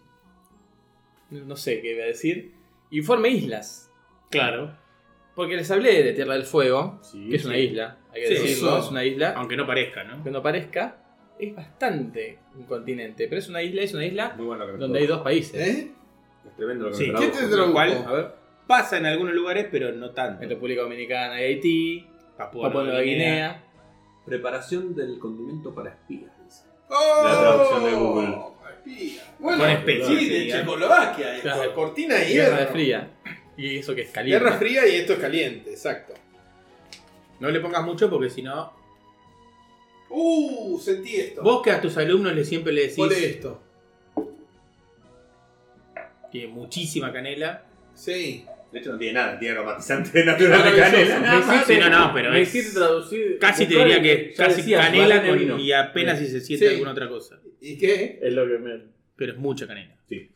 no sé qué iba a decir. Informe islas. Claro. Porque les hablé de Tierra del Fuego, Sí, que es una sí. isla, hay que Sí, decirlo, eso. es una isla. Aunque no parezca, ¿no? Aunque no parezca, es bastante un continente, pero es una isla, es una isla Muy bueno lo que me donde hay dos países. ¿Eh? Es tremendo lo que Sí. me ¿Qué tradujo. te tradujo? ¿Cuál? A ver, Pasa en algunos lugares, pero no tanto. en República Dominicana y Haití, Papúa Papua Nueva Guinea. Preparación del condimento para espías, dice. ¡Oh! La traducción de Google. Espía. Bueno, Con especies, sí, de sí, Checoslovaquia. esto, Claro. Cortina de Guerra de hierro. fría. Y eso que es caliente. Guerra fría y esto es caliente, exacto. No le pongas mucho porque si no. Uh, sentí esto. Vos que a tus alumnos le siempre le Ponle decís esto. que muchísima canela. Sí. De hecho no tiene nada, tiene aromatizante natural de maravilloso. canela. Sí, no, no, pero me es- hiciste traducir. Casi te buscar diría y que ya casi decías, canela banana con- vino. y apenas si se siente Sí. alguna otra cosa. ¿Y qué? Es lo que me. Pero es mucha canela. Sí.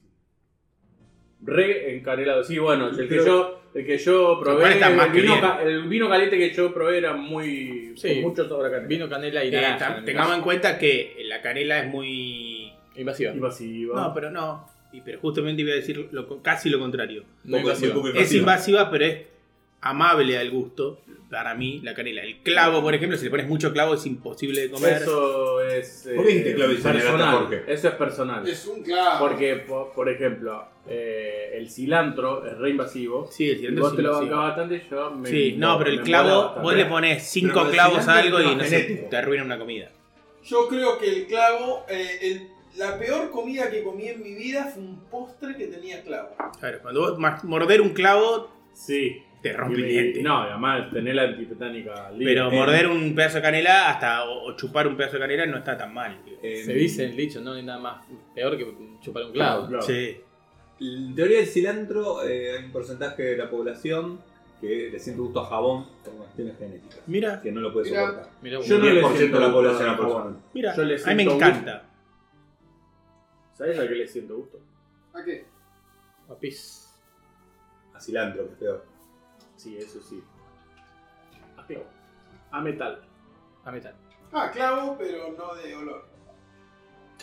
Re encanelado. Sí, bueno, el que Pero- yo, el que yo probé, ¿Cuál está más el que vino, bien? ca- el vino caliente que yo probé era muy, Sí. con mucho sabor a canela. Vino, canela y Eh, naranja. tam- en mi tengamos caso. en cuenta que la canela es muy. Invasiva. Invasiva. No, pero no. Y, pero justamente iba a decir lo co- casi lo contrario. No Poco- invasiva. muy poco Es invasiva. invasiva, pero es amable al gusto. Para mí, la canela. El clavo, por ejemplo, si le pones mucho clavo es imposible de comer. Eso es eh, ¿Por qué dijiste clavo y señalaste a personal. Jorge? Eso es personal. Es un clavo. Porque, por, por ejemplo, eh, el cilantro es re invasivo. Sí, el Y cilantro vos es te lo invasivo. bancás bastante, yo me. Sí, no, pero el me clavo, mola vos bastante. le pones cinco Pero el clavos a cilantro algo es y más no sé, genético. te arruina una comida. Yo creo que el clavo, eh, el- la peor comida que comí en mi vida fue un postre que tenía clavo. Claro, cuando vos ma- morder un clavo, Sí. te rompe el Y- diente. No, además tener la antitetánica libre. Pero Eh, morder un pedazo de canela hasta o, o chupar un pedazo de canela no está tan mal. Eh, Se dice el dicho, no hay nada más peor que chupar un clavo. Claro. Sí. En teoría del cilantro, eh, hay un porcentaje de la población que le siente gusto a jabón por cuestiones genéticas. Mira, Que no lo puede Mira. soportar. Mirá vos. Yo no le diez por ciento de la siento gusto población al jabón. aproximadamente. mira, Yo le a mí me siento encanta. ¿Sabes a qué le siento gusto? ¿A qué? Papis. A cilantro, que es peor. Sí, eso sí. A clavo. A metal. A metal. Ah, clavo, pero no de olor.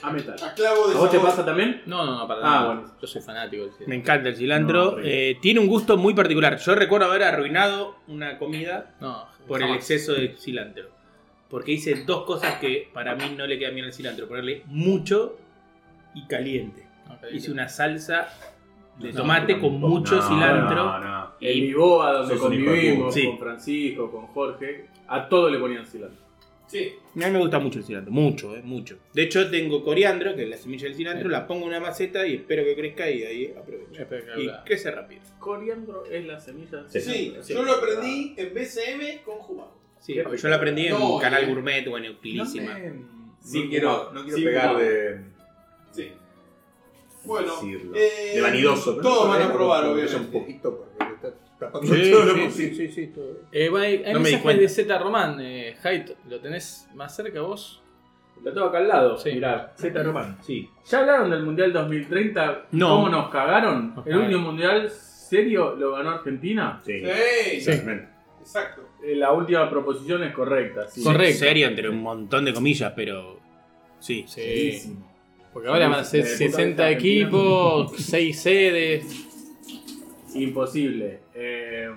A metal. A clavo de ¿A vos te sabor. pasa también? No, no, no, para Ah, nada. bueno. Yo soy fanático del cine. Me encanta el cilantro. No, horrible. Eh, tiene un gusto muy particular. Yo recuerdo haber arruinado una comida No, por el jamás. exceso de cilantro. Porque hice dos cosas que para mí no le quedan bien al cilantro. Ponerle mucho y caliente. Ok. Hice una salsa de No, tomate no, con no, mucho no, cilantro. No, no. En Y Lisboa, donde sos un hijo de convivimos, puta. con Francisco, con Jorge, a todo le ponían cilantro. Sí. a mí me gusta mucho el cilantro. Mucho, eh, mucho. De hecho, tengo coriandro, que es la semilla del cilantro. La pongo en una maceta y espero que crezca y ahí aprovecho. Y Espectacular. crece rápido. Coriandro es la semilla. Sí. Sí, yo lo aprendí en B C M con Jumado. Sí, Qué porque rico. yo la aprendí en No, un canal eh. gourmet, bueno, utilísima. Sí, quiero, no quiero Sí, pegar fumado. de. Sí. Bueno, decirlo. eh, de vanidoso. pero todos no van a porque probar, haya obviamente. un poquito porque está tapando Sí, todo lo sí, posible. sí, sí, sí, todo. Eh, bueno, hay, hay No me di mensajes cuenta. de Z Román. Eh, Hyde, ¿lo tenés más cerca vos? Lo tengo acá al lado. Sí. Mirá. Z Román, sí. ¿Ya hablaron del Mundial dos mil treinta? No. ¿Cómo nos cagaron? Nos ¿El cagaron. último Mundial serio lo ganó Argentina? Sí, Sí, totalmente. exacto. Eh, La última proposición es correcta. Sí. Correcto. Serio, entre un montón de comillas, pero. Sí. Sí. Serísimo. Porque ahora van a ser De puta sesenta Argentina. equipos, seis sedes. Imposible. Eh,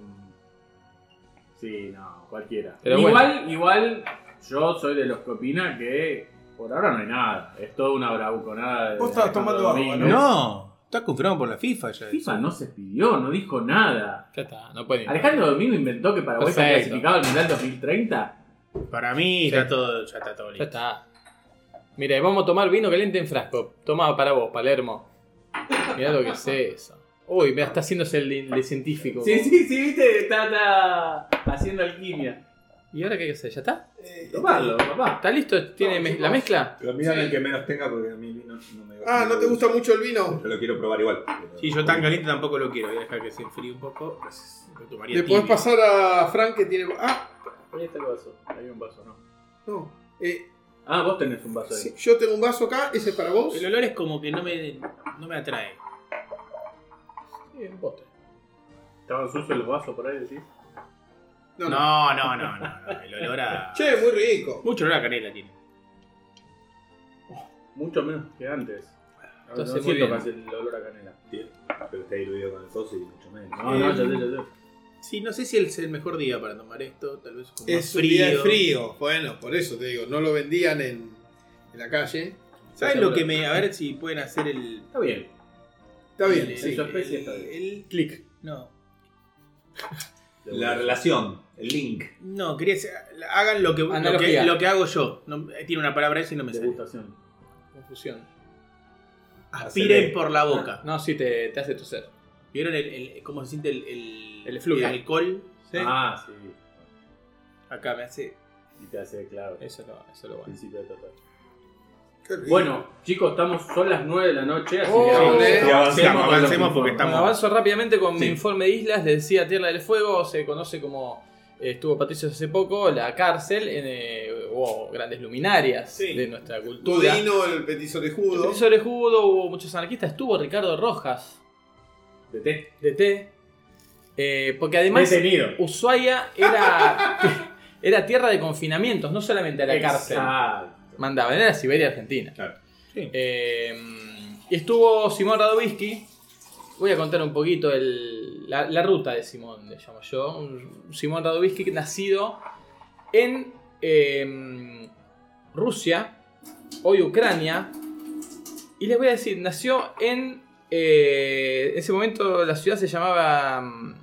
sí, no, cualquiera. Pero igual, igual, yo soy de los que opina que por ahora no hay nada. Es toda una bravuconada. de Vos estabas Alejandro tomando agua, Domínguez. No, está confirmado por la FIFA ya. FIFA no se pidió, no dijo nada. Ya está, no pueden. Alejandro Domingo inventó que Paraguay está Perfecto. clasificado al Mundial dos mil treinta. Para mí está todo, ya está todo Ya listo. está. Mira, vamos a tomar vino caliente en frasco. Toma para vos, Palermo. Mirá lo que es eso. Uy, mira, está haciéndose el de, el de científico. Sí, sí, sí, viste, está, está haciendo alquimia. ¿Y ahora qué hay que hacer? ¿Ya está? Eh, Tomarlo, papá. ¿Está listo? ¿Tiene No, me- chicos. la mezcla? Pero mira el que menos tenga porque a mí no, no me Ah, ¿no te gusta mucho el vino? Yo lo quiero probar igual. Sí, yo tan caliente tampoco lo quiero. Voy a dejar que se enfríe un poco. Pues, lo tomaría Le podés tibio. pasar a Frank que tiene. Ah, Ahí está el vaso. Hay un vaso, ¿no? no. Eh, Ah, vos tenés un vaso ahí. sí, yo tengo un vaso acá, ese es para vos. El olor es como que no me, no me atrae. Sí, un postre. ¿Estaban sucios los vasos por ahí, decís? No, No, no. no, no, no. no. El olor a. Che, muy rico. Mucho olor a canela tiene. Mucho menos que antes. No, Entonces, no muy siento bien. casi el olor a canela. Pero está diluido con el coso y mucho menos. No, no, ya sé, ya sé. Sí, no sé si es el mejor día para tomar esto. Tal vez como Es un día de frío. Bueno, por eso te digo, no lo vendían en, en la calle. ¿Sabes lo que me.? A ver si pueden hacer el. Está bien. Está bien, el- sí. su especie está bien. El. Clic. No. La relación, el link. No, quería decir, hagan lo que, lo que, Analogía. lo que hago yo. No, tiene una palabra esa y no me sale. Degustación. Confusión. Aspiren Hacele. por la boca. No, sí, te, te hace toser. ¿Vieron el, el- cómo se siente el, el, El efluvio. alcohol? ¿Sí? Ah, sí. Acá me hace. Y te hace claro. Eso es lo, eso es lo bueno. Principio de total. Qué rico. Bueno, chicos, estamos, son las nueve de la noche, así Oh, que vamos- sí, avancemos, avancemos con los porque informes. estamos- Bueno, avanzo rápidamente con Sí. mi informe de islas. Les decía Tierra del Fuego, se conoce como eh, estuvo Patricio hace poco, la cárcel. En, eh, hubo grandes luminarias Sí. de nuestra cultura. Tudino, el petiso orejudo. Petiso orejudo, hubo muchos anarquistas. Estuvo Ricardo Rojas, De té. de T. Eh, porque además Detenido. Ushuaia era, era tierra de confinamientos, no solamente a la cárcel. Exacto. Mandaban, era Siberia Argentina. Claro. Sí. Eh, y estuvo Simón Radovisky. Voy a contar un poquito el- la, la ruta de Simón, le llamo yo. Un- Simón Radovisky, nacido en eh, Rusia, hoy Ucrania. Y les voy a decir, nació en. eh, en ese momento la ciudad se llamaba. mm,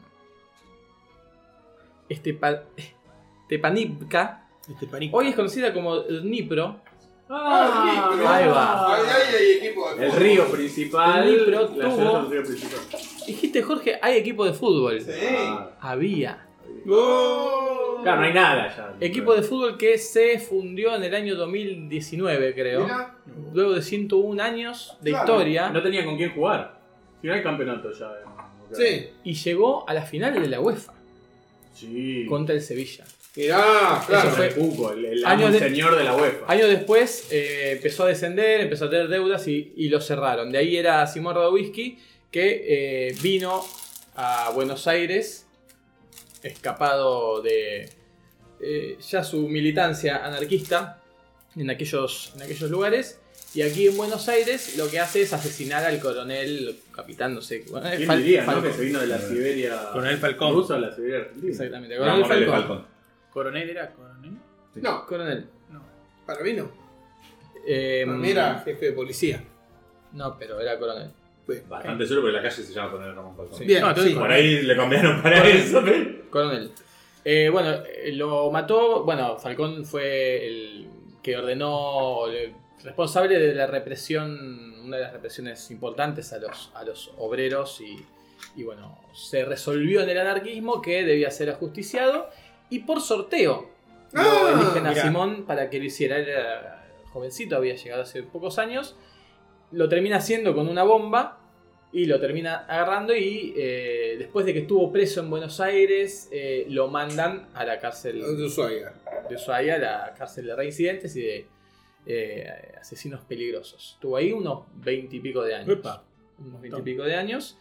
Estepa- Stepanivka. Este panico. Hoy es conocida como Dnipro. Ah, ahí va. Ahí, ahí hay equipo de El fútbol. río principal. El Dnipro la tuvo- ciudad es el río principal. Dijiste, Jorge, hay equipo de fútbol. Sí. Ah, Había. ¡Oh! claro, no hay nada ya. Equipo de fútbol que se fundió en el año dos mil diecinueve, creo. Mirá. Luego de ciento uno años de Claro. historia. No tenía con quién jugar. Si no hay campeonato ya. en Ucrania. Sí. Y llegó a la final de la UEFA Sí. contra el Sevilla. Mirá, claro. Eso fue- el Cuco, el, el Años amo y de- señor de la UEFA. Años después eh, empezó a descender, empezó a tener deudas y, y lo cerraron. De ahí era Simón Radovisky que eh, vino a Buenos Aires, escapado de eh, ya su militancia anarquista en aquellos, en aquellos lugares. Y aquí en Buenos Aires lo que hace es asesinar al coronel, capitán, no sé. Bueno, ¿Quién Fal- diría, no? Falcón. Que se vino de la Siberia Coronel Falcón. rusa a la Siberia argentina. Exactamente, No, coronel ponele Falcón. Falcón. ¿Coronel era coronel? No, Coronel. No. para mí no. Eh, Para mí era jefe de policía. No, pero era coronel. Bastante solo porque la calle se llama Coronel Ramón Falcón. Sí. Bien, No, entonces sí. Por ahí le cambiaron para eso. pero- Coronel. Eh, bueno, eh, lo mató. Bueno, Falcón fue el que ordenó, el responsable de la represión, una de las represiones importantes a los, a los obreros. Y, y bueno, se resolvió en el anarquismo que debía ser ajusticiado. Y por sorteo lo Ah, eligen a mirá. Simón para que lo hiciera. Era jovencito, había llegado hace pocos años. Lo termina haciendo con una bomba. Y lo termina agarrando y eh, después de que estuvo preso en Buenos Aires, eh, lo mandan a la cárcel De Ushuaia. de Ushuaia, la cárcel de reincidentes y de eh, asesinos peligrosos. Estuvo ahí unos veintipico de años. Epa. Unos veintipico de años.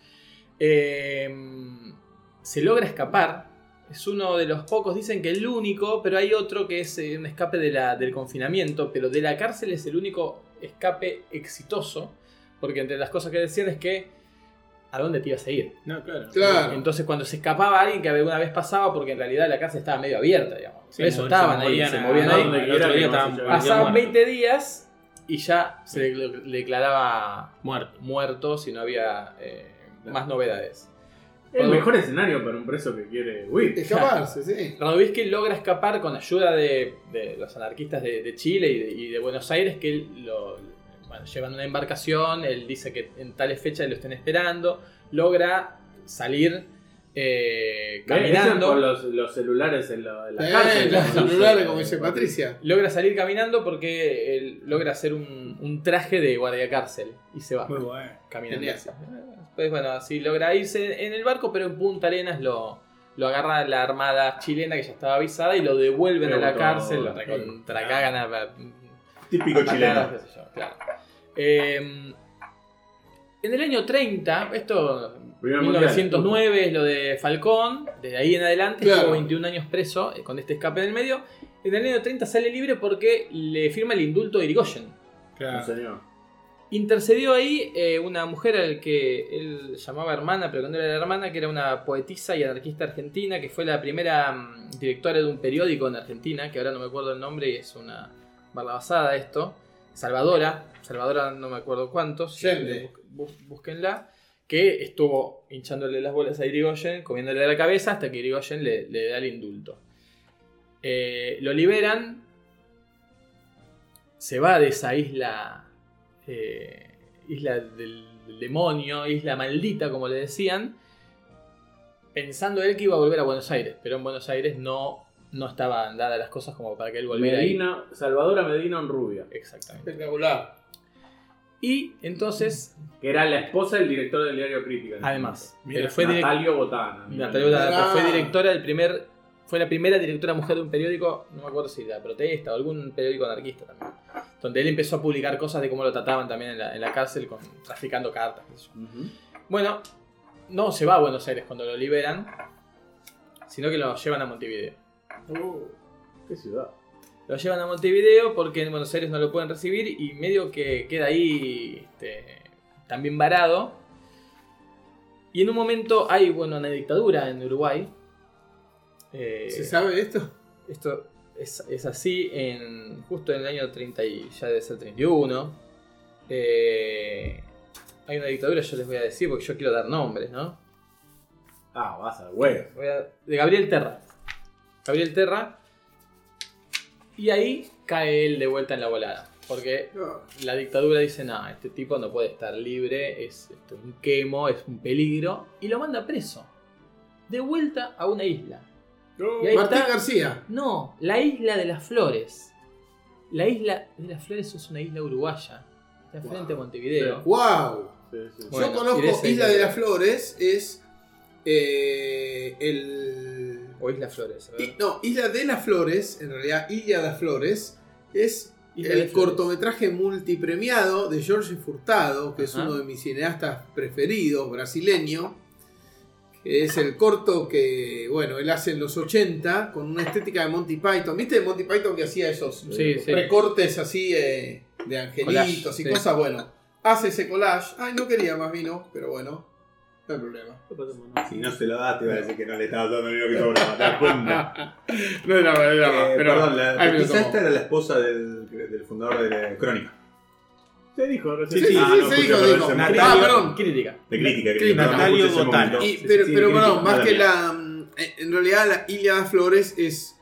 Eh, se logra escapar. Es uno de los pocos, dicen que el único, pero hay otro que es eh, un escape de la, del confinamiento, pero de la cárcel es el único escape exitoso, porque entre las cosas que decían es que ¿a dónde te ibas a ir? No, claro. Claro. Entonces cuando se escapaba alguien que alguna vez pasaba, porque en realidad la cárcel estaba medio abierta, digamos. Sí, Eso se estaban ahí, movían se a- movían a ahí. donde quiera, El otro día que estaban- no se Pasaban muerto. veinte días y ya se le, le declaraba Muerto. muerto si no había eh, más novedades. El mejor escenario para un preso que quiere huir. Escaparse, sí. Radovisky logra escapar con ayuda de, de los anarquistas de, de Chile y de, y de Buenos Aires, que él lo, bueno, llevan una embarcación, él dice que en tales fechas lo estén esperando, logra salir eh, Caminando. Por caminando, los, los celulares en, la- en la Eh, cárcel. los ¿no? celulares, como dice Patricia. logra salir caminando porque él logra hacer un, un traje de guardiacárcel y se va Muy bueno. caminando. Genial. así. Después, bueno, así logra irse en el barco, pero en Punta Arenas lo, lo agarra la armada chilena que ya estaba avisada y lo devuelven a la Pero cárcel, todo, lo recontracagan a, a, Típico a chileno. patadas, qué sé yo, claro. Eh, en el año treinta, esto Primer mil novecientos nueve es lo de Falcón, desde ahí en adelante Claro. estuvo veintiún años preso eh, con este escape en el medio. En el año treinta sale libre porque le firma el indulto de Irigoyen. No, Claro. señor. Intercedió ahí eh, una mujer al que él llamaba hermana, pero que no era la hermana, que era una poetisa y anarquista argentina, que fue la primera mm, directora de un periódico en Argentina, que ahora no me acuerdo el nombre y es una barrabasada esto. Salvadora, Salvadora no me acuerdo cuántos, Allende. bus- búsquenla, que estuvo hinchándole las bolas a Irigoyen, comiéndole la cabeza hasta que Irigoyen le, le da el indulto. Eh, lo liberan, se va de esa isla, eh, isla del, del demonio, isla maldita como le decían, pensando él que iba a volver a Buenos Aires, pero en Buenos Aires no, no estaban dadas las cosas como para que él volviera ahí. Medina, Salvadora Medina Onrubia, Exactamente. Espectacular. Y entonces, que era la esposa del director del diario Crítica. en ese además, momento. él fue direct- Natalio Botana. Natalia Botana, Ah. fue directora del primer, fue la primera directora mujer de un periódico, no me acuerdo si La Protesta o algún periódico anarquista también, donde él empezó a publicar cosas de cómo lo trataban también en la, en la cárcel, con, traficando cartas, qué sé yo. Ujú. Bueno, no se va a Buenos Aires cuando lo liberan, sino que lo llevan a Montevideo. Qué ciudad. Lo llevan a Montevideo porque en Buenos Aires no lo pueden recibir y medio que queda ahí este, también varado. Y en un momento hay, bueno, una dictadura en Uruguay. Eh, ¿Se sabe esto? Esto es, es así, en, justo en el año treinta y ya debe ser treinta y uno. Eh, hay una dictadura, yo les voy a decir porque yo quiero dar nombres, ¿no? Ah, vas al huevo. Voy a- de Gabriel Terra. Gabriel Terra. Y ahí cae él de vuelta en la volada. Porque No. la dictadura dice, no, este tipo no puede estar libre, es este, un quemo, es un peligro. Y lo manda preso. De vuelta a una isla. Y ahí Martín está. García. No, la isla de las flores. La isla de las flores es una isla uruguaya. Está frente a Montevideo. ¡Wow! Sí, sí. Bueno, Yo y de conozco esa Isla isla. de las Flores, es eh, el... O Isla Flores. ¿verdad? I- no, Isla de las Flores, en realidad Isla de las Flores, es Isla de el Flores. cortometraje multipremiado de Jorge Furtado, que es Ajá. uno de mis cineastas preferidos, brasileño, que es el corto que, bueno, él hace en los ochenta con una estética de Monty Python. ¿Viste de Monty Python que hacía esos Sí, sí. recortes así, eh, de angelitos Collage, y sí. cosas, bueno, hace ese collage. Ay, no quería más vino, pero bueno, no hay problema. Si no se lo das, te iba a decir que no le estabas dando vino que sobra. ¿Te das cuenta? No era problema, Eh, pero perdón, la, ay, me lo quizá tomo. esta era la esposa del, del fundador de la Crónica. Se dijo Sí, recién. sí, Ah, sí, no, se escucha, dijo, pero dijo. ese Ah, Natalio- perdón. Crítica. De crítica, Crítica. crítica. Natalio Escucha ese Botano. momento. Y- Sí, pero, sí, pero de bueno, crítica, más mala que mía. la. En realidad, la Isla de Flores es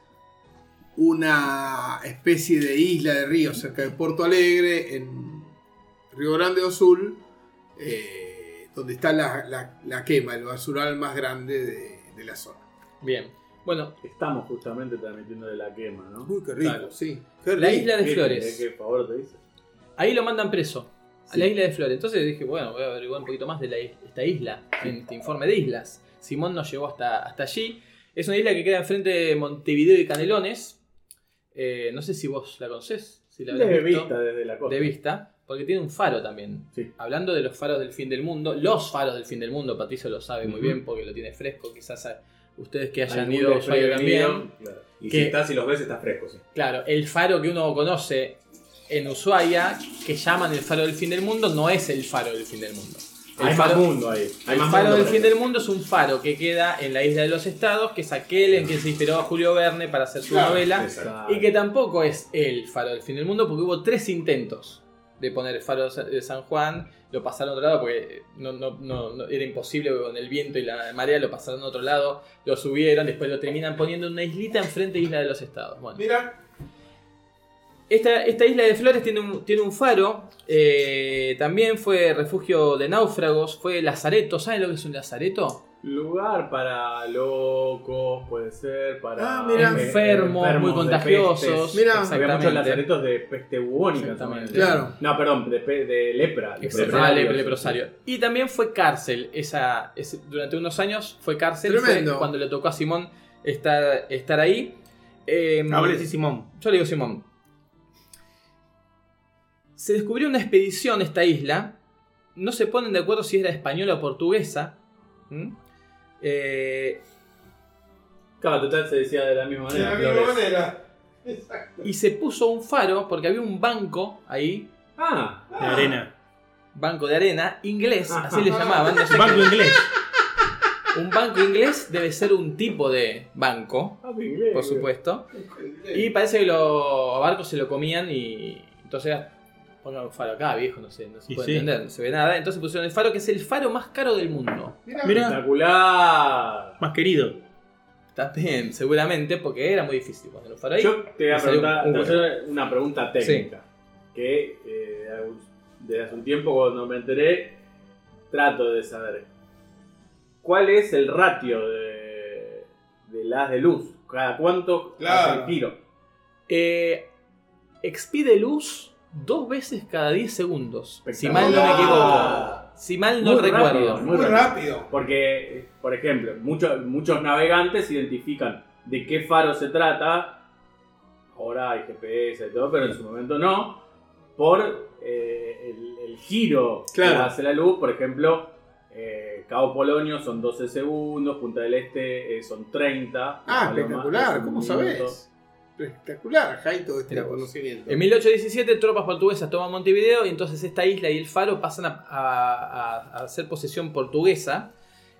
una especie de isla de río cerca de Porto Alegre, en Río Grande do Sul, eh, donde está la, la, la quema, el basural más grande de, de la zona. Bien. Bueno, Estamos justamente transmitiendo de la quema, ¿no? Uy, qué rico, Claro. sí. Qué la rico. isla de ¿Qué- Flores. ¿Qué favor te dice? Ahí lo mandan preso. A Sí. la isla de Flores. Entonces dije, bueno, voy a averiguar un poquito más de la is- esta isla. En este informe de islas. Simón nos llevó hasta, hasta allí. Es una isla que queda enfrente de Montevideo y Canelones. Eh, no sé si vos la conocés. Si la habrás De visto. vista, desde la costa. De vista. Porque tiene un faro también. Sí. Hablando de los faros del fin del mundo. Los faros del fin del mundo. Patricio lo sabe muy Ujú. bien porque lo tiene fresco. Quizás a ustedes que hayan Algún ido a Ushuaia desprevenido, también. claro. Y que- si estás y los ves, estás fresco, sí. Claro, el faro que uno conoce en Ushuaia, que llaman el faro del fin del mundo, no es el faro del fin del mundo. El Hay faro, más mundo ahí. Hay el más faro mundo del por fin ahí. del mundo es un faro que queda en la isla de los estados, que es aquel en que se inspiró a Julio Verne para hacer su Claro, novela, Exacto. y que tampoco es el faro del fin del mundo, porque hubo tres intentos de poner el faro de San Juan, lo pasaron a otro lado porque no, no, no, no- era imposible con el viento y la marea, lo pasaron a otro lado, lo subieron, después lo terminan poniendo en una islita enfrente de Isla de los Estados. Bueno, Mira, esta, esta isla de Flores tiene un, tiene un faro, eh, también fue refugio de náufragos, fue lazareto. ¿Saben lo que es un lazareto? Lugar para locos, puede ser, para Ah, mira. eh, Enfermos, muy de contagiosos. pestes. Mira. Había muchos Exactamente. lazaretos de peste bubónica. Exactamente. también. Claro. No, perdón, de, pe- de lepra. Ah, leprosario. lepre- leprosario. Y también fue cárcel. Esa, ese- durante unos años fue cárcel. Tremendo. Fue cuando le tocó a Simón estar, estar ahí. Eh, Ahora sí, Simón. Yo le digo Simón. Se descubrió una expedición a esta isla. No se ponen de acuerdo si era española o portuguesa. ¿Mm? Eh, Claro, total se decía de la misma de manera. la misma Flores. manera. Exacto. y se puso un faro porque había un banco ahí. Ah, De arena. Banco de arena inglés, Ajá. así le llamaban. No sé Banco qué. inglés. Un banco inglés debe ser un tipo de banco, ah, inglés, por güey. supuesto. Y parece que los barcos se lo comían y entonces pongan un faro acá, viejo, no sé, no se Y puede sí. entender, no se ve nada. Entonces pusieron el faro, que es el faro más caro del mundo. Mira, Mira. Espectacular. Más querido. También, seguramente, porque era muy difícil poner un faro ahí. Yo te voy a Me salió preguntar, un te voy a hacer una pregunta técnica. Sí. Que eh, desde hace un tiempo, cuando me enteré, trato de saber. ¿Cuál es el ratio de, del haz de luz? ¿Cada cuánto Claro. hace el giro? Eh, expide luz dos veces cada diez segundos. Si Espectacular. mal no me equivoco. Si mal no Muy recuerdo. rápido, muy rápido. rápido. Porque, por ejemplo, muchos, muchos navegantes identifican de qué faro se trata. Ahora hay G P S y todo, pero en su momento no. Por eh, el, el giro Claro. que hace la luz. Por ejemplo, eh, Cabo Polonio son doce segundos, Punta del Este eh, son treinta. Ah, Paloma es espectacular, un ¿cómo minuto. sabés? Espectacular, Jaito, este Mira vos. conocimiento. En mil ochocientos diecisiete, tropas portuguesas toman Montevideo y entonces esta isla y el faro pasan a, a, a hacer posesión portuguesa.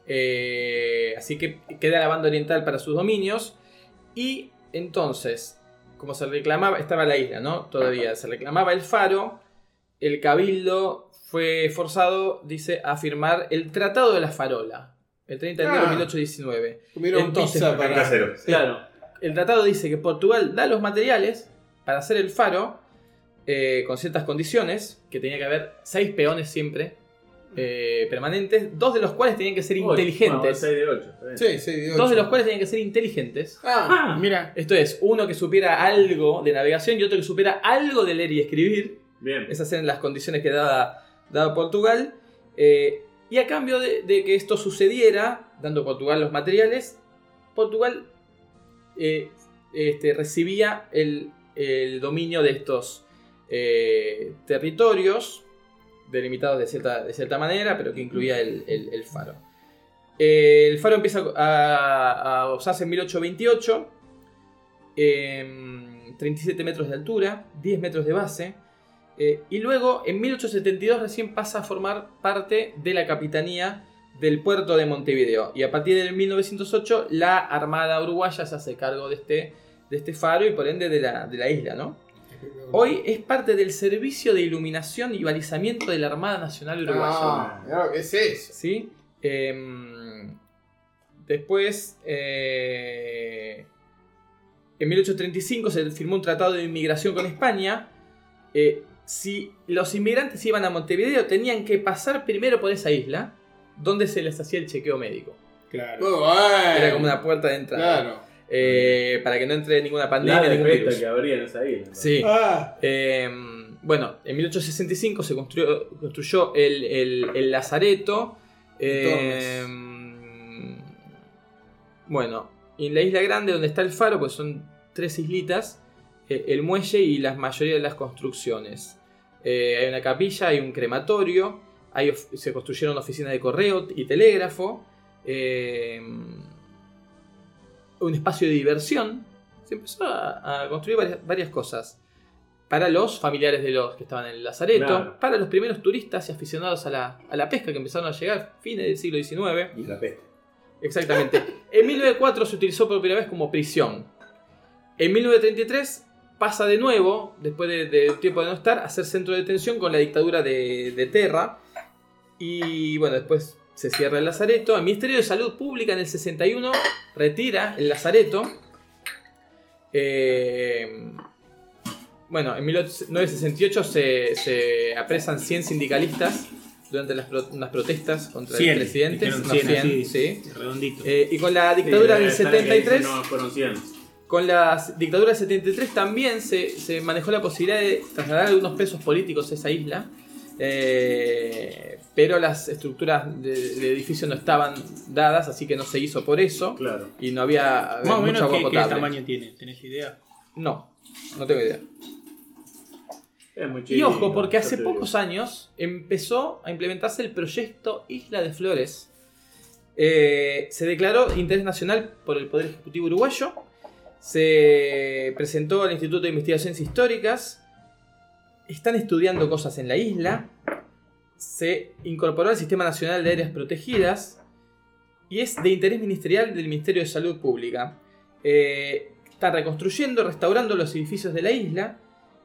Eh, así que queda la banda oriental para sus dominios. Y entonces, como se reclamaba, estaba la isla, ¿no? Todavía se reclamaba el faro. El cabildo fue forzado, dice, a firmar el Tratado de la Farola. El treinta de enero de Ah. mil ochocientos diecinueve. Comieron Entonces, pizza En para... casero. Claro. El tratado dice que Portugal da los materiales para hacer el faro eh, con ciertas condiciones, que tenía que haber seis peones siempre eh, permanentes, dos de los cuales tenían que ser Ocho, inteligentes. bueno, seis de ocho, está bien. Sí, sí, de Dos ocho. de los cuales tenían que ser inteligentes. Ah, Ah, Mira. Esto es, uno que supiera algo de navegación y otro que supiera algo de leer y escribir. bien. Esas eran las condiciones que daba, daba Portugal. Eh, y a cambio de, de que esto sucediera, dando a Portugal los materiales, Portugal eh, este, recibía el, el dominio de estos eh, territorios, delimitados de cierta, de cierta manera, pero que incluía el, el- el faro. Eh, el faro empieza a, a usarse en mil ochocientos veintiocho, eh, treinta y siete metros de altura, diez metros de base. Eh, y luego, en mil ochocientos setenta y dos, recién pasa a formar parte de la capitanía del puerto de Montevideo. Y a partir de mil novecientos ocho, la Armada Uruguaya se hace cargo de este, de este faro y por ende de la, de la isla, ¿no? Hoy es parte del servicio de iluminación y balizamiento de la Armada Nacional Uruguaya. Ah, claro, ¿qué es eso? ¿Sí? Eh, después, eh, en mil ochocientos treinta y cinco se firmó un tratado de inmigración con España. Eh, si los inmigrantes iban a Montevideo, tenían que pasar primero por esa isla, donde se les hacía el chequeo médico. Claro. Muy bueno. Era como una puerta de entrada. Claro. Eh, para que no entre ninguna pandemia, La ningún defensa virus. que habría en esa isla. Sí. Ah. Eh, bueno, en mil ochocientos sesenta y cinco se construyó, construyó el, el, el Lazareto. Eh, bueno, y en la isla grande donde está el faro, pues son tres islitas, eh, el muelle y la mayoría de las construcciones. Eh, hay una capilla, hay un crematorio, hay of- se construyeron oficinas de correo y telégrafo, eh, un espacio de diversión. Se empezó a, a construir varias, varias cosas. Para los familiares de los que estaban en el Lazareto, Claro. para los primeros turistas y aficionados a la, a la pesca que empezaron a llegar a fines del siglo diecinueve. Y la peste. Exactamente. En mil novecientos cuatro se utilizó por primera vez como prisión. En mil novecientos treinta y tres pasa de nuevo, después de, de un tiempo de no estar, a ser centro de detención con la dictadura de, de Terra. Y bueno, después se cierra el Lazareto. El Ministerio de Salud Pública en el sesenta y uno retira el Lazareto. Eh, bueno, en mil novecientos sesenta y ocho se, se apresan cien sindicalistas durante las pro- unas protestas contra cien, el presidente. dijeron No, cien, cien, así, sí. redondito. Eh, y con la dictadura Sí, del esa setenta y que tres, No, fueron cien. con la dictadura del setenta y tres también se, se manejó la posibilidad de trasladar algunos presos políticos a esa isla. Eh, pero las estructuras de- del edificio no estaban dadas, así que no se hizo por eso. Claro. Y no había Más o mucha menos agua qué, qué potable. tamaño tiene, ¿tenés idea? No, no tengo idea. Es muy Y chiquito, ojo, porque ya hace te digo. pocos años empezó a implementarse el proyecto Isla de Flores. Eh, se declaró interés nacional por el Poder Ejecutivo uruguayo. Se presentó al Instituto de Investigaciones Históricas. Están estudiando cosas en la isla. Se incorporó al Sistema Nacional de Áreas Protegidas. Y es de interés ministerial del Ministerio de Salud Pública. Eh, están reconstruyendo, restaurando los edificios de la isla.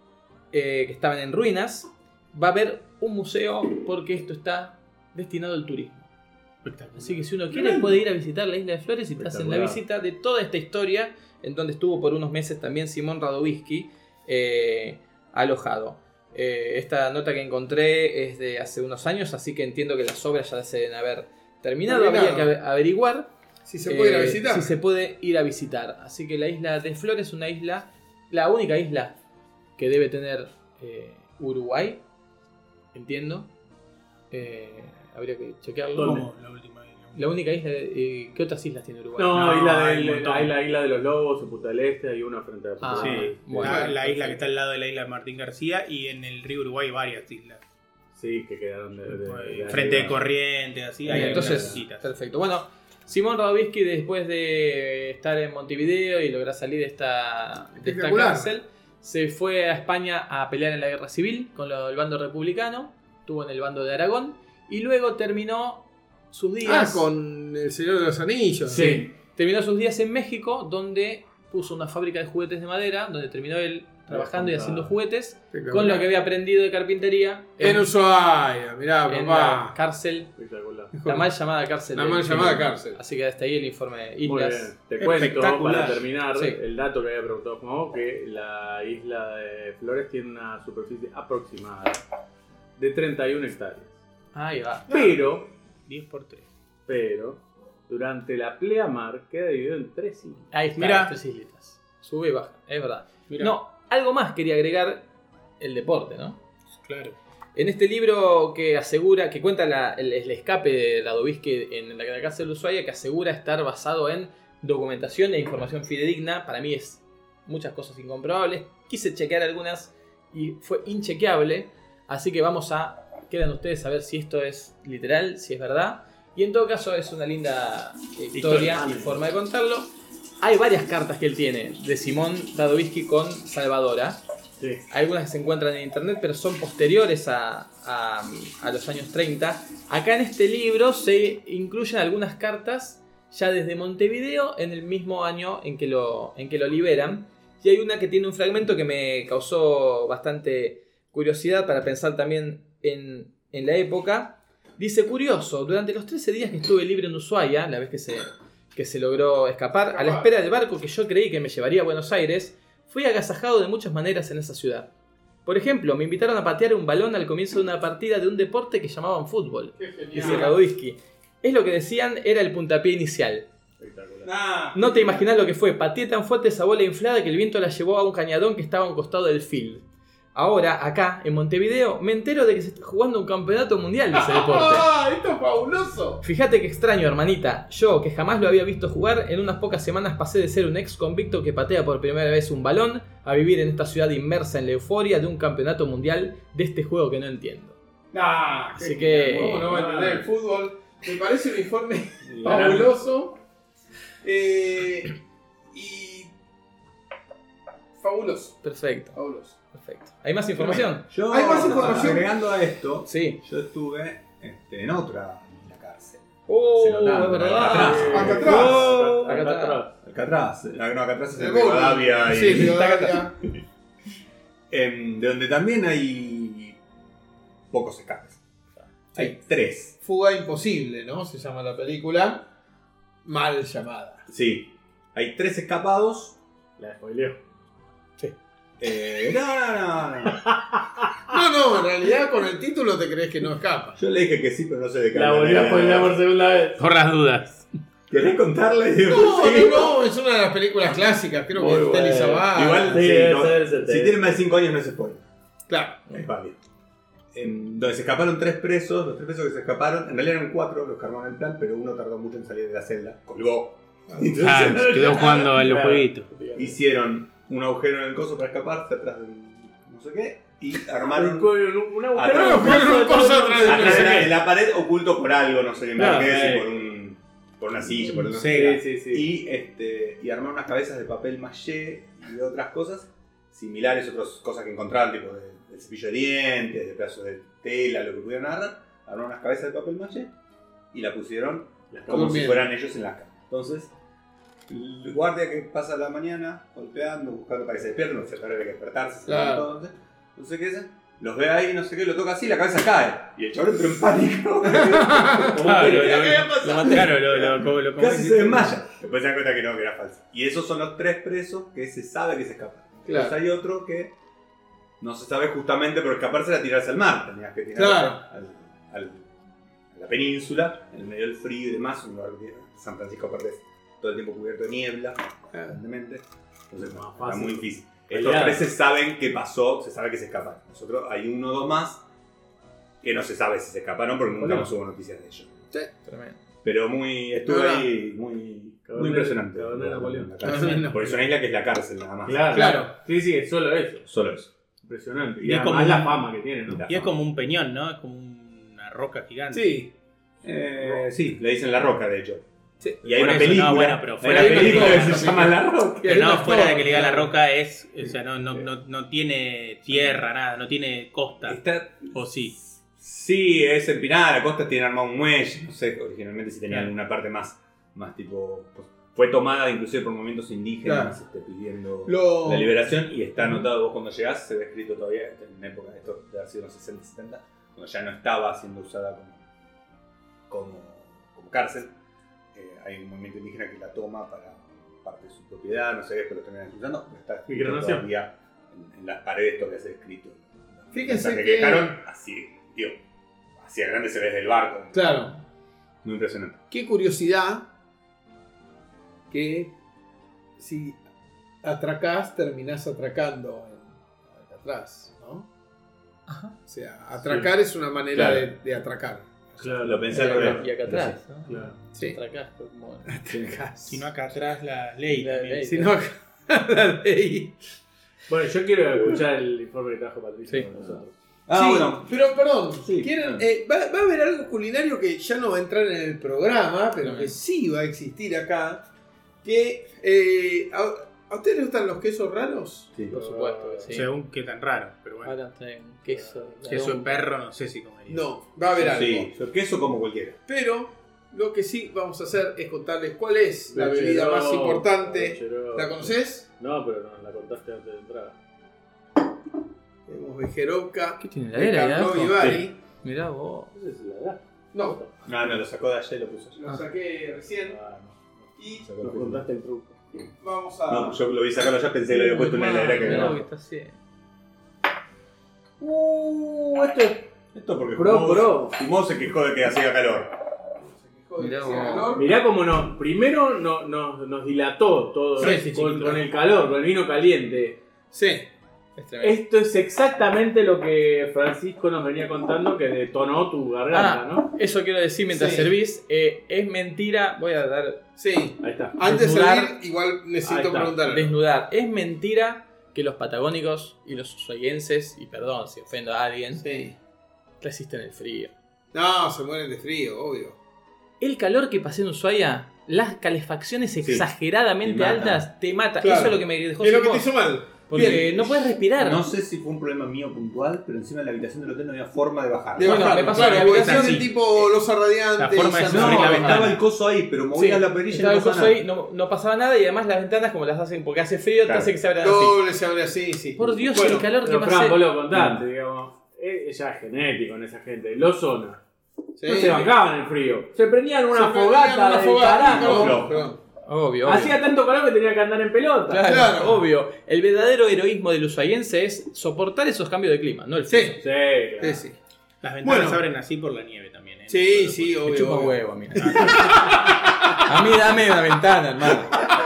Eh, que estaban en ruinas. Va a haber un museo porque esto está destinado al turismo. Así que si uno quiere puede ir a visitar la isla de Flores y te hacen la Espectacular. visita de toda esta historia en donde estuvo por unos meses también Simón Radovisky eh, alojado. Eh, esta nota que encontré es de hace unos años, así que entiendo que las obras ya se deben haber terminado. Terminado. Habría que ave- averiguar Si se puede ir a eh, visitar. si se puede ir a visitar. Así que la isla de Flores es una isla, la única isla que debe tener eh, Uruguay, entiendo. Eh, habría que chequearlo. ¿Cómo? La última. La única isla, eh, ¿qué otras islas tiene Uruguay? No, No, isla hay del- un montón. hay la isla de los Lobos, Punta del Este, y una frente a Punta Ah, del Sí, Este. bueno, la, la isla perfecto. que está al lado de la isla de Martín García y en el río Uruguay varias islas. Sí, que quedaron de, de- de Frente de arriba. Corrientes, así. Bien, hay algunas entonces, cositas. perfecto. Bueno, Simón Radovisky, después de estar en Montevideo y lograr salir de esta, de esta Espectacular. cárcel, se fue a España a pelear en la guerra civil con lo- el bando republicano. Estuvo en el bando de Aragón y luego terminó sus Ah, días. con el Señor de los Anillos. Sí. Terminó sus días en México, donde puso una fábrica de juguetes de madera, donde terminó él trabajando y haciendo juguetes, con lo que había aprendido de carpintería En Ushuaia, mirá, en papá. la cárcel, Espectacular. la mal llamada cárcel. La de- mal llamada cárcel. Así que hasta ahí el informe de Muy bien. Islas. Te cuento, Espectacular. para terminar, Sí. el dato que había preguntado Juan, que la isla de Flores tiene una superficie aproximada de treinta y una hectáreas. Ahí va. Pero, diez por tres. pero, durante la pleamar queda dividido en tres islas. Ahí está, Mirá. las tres islitas. Sube y baja, es verdad. Mirá. No, algo más quería agregar el deporte, ¿no? Claro. En este libro que asegura, que cuenta la- el, el escape de Radovisky en la, la cárcel de Ushuaia, que asegura estar basado en documentación e información fidedigna, para mí es muchas cosas incomprobables. Quise chequear algunas y fue inchequeable, así que vamos a, quedan ustedes a ver si esto es literal, si es verdad. Y en todo caso es una linda historia Historia. y forma de contarlo. Hay varias cartas que él tiene de Simón Radovisky con Salvadora. Sí. Algunas que se encuentran en internet, pero son posteriores a, a, a los años treinta. Acá en este libro se incluyen algunas cartas ya desde Montevideo en el mismo año en que lo, en que lo liberan. Y hay una que tiene un fragmento que me causó bastante curiosidad para pensar también en, en la época. Dice, curioso, durante los trece días que estuve libre en Ushuaia, la vez que se, que se logró escapar, a la espera del barco que yo creí que me llevaría a Buenos Aires, fui agasajado de muchas maneras en esa ciudad. Por ejemplo, me invitaron a patear un balón al comienzo de una partida de un deporte que llamaban fútbol. Dice Radovisky. Es lo que decían era el puntapié inicial. Espectacular. Ah, No te imaginas lo que fue. Pateé tan fuerte esa bola inflada que el viento la llevó a un cañadón que estaba a un costado del field. Ahora, acá, en Montevideo, me entero de que se está jugando un campeonato mundial de ese deporte. ¡Ah! ¡Esto es fabuloso! Fíjate que extraño, hermanita. Yo, que jamás lo había visto jugar, en unas pocas semanas pasé de ser un ex convicto que patea por primera vez un balón a vivir en esta ciudad inmersa en la euforia de un campeonato mundial de este juego que no entiendo. Ah, Así que- ¿Cómo no va a entender el fútbol? Me parece un informe Y fabuloso. Eh, y. Fabuloso. Perfecto, Fabuloso. perfecto. ¿Hay más información? Yo, ¿Hay más información? agregando a esto, Sí. yo estuve este, en otra en la cárcel. Oh, Se lo dan, es verdad. atrás. Acá atrás. Oh, Acá acá atrás. atrás. Alcatraz, no, Alcatraz es El en bowling. Rivadavia y Sí, Rivadavia. em, de donde también hay pocos escapes. Hay tres. Fuga imposible, ¿no? Se llama la película. Mal llamada. Sí, hay tres escapados. La spoileó. Eh, no, no, no, no. No, no, en realidad con el título te crees que no escapa. Yo le dije que sí, pero no sé de qué La hablan. volví a spoilear por segunda vez. Por las dudas. ¿Querés contarle? No, Sí. no, no, es una de las películas clásicas, creo que Muy es Telly bueno. Savalas. Igual, Sí, sí, debe no, ser ese si tema. tienen más de cinco años no se spoiler. Claro. Es válido. En donde se escaparon tres presos, los tres presos que se escaparon, en realidad eran cuatro los que armaron el plan, pero uno tardó mucho en salir de la celda, colgó. Entonces, Ah, quedó jugando a los Claro. jueguitos. hicieron un agujero en el coso para escaparse atrás de un no sé qué, y Un, armaron un, un agujero. Atrás. un coso Un coso atrás de- atrás de la, en la pared oculto por algo, no sé qué, Claro, me qué, sí. por un por una silla, por no Sí, sé qué. Sí, sí, sí. Y, este, y armaron unas cabezas de papel maché y de otras cosas similares, otras cosas que encontraban, tipo de, de cepillo de dientes, de pedazos de tela, lo que pudieran agarrar. Armaron unas cabezas de papel maché y la pusieron como si Bien. fueran ellos en la cama. Entonces, el guardia que pasa la mañana golpeando, buscando para que se despierten, no se tarde de despertarse, se Claro. levanta, entonces, no sé qué es, los ve ahí, no sé qué, lo toca así, la cabeza cae. Y el chaval entró en pánico. Claro, ¿Qué lo- había pasado? lo maté. Claro, lo, lo, lo, lo- Casi se desmaya. Después se dan cuenta que no, que era falso. Y esos son los tres presos que se sabe que se escapan. Claro. Entonces hay otro que no se sabe justamente, pero escaparse era tirarse al mar. Tenías que tirarse Claro. al, al- a la península, en el medio del frío y demás. Un lugar que tiene- San Francisco aparte es todo el tiempo cubierto de niebla, constantemente. Entonces Más no, fácil. era muy difícil. Pelear. Estos tres se saben qué pasó, se sabe que se escapan. Nosotros hay uno o dos más que no se sabe si se escaparon porque nunca Bueno. nos hubo noticias de ellos. Tremendo. Pero muy, estuve Ahora- ahí muy, muy Caballero- impresionante. Caballero La Napoleón. cárcel. Tremendo. Porque es una isla que es la cárcel nada más. Claro, Claro. claro. Sí, sí, es solo eso. Solo eso. Impresionante. Y, Y es además como la un- fama que tiene, ¿no? La Y es fama. como un peñón, ¿no? Es como una roca gigante. Sí. Eh, sí, le dicen La Roca, de hecho. Sí. Y hay Por una eso, película, no, bueno, pero hay fuera una de película que película, se llama La Roca. Pero no, Hay una fuera de que forma, le diga la claro. roca es. O sea, no, no, no, no tiene tierra, nada, no tiene costa. Está, O sí. sí, es empinada, la costa tiene armado un muelle, no sé, originalmente si tenía Claro. alguna parte más, más tipo... pues, fue tomada inclusive por movimientos indígenas este, pidiendo Lo- la liberación y está anotado, vos cuando llegás se ve escrito todavía en una época de esto de haber sido los sesenta, setenta, cuando ya no estaba siendo usada como, como, como cárcel. Eh, hay un movimiento indígena que la toma para parte de su propiedad, no sé, después lo terminan usando, pero está escrito Micronación. todavía en, en las paredes todavía se ha escrito. Fíjense Mensaje que- dejaron así, tío, hacia grande se ve desde el barco. Claro. Muy impresionante. Qué curiosidad que si atracás, terminás atracando en, acá atrás, ¿no? Ajá. O sea, atracar es una manera Claro. de, de atracar. Claro, Lo pensé al revés. Y acá atrás, ¿no? Claro. Sí. Otra acá, fue como- Atracás. Si no, acá atrás la ley. La también. ley. Si no, acá la ley. Bueno, yo quiero escuchar el informe que trajo Patricia Sí. con nosotros. Ah, Sí, bueno. pero perdón, Sí, ¿quieren, bueno. eh, va, va a haber algo culinario que ya no va a entrar en el programa, pero No. que sí va a existir acá, que eh, a- ¿A ustedes les gustan los quesos raros? Sí. Por supuesto que sí. Según qué tan raro, pero bueno. Ahora traen queso. Queso de perro no sé si comería. No, va a haber algo. Sí, yo queso como cualquiera. Pero lo que sí vamos a hacer es contarles cuál es la Leche bebida más rosa, importante. leche rosa. ¿La conoces? No, pero no, la contaste antes de entrar. Tenemos Bejerovka. ¿Qué tiene la de era ahí Carlo abajo? Vivari. Mirá vos. Esa es la edad. No, No, no, lo sacó de allá y lo puso allá. lo saqué recién. Ah, no. Y Sacó Nos el contaste el truco. vamos a. No, yo lo vi sacarlo allá, pensé que lo había puesto en una heladera que Mirá lo no. que está haciendo. Uh, esto es Esto porque Pro, Fumó- pro. Fumó se quejó de que hacía calor. Mirá Hacía vos. calor. Mirá cómo nos, primero no- nos, nos dilató todo Sí, esto sí, con, chiquito. con el calor, con el vino caliente. Sí. Es tremendo. Esto es exactamente lo que Francisco nos venía contando que detonó tu garganta, Ah, ¿no? eso quiero decir mientras Sí. servís. eh, es mentira. Voy a dar. Sí. Ahí está. Antes de Desnudar. salir, igual Ahí necesito está. preguntar algo. Desnudar. Es mentira que los patagónicos y los ushuaienses, y perdón si ofendo a alguien, Sí. resisten el frío. No, se mueren de frío, obvio. El calor que pasé en Ushuaia, las calefacciones Sí. exageradamente Te mata. altas, te mata. Claro. Eso es lo que me dejó ¿Qué es lo sin que te voz. hizo mal? Porque Bien. no puedes respirar. No sé si fue un problema mío puntual, pero encima en la habitación del hotel no había forma de bajar. De Bueno, bajar, me pasó claro, en la porque habitación tienen así. tipo losa radiante. La forma de y subir No, la Samsung. ventana. estaba el coso ahí, pero movías Sí, la perilla y estaba no el pasaba coso nada. ahí, no, no pasaba nada y además las ventanas como las hacen porque hace frío, Claro. te hace que se abran así. Doble se abre así, sí. Por Dios, Bueno, el calor que Pero pasé. Fran, vos lo contaste, digamos. Eh, ya es genético en esa gente. Los zonas. sí. No se bancaban el frío. Se prendían una Se prendían fogata una de fogata, carajo. no, perdón. Obvio, obvio. Hacía tanto calor que tenía que andar en pelota. Claro, Claro. obvio. El verdadero heroísmo del ushuaiense es soportar esos cambios de clima, no el frío. Sí. Sí, claro. Sí, sí. Las ventanas Bueno. se abren así por la nieve también, ¿eh? Sí, No solo sí, por- Me obvio. chupa obvio. huevo a mí. A mí dame una ventana, hermano.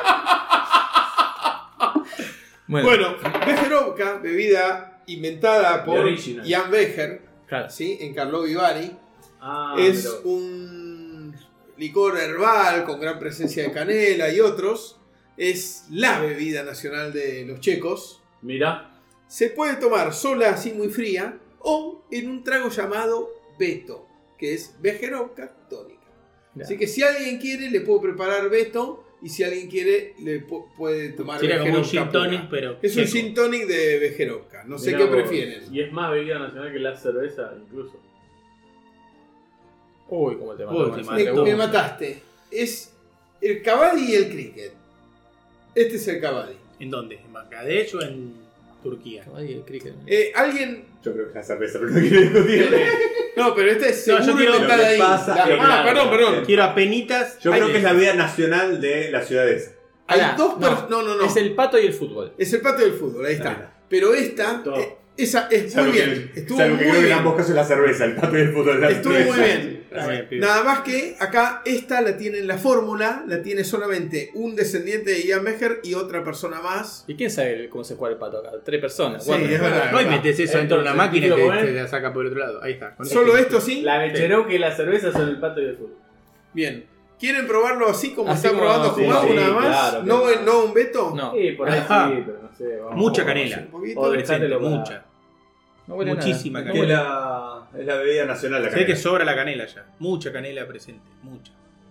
Bueno, Bueno, Bejerovka, bebida inventada por original. Jan Becher, claro. ¿sí? En Carlo Vivari. Ah, es pero- un licor herbal con gran presencia de canela y otros. Es la bebida nacional de los checos. Mirá. Se puede tomar sola, así muy fría, o en un trago llamado Beto, que es Bejerovka tónica. Ya. Así que si alguien quiere, le puedo preparar Beto, y si alguien quiere, le pu- puede tomar Sería como un Bejerovka gin tonic, pura. pero Es un checo. gin tonic de Bejerovka. No sé Mirá qué vos. prefieren. Y es más bebida nacional que la cerveza, incluso. Uy, cómo te Uy, mató. te con esa mató. Me, pregunta. me mataste. Es el Kabaddi y el cricket. Este es el Kabaddi. ¿En dónde? ¿En Bangladesh o en Turquía? Ay, el cricket. Eh, alguien. Yo creo que la cerveza, pero no quiero discutir. No, pero este es No, yo seguro quiero- inventada Lo que ahí. pasa La- es que- ah, perdón, perdón. Quiero apenitas. Yo Ay, creo que es la bebida nacional de la ciudad esa. Hay Pará, dos no. personas. No, no, no. Es el pato y el fútbol. Es el patio del fútbol, ahí Ahí está. está. Pero esta, Todo. eh, esa es Salvo muy que- bien. Estuvo salvo que muy creo que en bien. ambos casos es la cerveza, el pato y el fútbol. la Estuvo cerveza. muy bien. Está bien, pibe. Nada más que acá esta la tiene en la fórmula, la tiene solamente un descendiente de Ian Becher y otra persona más. ¿Y quién sabe cómo se juega el pato acá? Tres personas. Sí, cuatro. es verdad. No, y metes eso dentro de una Entonces, máquina y ¿lo te, pones? te la saca por el otro lado. Ahí está. Con Solo esto. esto sí. La Becheró que la cerveza son el pato y el fútbol. Bien. ¿Quieren probarlo así como Así está como- probando sí, Jumago sí, nada más? claro, no, claro. no un veto. No, Sí, por ahí Ajá. sí, pero no sé. vamos. Mucha Un canela. poquito. O de- Presente, Dejátelo para- mucha. no huele a nada. Muchísima No Que canela. es huele- la, es la bebida nacional, la Se ve que canela. sobra la canela ya. Mucha canela presente. Mucha.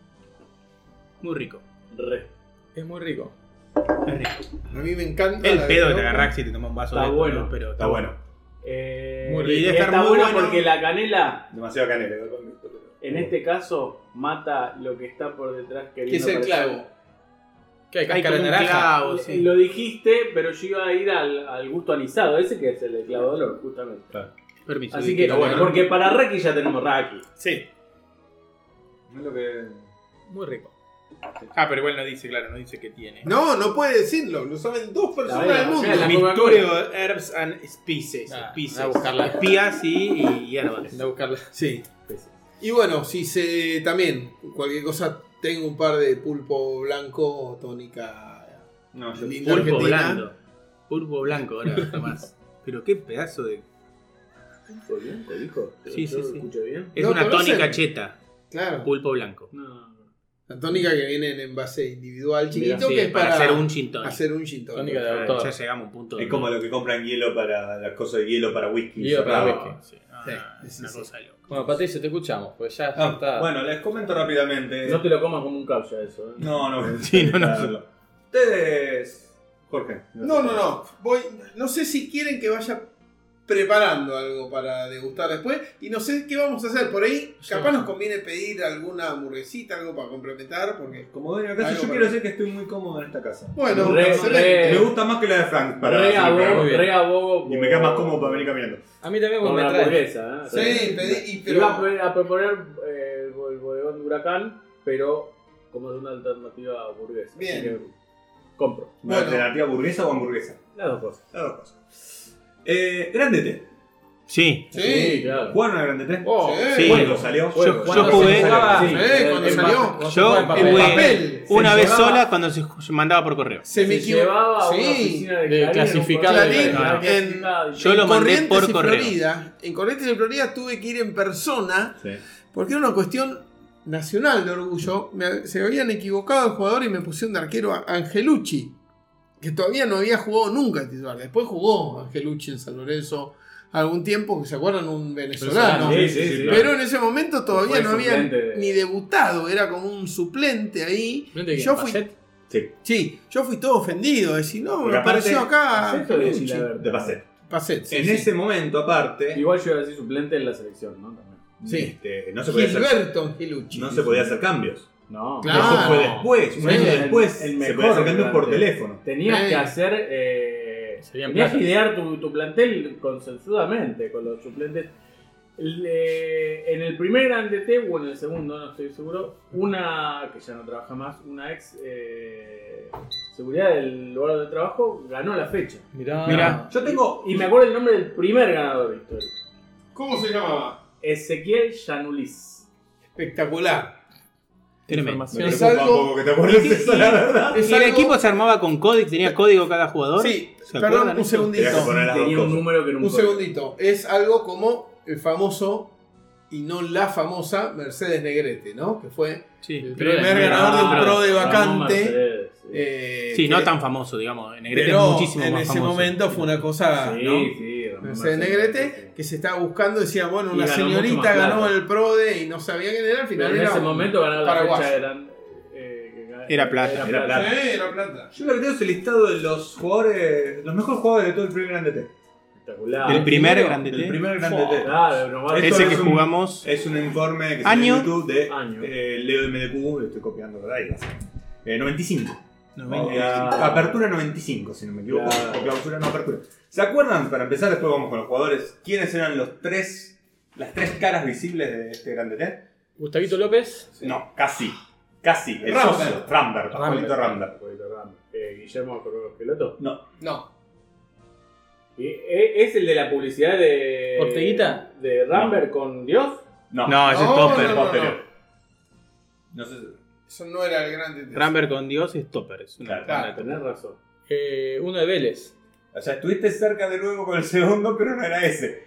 Muy rico. Re. Es muy rico. Es rico. A mí me encanta. El la pedo que te Becherovka. agarrás si te tomas un vaso Está de esto, bueno. ¿no? Pero Está bueno. Eh, Muy y rico. Y debe estar está muy bueno bueno. porque la canela, Demasiado canela. en este caso, mata lo que está por detrás Que es queriendo el parecer. clavo. ¿Qué hay? Hay ¿Cáscara de como un naranja? clavo, Le- sí. Lo dijiste, pero yo iba a ir al, al gusto anisado, ese que es el de clavo de olor, justamente. Permiso. Así sí, que, quiero bueno, ver. porque para Raki ya tenemos Raki. Sí. No es lo que. Muy rico. Ah, pero igual no dice, claro, no dice que tiene. No, no puede decirlo. Lo saben dos personas La del mundo. verdad, la- Mixture of herbs and spices. Ah, Spices. a buscarla. Espías y, y hierbas. Anda a buscarla. Sí. Y bueno, si se también, cualquier cosa, tengo un par de pulpo blanco o tónica No, yo. linda Pulpo argentina. blanco. Pulpo blanco, ahora Tomás. Pero qué pedazo de. ¿Pulpo blanco, dijo? Sí, sí, ¿Yo sí. lo escuché bien? Es No, una conocen. tónica cheta. Claro. Pulpo blanco. No. La tónica que viene en envase individual chiquito, Sí, que es para, hacer un gin tonic. hacer un gin tonic. Tónica de Ah, autor. ya llegamos a un punto. Es como lo que compran hielo para. Las cosas de hielo para whisky. Hielo para cerrado. whisky. Sí, ah, Sí, es sí, una sí. cosa loca. Bueno, Patricio, te escuchamos, pues ya, ya Ah, está. bueno, les comento rápidamente. No te lo comas como un caucha eso. ¿eh? No, no. Sí, no, no. Claro. Ustedes Jorge. No, no, no. Voy, no sé si quieren que vaya preparando algo para degustar después. Y no sé qué vamos a hacer. Por ahí, Sí. capaz nos conviene pedir alguna hamburguesita, algo para complementar. Porque. Como dueño de casa, Algo yo para- quiero decir que estoy muy cómodo en esta casa. Bueno, Re- excelente. Me gusta más que la de Frank para Re hacer el programa. abogo, bien. re abogo Y me queda más cómodo para venir caminando. A mí también con me una trae. hamburguesa. ¿eh? Sí, pedí. Y, pero, Iba a pro- a proponer eh, el bodegón de Huracán, pero como de una alternativa a hamburguesa. Bien. Así que compro. ¿Una Bueno. alternativa burguesa o hamburguesa? Las dos cosas. Las dos cosas. Eh, Grande T. Sí. Sí. claro. ¿Jugaron a Grande T? Oh, Sí. ¿Cuándo salió? Juego. Yo Cuando jugué- se jugaba, Sí, Sí, cuando en salió. papel. cuando se Yo jugaba en papel. jugué papel. una Se vez llevaba- sola cuando se se mandaba por correo. Se me Se equivoco. llevaba a una Sí. oficina de, de Clarín, clasificado en un de correo, Clarín, clasificado, y yo todo. lo mandé Corrientes por y correo. Florida, en Corrientes y Florida tuve que ir en persona Sí. porque era una cuestión nacional de orgullo. Me- se habían equivocado el jugador y me pusieron de arquero a Angelucci, que todavía no había jugado nunca de titular. Después jugó Angelucci en San Lorenzo algún tiempo, que se acuerdan, un venezolano. Sí, sí, sí, Pero en ese momento todavía Fue no había suplente de- ni debutado, era como un suplente ahí. ¿Suplente Y de yo quién? fui, ¿Pacet? Sí. sí, yo fui todo ofendido, decir, no, Porque me apareció aparte- acá ¿Pacet o de Angelucci. Chilavert? De Pacet. Pacet, sí, En sí. ese momento, aparte, Igual yo iba a decir suplente en la selección, ¿no? También. Sí. este, no, se podía hacer, Gilberto Angelucci. no se podía hacer cambios. No. Claro. Eso fue después. Un Sí, año el- después el se mejor podía hacer cambios por delantero. teléfono. Tenías Sí. que hacer. Eh, Serían tenías que plata. idear tu, tu plantel consensudamente con los suplentes. El, eh, en el primer Grande T o en el segundo, no estoy seguro, una que ya no trabaja más, una ex eh, seguridad del lugar de trabajo ganó la fecha. Mirá. Mirá. Yo tengo. Y me acuerdo el nombre del primer ganador histórico: ¿Cómo se llamaba? Ezequiel Yanulis. Espectacular. Tremendo. Me Es preocupa algo- un poco que te acuerdes de eso, la verdad. Es Y el algo- equipo se armaba con código, tenía código cada jugador. Sí, ¿Se perdón, acuerdan un eso? segundito. Tenías que poner las Tenía dos un cosas. número que era un Un código. segundito. Es algo como el famoso y no la famosa Mercedes Negrete, ¿no? Que fue Sí. el Pero primer era- ganador Ah, del Pro de Ramón vacante. Mercedes, sí. eh, Sí, que- no tan famoso, digamos. Negrete pero es muchísimo en más ese famoso. momento fue una cosa, Sí, ¿no? sí, Ramón Mercedes Negrete, que se estaba buscando, decía, bueno, Y una ganó mucho señorita más ganó plata. el Pro de y no sabía quién era, al final Pero en era ese un momento ganar la paraguayo. fecha eran, eh, que ga- Era plata. Era plata. Sí, era plata. Yo lo que tengo es el listado de los jugadores, los mejores jugadores de todo el primer Grande T. Espectacular. Del primer Primero, Grande T. El primer Grande Oh, T. claro, no va- Esto Ese es que un- jugamos. Es un informe que se Año. ve en YouTube de Año. eh, Leo M D Q, estoy copiando de ahí. Eh, noventa y cinco. noventa. Eh, apertura noventa y cinco, si no me equivoco. Claro. O clausura, no, apertura. ¿Se acuerdan? Para empezar, después vamos con los jugadores. ¿Quiénes eran los tres, las tres caras visibles de este Grande T? Gustavito López. No, casi. Casi. El Rambert. socio. Rambert. Juanito Rambert. Eh, Guillermo Esqueloto. No. No. Y, eh, ¿Es el de la publicidad de. ¿Orteguita? De Rambert con Dios? No. No, ese es No, Topper. no, no. Posterior. No sé. Eso no era el grande. Rambert con Dios es Topper. Es una Claro. banda de Tenés razón. Eh, uno de Vélez. O sea, estuviste cerca de nuevo con el segundo, pero no era ese.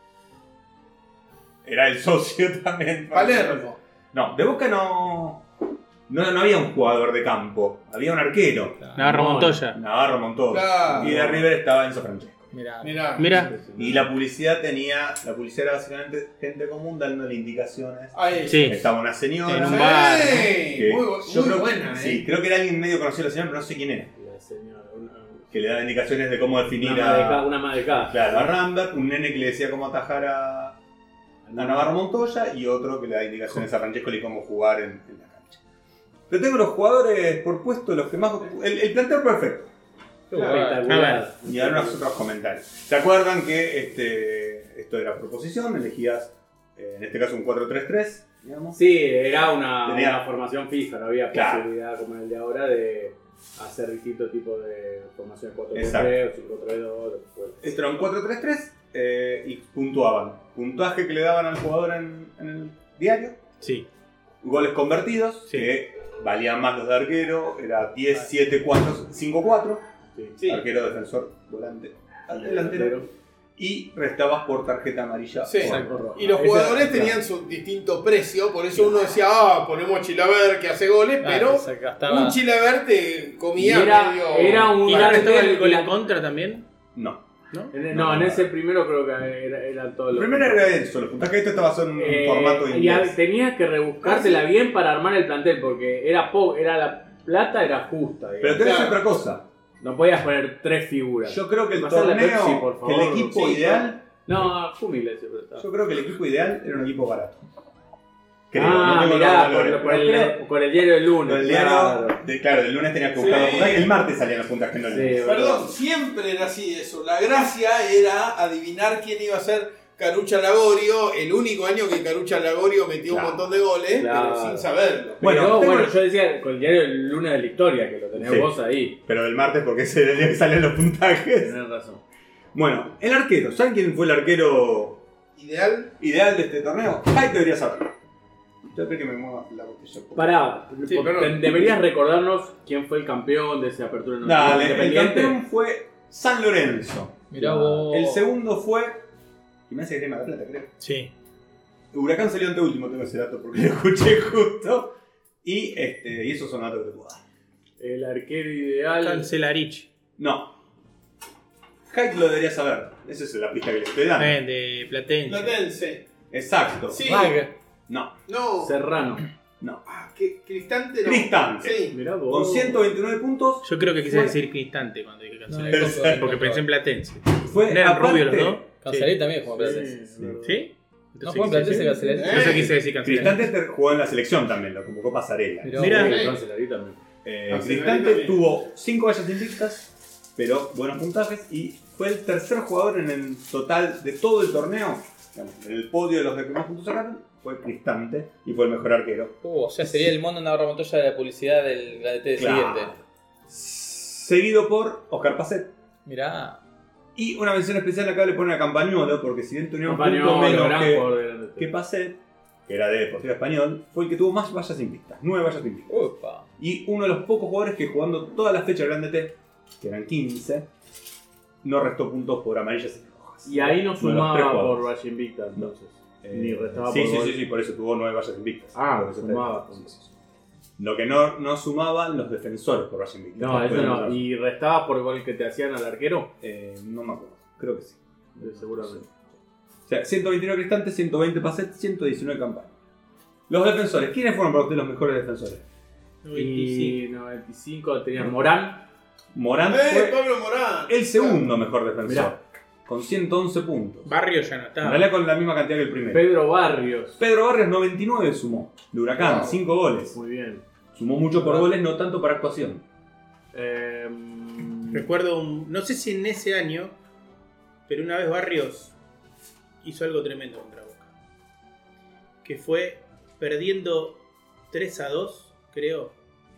Era el socio también. Palermo. No, de Boca no, no. No había un jugador de campo. Había un arquero. Navarro No, Montoya. Navarro Montó. Claro. Y de River estaba Enzo Francesco. Mirá. Mirá. Mira, Y la publicidad tenía. La publicidad era básicamente gente común dándole indicaciones. Ahí. sí. Estaba una señora. En un Sí, bar, que Muy, bu- yo muy creo, buena, sí, eh. creo que era alguien medio conocido a la señora, pero no sé quién era. La señora. Una, Que le daba indicaciones de cómo definir una, más de cada, a. una más de cada. Claro, a Rambert, un nene que le decía cómo atajar a, a Navarro Montoya y otro que le da indicaciones a Francesco y cómo jugar en, en la cancha. Pero tengo los jugadores por puesto, los que más. El, el plantel perfecto. Espectacular. Y ahora unos otros comentarios. ¿Se acuerdan que este, esto era proposición? Elegías, eh, en este caso, un cuatro tres tres, digamos. Sí, era una, Tenía- una formación fija, no había Claro. posibilidad como el de ahora de hacer distintos tipos de formación cuatro tres Exacto. tres o cinco tres dos, lo que fuera. Esto era un cuatro tres tres eh, y puntuaban. Puntaje que le daban al jugador en, en el diario. sí. Goles convertidos, Sí. que valían más los de arquero, era diez, siete, cuatro, cinco, cuatro. Sí. Arquero, defensor, volante, al delantero. Y restabas por tarjeta amarilla. Sí. o Saco rojo. Y los Esa- jugadores claro. tenían su distinto precio, por eso uno decía, ah, ponemos a Chilaver que hace goles, Ah, pero se gastaba- un Chilaver te Y comía era, medio. era un ¿Y no grande estaba el y gol la- en contra también? No. ¿No? en- No, en ese primero creo que era, era todo El lo primero era eso, los puntajes este estaba en un Eh, formato y inglés. a- tenías que rebuscártela bien para armar el plantel, porque era po era la plata era justa. Pero digamos. tenés Claro. otra cosa. No podías poner tres figuras. Yo creo que el Pasar la torneo, Pepsi, por que el favor. equipo Sí, ideal, No, fue humilde ese, pero está. yo creo que el equipo ideal era un equipo barato. Creo, ah, no tengo mirá, los por, valores, por pero el, creo- por el diario del lunes. Con el diario, claro. de, claro, el lunes tenías que buscar Sí. los puntajes. El martes salían los puntajes, no el lunes. Sí, Perdón, siempre era así eso. La gracia era adivinar quién iba a ser Carucha Lagorio, el único año que Carucha Lagorio metió Claro. un montón de goles, Claro. pero sin saberlo. Bueno, Bueno, tengo bueno, el- yo decía con el diario del lunes de la historia, que lo tenés Sí. vos ahí. Pero el martes porque ese era el día que salían los puntajes. Tenés razón. Bueno, el arquero. ¿Saben quién fue el arquero Ideal. ideal de este torneo? Hyde debería saberlo. Yo creo que me mueva la botella. un poco. Pará, Sí, por- perdón. deberías recordarnos quién fue el campeón de esa apertura en Dale, el Independiente. campeón fue San Lorenzo. Mirá vos. El segundo fue Gimnasia de Grima de la Plata, creo. Sí. Huracán salió anteúltimo, tengo ese dato porque lo escuché justo. Y, este, y esos son datos que te puedo dar. El arquero ideal. Cancelarich. No. Hyde lo debería saber. Esa es la pista que le estoy dando. Eh, de Platense. Platense. Exacto. Sí. Mag. No, No. Serrano. no. Ah, que Cristante no. Cristante. Sí. Mirá vos. Con ciento veintinueve puntos. Yo creo que quise Fue- decir Cristante cuando dije No, Cancelarich. el Exacto. Porque pensé en Platense. Fue ¿No eran aparte- rubios los dos? Cancelé también jugó en Sí, Platense. sí. ¿Sí? No jugó en Platense, Cancelé. Eh. Eso quise decir Cancelarich. Cristante te- jugó en la selección también, lo convocó Pasarela. Mirá Mirá. vos. Sí, Cancelarich también. Eh, Pasarela Cristante también. tuvo cinco vallas invictas, pero buenos puntajes, y fue el tercer jugador en el total de todo el torneo. Digamos, en el podio de los que más puntos sacaron fue Cristante y fue el mejor arquero. Uh, o sea, sería el mono Navarra Montoya de la publicidad del G T Claro. siguiente. Seguido por Oscar Pacet. Mirá. Y una mención especial acá le pone a Campañolo, porque si bien tenía un punto Compañero, menos gran que, jugador de la que Pacet, que era de Deportivo Español, fue el que tuvo más vallas invictas, nueve vallas invictas. Upa. Y uno de los pocos jugadores que jugando todas las fechas de Grande T, que eran quince, no restó puntos por amarillas y rojas. Y ahí no Uno de los tres sumaba por jugadores. Valla Invicta, entonces. Eh, Ni restaba sí, por sí, gol. sí, sí, por eso tuvo nueve vallas invictas. Ah, Por eso te- sumaba. sí, sí, sí. Lo que no, no sumaban los defensores por vallas invictas. No, eso no. Después, ¿Y restaba por el gol que te hacían al arquero? eh, no me acuerdo, creo que sí. Eh, Seguramente. O sea, ciento veintinueve Cristante, ciento veinte Pacet, ciento diecinueve Campaña. Los defensores, ¿quiénes fueron para usted los mejores defensores? Y noventa y cinco tenías Morán. Morán ¡Eh, fue Pablo Morán! el segundo mejor defensor, Mirá. con ciento once puntos. Barrio ya no En estaba. realidad con la misma cantidad que el primero. Pedro Barrios. Pedro Barrios noventa y nueve sumó, de Huracán, Wow. cinco goles. Muy bien. Sumó mucho por goles, no tanto para actuación. Eh, Recuerdo un. No sé si en ese año, pero una vez Barrios hizo algo tremendo contra Boca. Que fue perdiendo tres a dos, creo.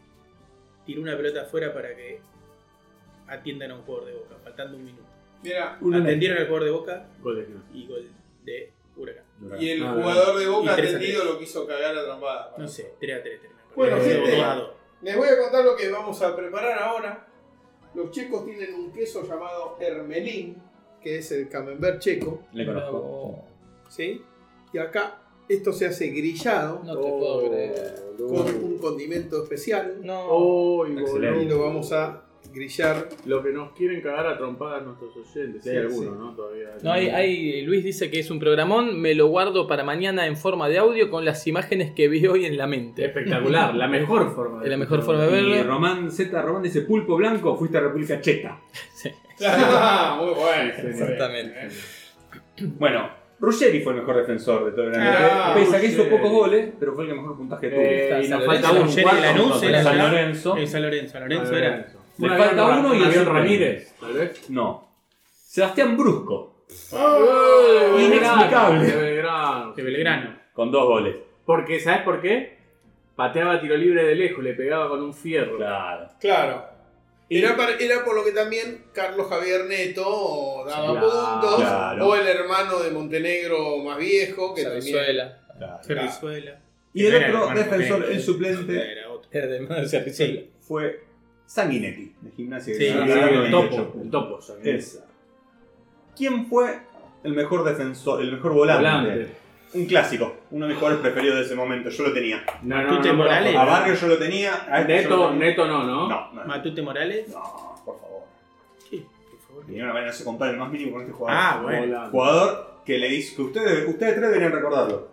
Tiró una pelota afuera para que atiendan a un jugador de Boca, faltando un minuto. Mira, Atendieron al jugador de Boca goles no. y gol de Huracán. y el Ah, jugador de Boca y tres a atendido tres. lo quiso cagar a trompada. No sé, tres a tres terminó. Bueno, Porque gente. dos a dos. Les voy a contar lo que vamos a preparar ahora. Los checos tienen un queso llamado Hermelín, que es el camembert checo, Le Mirá conozco. vos. ¿sí? Y acá esto se hace grillado No te puedo creer. con un condimento especial No. Uy, Excelente. y lo vamos a grillar. Lo que nos quieren cagar a trompadas nuestros oyentes. Si hay Sí, alguno, sí. ¿no? Todavía. No, hay, hay- Luis dice que es un programón, me lo guardo para mañana en forma de audio con las imágenes que vi hoy en la mente. Espectacular, la mejor forma. Es la mejor forma de Y verlo. Román Z, Román dice pulpo blanco, fuiste a República Checa. Sí, Muy bueno. exactamente. Bueno, Ruggeri fue el mejor defensor de todo el Grande T. Ah, Pese a que hizo Ruggeri. pocos goles, pero fue el que mejor puntaje tuvo. Eh, y San nos Lorenzo, falta un Ruggeri, cuarto, Lanús, entonces. era San ya- Lorenzo. Eh, San Lorenzo, San Lorenzo San era. Lorenzo. Le Un falta avión- uno y un el avión suplente. Ramírez, tal vez. No. Sebastián Brusco, Uy, Inexplicable. De Belgrano. De Belgrano. con dos goles. Porque, ¿sabes por qué? Pateaba tiro libre de lejos, le pegaba con un fierro. Claro. Claro. Era, par- era por lo que también Carlos Javier Neto daba Claro, puntos, claro. o el hermano de Montenegro más viejo, que también... Cerrizuela. claro. Cerrizuela. Y el Era otro hermano defensor, Montenegro. el suplente, Era otro. Era de hermano de Cerrizuela. fue Sanguinetti, de Gimnasia. Sí, de Ah, Grima, el con topo, veintiocho el puntos. topo. ¿sabes? Esa. ¿Quién fue el mejor defensor, el mejor volante? Volante. Un clásico, uno de mis jugadores preferidos de ese momento. Yo lo tenía. No, no, Matute no, no, Morales. no, A Barrio yo lo tenía. A este yo lo Neto, tenía. Neto no, ¿no? No, no, no. Matute Morales. No, por favor. ¿Qué? Por favor. Ni una manera no se compara el más mínimo con este jugador. Ah, bueno. Volante. Jugador que le hizo. Que ustedes, ustedes tres deberían recordarlo.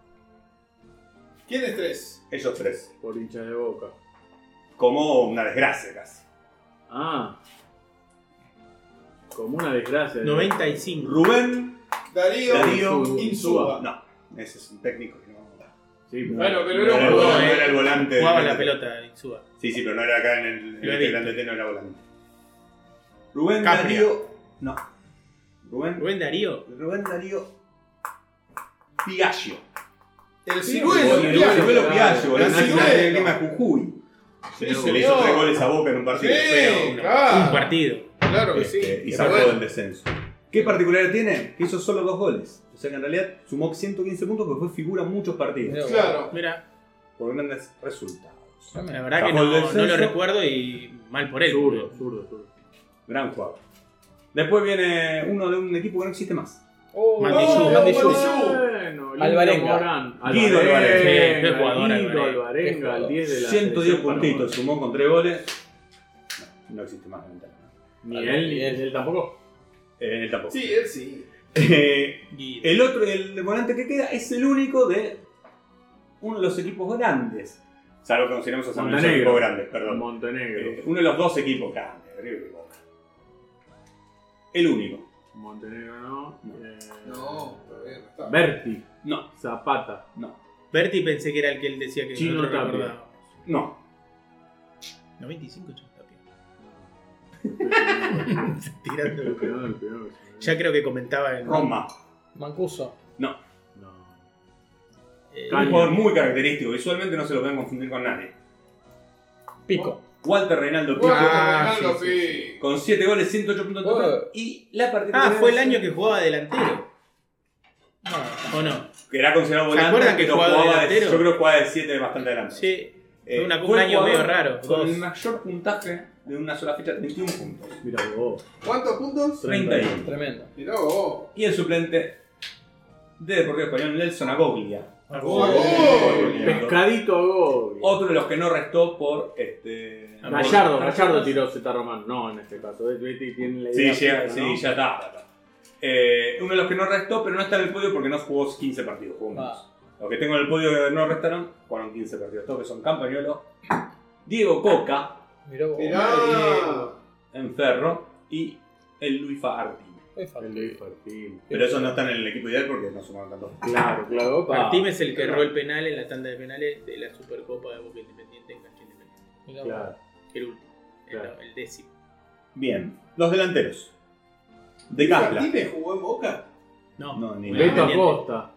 ¿Quién es tres? Ellos tres. Por hincha de boca. Como una desgracia casi. Ah, Como una desgracia. noventa y cinco. Rubén Darío, Darío Insúa. No, ese es un técnico que no. Sí, pero- Bueno, pero No era era, el, un no jugador. era el volante. Jugaba del- la pelota Insúa. Sí, sí, pero no era acá en el, en Lo este vi. grande T, no era volante. Rubén Capria. Darío. No. Rubén. Rubén Darío. Rubén Darío. Piaggio. El El ciruelo. Ciruelo Piaggio. Piaggio, El el nacional ciruelo. del Lima Jujuy. Sí, Se le señor. hizo tres goles a Boca en un partido. Sí, Pero, claro. Un partido. Claro que este, sí. y Pero sacó bueno. del descenso. ¿Qué particularidad tiene? Que hizo solo dos goles. O sea que en realidad sumó ciento quince puntos porque fue figura en muchos partidos. Claro. Mira, Por grandes resultados. la verdad que Sacó el no, descenso. no lo recuerdo y mal por él. Zurdo, zurdo, zurdo. Gran jugador. Después viene uno de un equipo que no existe más. Oh, Mandillú, oh, Mandillú. Bueno, lindo Alvarenga. Morán. Guido Alvarenga. Sí, qué jugador Guido Alvarenga. Alvarenga, el diez de la ciento diez selección puntitos, sumó con tres goles. No, no existe más. lamentablemente. Ni él, ni él, él tampoco. Eh, él tampoco. Sí, él sí. Eh, Guido. el otro, el volante que queda, es el único de uno de los equipos grandes. Salvo que consideramos a San Lorenzo Montenegro. equipos grandes, perdón. Montenegro. Eh, uno de los dos equipos grandes, River y Boca. El único. Montenegro no. Eh, No, todavía no está. Berti. No, Zapata. no, Berti pensé que era el que él decía que Chino nosotros Tapia. recordábamos. no. noventa y cinco Chino Tapia. El Tirando. primero, el primero que se me- Ya creo que comentaba en Roma. Mancuso. No. No. eh, Un Caña. jugador muy característico. Visualmente no se lo pueden confundir con nadie. Pico. Walter Reinaldo Pico. Ah, Reinaldo sí, Pi. Con siete goles, ciento ocho puntos en total. Oh. Y la Ah, particularidad. fue el año que jugaba delantero. ¿O no? Que era considerado ¿Se volante. acuerdan que pero jugaba jugaba de- delantero? Yo creo que jugaba de siete bastante adelante. Sí. Eh, Fue una- un el año jugador medio raro, Con dos. el mayor puntaje de una sola fecha, treinta y uno puntos. Mira vos. ¿Cuántos puntos? treinta y uno. Tremendo. Mirá vos. Y el suplente de Deportivo Español, Nelson Agoglia. Agoglia. Pescadito a gol. Otro de los que no restó por este. Gallardo, Gallardo tiró Z Román. No, en este caso. Betty tiene la Sí, idea ya, fija, sí, ¿no? ya está. ya está. Eh, uno de los que no restó, pero no está en el podio porque no jugó quince partidos. Jugó menos. Ah. Los que tengo en el podio que no restaron, jugaron quince partidos. Todos que son Campagnolo, Diego Coca, Mirá vos. Mirá. en Ferro y el Luis Artime. Muy El fácil. Luis Martín. Pero esos no están en el equipo ideal porque no sumaron tantos. Claro, claro. opa. Martín es el que erró el penal en la tanda de penales de la Supercopa de Boca Independiente en Cancha Independiente. Mirá vos. Claro. El último. El, Claro. el décimo. Bien, los delanteros. De Casla. ¿Martínez jugó en Boca? No. No, ni Beto Independiente. Acosta.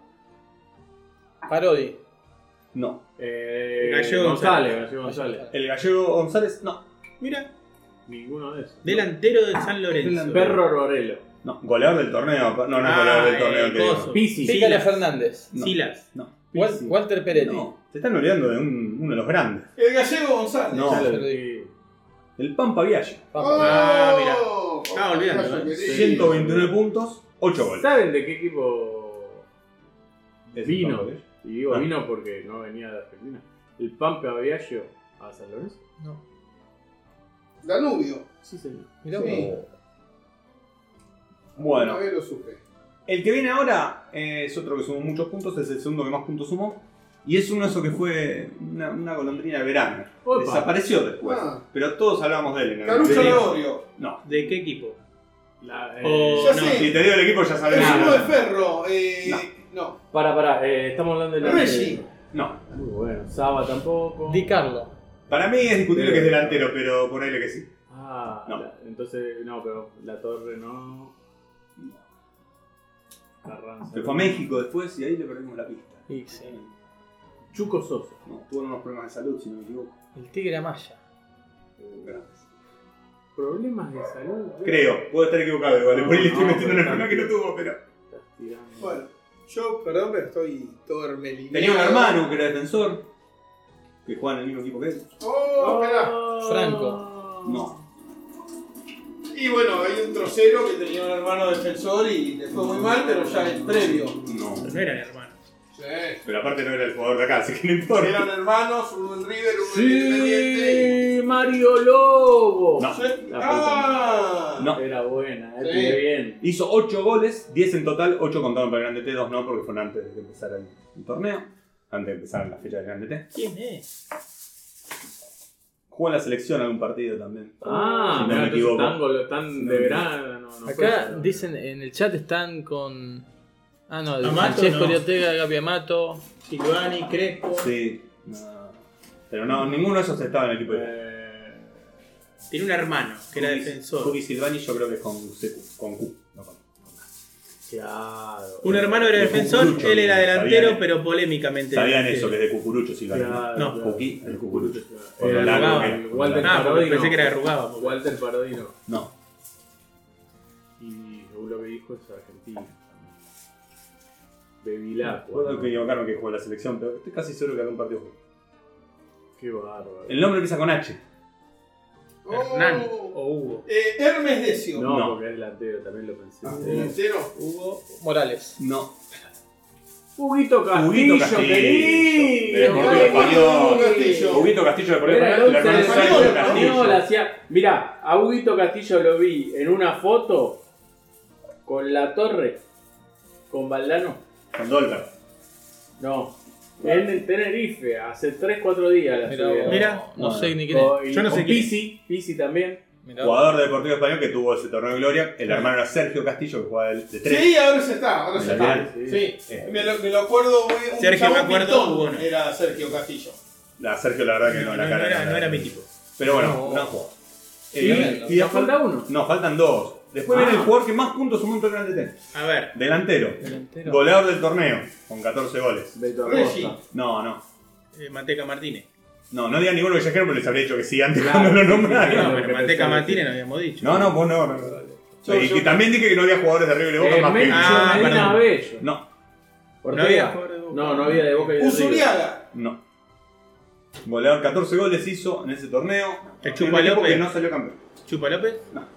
Parodi. No. Eh, Gallego González. González. Gallego González. El gallego González, no. Mira, Ninguno de esos. delantero de San Lorenzo. Perro Rorelo. No, goleador del torneo. No, no es Ah, goleador del el torneo que coso. digo. Pisi. Sí. Pícaro Silas. Fernández. No. Silas. No. Wal- Pisi. Walter Peretti. No, se están olvidando de un- uno de los grandes. El gallego González. No. Ya lo se lo dije. El Pampa Viaggio. Vamos. Ah, mira. Oh, Estaba olvidando, gallo ¿eh? querido. ciento veintinueve puntos, ocho goles. ¿Saben de qué equipo Es el vino? Pampa Viaggio. Y digo Ah. vino porque no venía de Argentina. El Pampa Viaggio a San Lorenzo. No. Danubio. Sí, señor. Mirá Sí. vos. Bueno, Una vez lo supe. el que viene ahora eh, es otro que sumó muchos puntos, es el segundo que más puntos sumó. Y es uno de esos que fue una, una golondrina de verano. Opa. Desapareció después. Ah. Pero todos hablamos de él en el Caruso Sí. Gregorio. No. ¿De qué equipo? La, eh, Oh, Ya no. sé. Si te digo el equipo ya El sabes. uno no, de no. Ferro. Eh, No. no. Para, para, eh, estamos hablando de la. Reggi. No. Muy bueno. Saba tampoco. Di Carlo. Para mí es discutible que es delantero, pero por ahí le que sí. Ah, No. la- entonces, no, pero la Torre no. Carranza. Se fue a México después y ahí le perdimos la pista. Y sí. Chuco Sosa. No, tuvo unos problemas de salud, si no me equivoco. El Tigre Amaya. Gracias. Problemas de salud. Creo, puedo estar equivocado igual. No, Por ahí le estoy no, metiendo una pero enfermedad que no tranquilo. tuvo, pero. Estás tirando. Bueno, yo, perdón, pero estoy todo hermelinado. Tenía un hermano que era defensor, que jugaba en el mismo equipo que él. Oh, espera. Franco. No. Y bueno, hay un trocero que tenía un hermano defensor y le fue muy mal, pero ya es previo. No. No eran hermanos. Sí. Pero aparte no era el jugador de acá, así que no importa. Eran hermanos, uno en River, uno en Independiente. Sí, Mario Lobo. No. Sí. La Ah, No. Era buena, eh, Sí. tiré bien. Hizo ocho goles, diez en total, ocho contaron para el Grande T, dos no, porque fueron antes de que empezara el, el torneo. Antes de empezar la fecha del Grande T. ¿Quién es? Jugó en la selección algún partido también. Ah, Si no mirá, me entonces equivoco. están, gol- están de verano. No, no fue Acá eso. dicen en el chat están con. Ah, no, de Amato, Francesco no. Ortega, Gabi Amato. Silvani, Crespo. Sí. No. Pero no, ninguno de esos estaba en el equipo. Eh, Tiene un hermano que era Kubi- defensor. Kubi Silvani yo creo que es con C Q, con Q, no con claro. Un hermano era De defensor, Cucurucho, él era delantero, sabían- pero polémicamente. Sabían delantero. eso, que es de Cucurucho Silvani. Claro, No, claro. Kuki, el Cucurucho. Era Con la- Rugaba, con el la- Walter Ah, porque Parodino. pensé que era de Rugaba. Walter Parodino. No. Y según lo que dijo es Argentina. Bevilacqua. Puedo que equivocarme que jugó en la selección, pero estoy casi seguro que algún partido jugó. Qué bárbaro. El nombre empieza con H. Hernán Oh. o Hugo. Eh, Hermes Decio. No, No. porque es delantero, también lo pensé. Ah, delantero. Hugo. Morales. No. Huguito Castillo, Huguito Castillo. querido. De Deportivo Español. Castillo. Huguito Castillo de Deportivo Era el Español, el once hermano de de Sergio Español, Castillo. hacía. Mirá, a Huguito Castillo lo vi en una foto con la torre, con Valdano. Con Dolber. No, en el Tenerife, hace tres cuatro días la Mirá, subieron. Mira. no sé ni quién es. Con- y Yo no sé con quién es. Pizzi, Pizzi también. Mirá. Jugador de Deportivo Español que tuvo ese torneo de gloria. El hermano era Sergio Castillo, que jugaba de, de tres. Sí, ahora se está, ahora se De está. lateral. Sí, Eh. me, lo, me lo acuerdo muy. Un Sergio, me chabón acuerdo, pintón Hugo no. era Sergio Castillo. La Sergio, la verdad que no, No, la no cara. era, no era mi tipo. Pero bueno, No. gran jugador. Y, Eh, y y nos después- falta uno. No, faltan dos. Después Ah. viene el jugador que más puntos sumó en todo el Grande T. A ver. Delantero. Delantero. Goleador del torneo, con catorce goles. Beto Reggi. Acosta. No, no. eh, Manteca Martínez. No, no digan ninguno que ya dijeron, pero les habría dicho que sí antes Claro, cuando lo sí, sí, nombraron. sí, No, no, pero que Manteca pensé Martínez que- no habíamos dicho. No, no, vos no. no, no. Yo- y, yo- y también dije que no había jugadores de River y de Boca Eh, más que. Mencho Ah, Medina perdón. Bello. No, Ortega. No había jugador de Boca. No, no había de Boca y de River. Usuriaga. no. Goleador catorce goles hizo en ese torneo. El En Chupa un equipo López. que no salió campeón. Chupa López.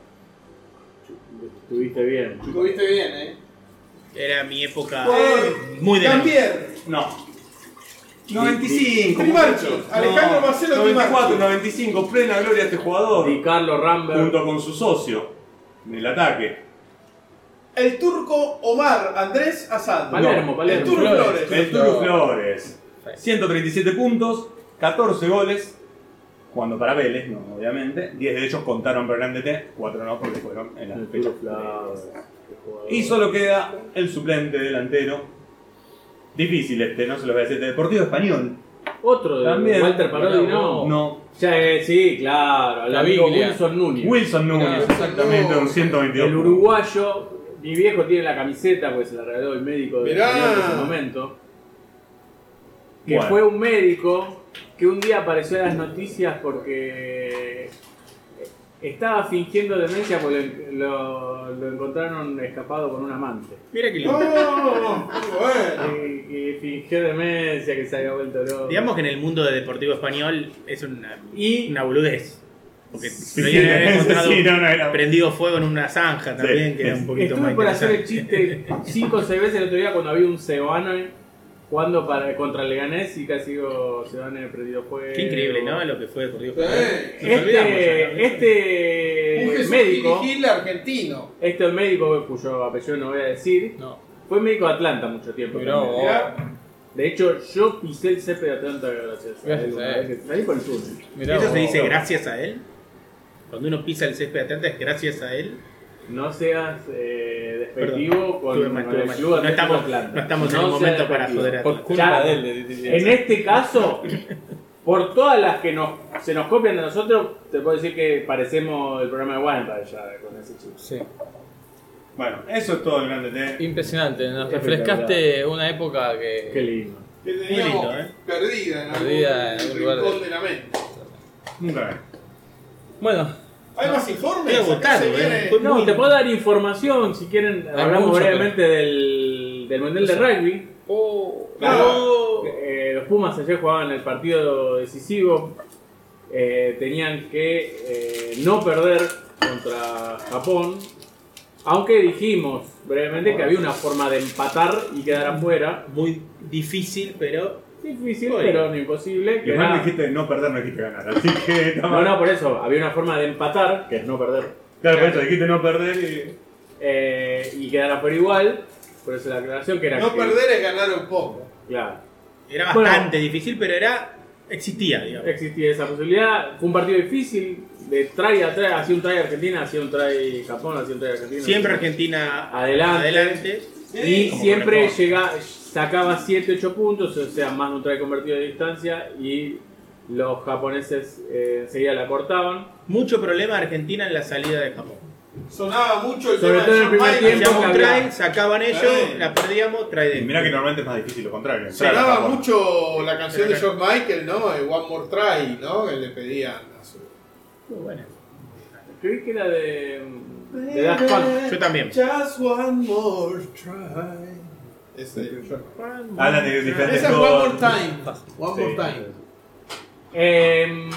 Estuviste bien. Lo viste bien, ¿eh? Era mi época Jugador muy de la- Cambier. No. noventa y cinco. Trimarchi, muchachos. Alejandro Marcelo noventa y cuatro, Trimarchi. noventa y cinco, plena gloria este jugador. Di Carlo Rambert. Junto con su socio en el ataque. El turco Omar Andrés Asad. Palermo, No, Palermo. el Turco Flores. El Turu Flores. ciento treinta y siete puntos, catorce goles. Jugando para Vélez, no, obviamente. diez de ellos contaron para Grande T, cuatro no porque fueron en las El fechas. Turo Flores. Qué jugador. Y solo queda el suplente delantero. Difícil este, no se lo voy a decir. De Deportivo Español. Otro de También. Walter Parodi, no. No. Ya, eh, sí, claro. El La amigo Biblia. Wilson Núñez. Wilson Núñez, Claro. exactamente, un ciento veintidós. El uruguayo. Mi viejo tiene la camiseta porque se la regaló el médico de Mirá. Español en ese momento. Que Bueno. fue un médico que un día apareció en las noticias porque estaba fingiendo demencia porque lo, lo encontraron escapado con un amante. Mira que Oh, lindo. muy bueno. Y, y fingió demencia, que se había vuelto loco. Digamos que en el mundo de Deportivo Español es una, Y una boludez. Porque Sí, lo habían encontrado sí, no, no, era- prendido fuego en una zanja también, Sí, que era sí. un poquito estuve más por hacer el interesante. chiste cinco o seis veces el otro día cuando había un Seoane jugando para, contra el Leganés y casi digo Seoane prendido fuego. Qué increíble, ¿no? Lo que fue Deportivo Sí. Español. Nos olvidamos ya, Este, ¿no? este Un Jesús médico, Gil Gil argentino. este médico cuyo apellido no voy a decir, No. fue médico de Atlanta mucho tiempo. Mirá también. vos. Mirá. De hecho, yo pisé el césped de Atlanta gracias a él. Gracias una a él. vez que salí por el túnel. Mirá ¿Eso vos. se dice gracias a él? Cuando uno pisa el césped de Atlanta es gracias a él. No seas eh, despectivo con, Tuve mal, con tuve el mal. Club No Atlético estamos, Atlanta. no estamos en No un seas momento para despectivo. joder a Por Atlanta. culpa Ya. de él. le diría. En este caso, por todas las que nos, se nos copian de nosotros, te puedo decir que parecemos el programa de Warner ya con ese chiste. Sí. Bueno, eso es todo el Grande T. Impresionante. Nos Espectacular. refrescaste una época que. Qué lindo. Que teníamos lindo, ¿eh? perdida en algún, Perdida en algún lugar rincón de- de la mente. Nunca ves. Bueno, ¿Hay más informes? Estoy Acá agotado, se eh. viene- Fue- No, te puedo dar información si quieren. Hablamos mucho, brevemente del, del Mundial de Rugby. oh, Claro. Eh, los Pumas ayer jugaban el partido decisivo. Eh, tenían que eh, no perder contra Japón. Aunque dijimos brevemente que había una forma de empatar y quedar afuera. Muy difícil, pero Difícil, Oye. pero no imposible. Y que además era- me dijiste no perder, no dijiste ganar. Así que. está No, mal. no, por eso. Había una forma de empatar, que es no perder. Claro, por eso dijiste no perder y. eh, y quedar afuera igual. Por eso la aclaración que era No que- perder es ganar un poco. Claro. era Bueno. bastante difícil, pero era Existía, digamos. Existía esa posibilidad. Fue un partido difícil. De try a try, hacía un try Argentina, hacía un try Japón, hacía un try Argentina. Siempre Argentina adelante. adelante. Y Como siempre correcto. llega, sacaba siete ocho puntos, o sea, más de un try convertido de distancia. Y los japoneses eh, enseguida la cortaban. Mucho problema Argentina en la salida de Japón. Sonaba mucho el Sobre tema todo de en el primer John tiempo. Michael. Hacíamos un que había- try, sacaban ellos, Eh. la perdíamos, try de Y mira que normalmente es más difícil lo contrario. entrar a Sonaba Japón. mucho la canción de Pero George Michael, ¿no? El One More Try, ¿no? Que le pedían a su... Muy buena. Creí que era de, de Daft Punk. Yo también. Just one more try. Ese es George Michael. Hablan de diferentes Esa es One More cosas. Time. One More Sí. Time. Eh,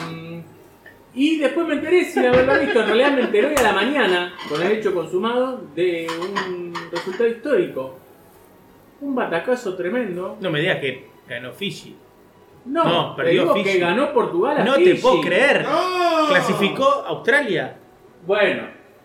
y después me enteré, sin haberlo visto, en realidad me enteré a la mañana, con el hecho consumado, de un resultado histórico. Un batacazo tremendo. No me digas que ganó Fiji. No, No, te perdió digo Fiji. que ganó Portugal a No Fiji. te puedo creer. ¡No! Clasificó Australia. Bueno,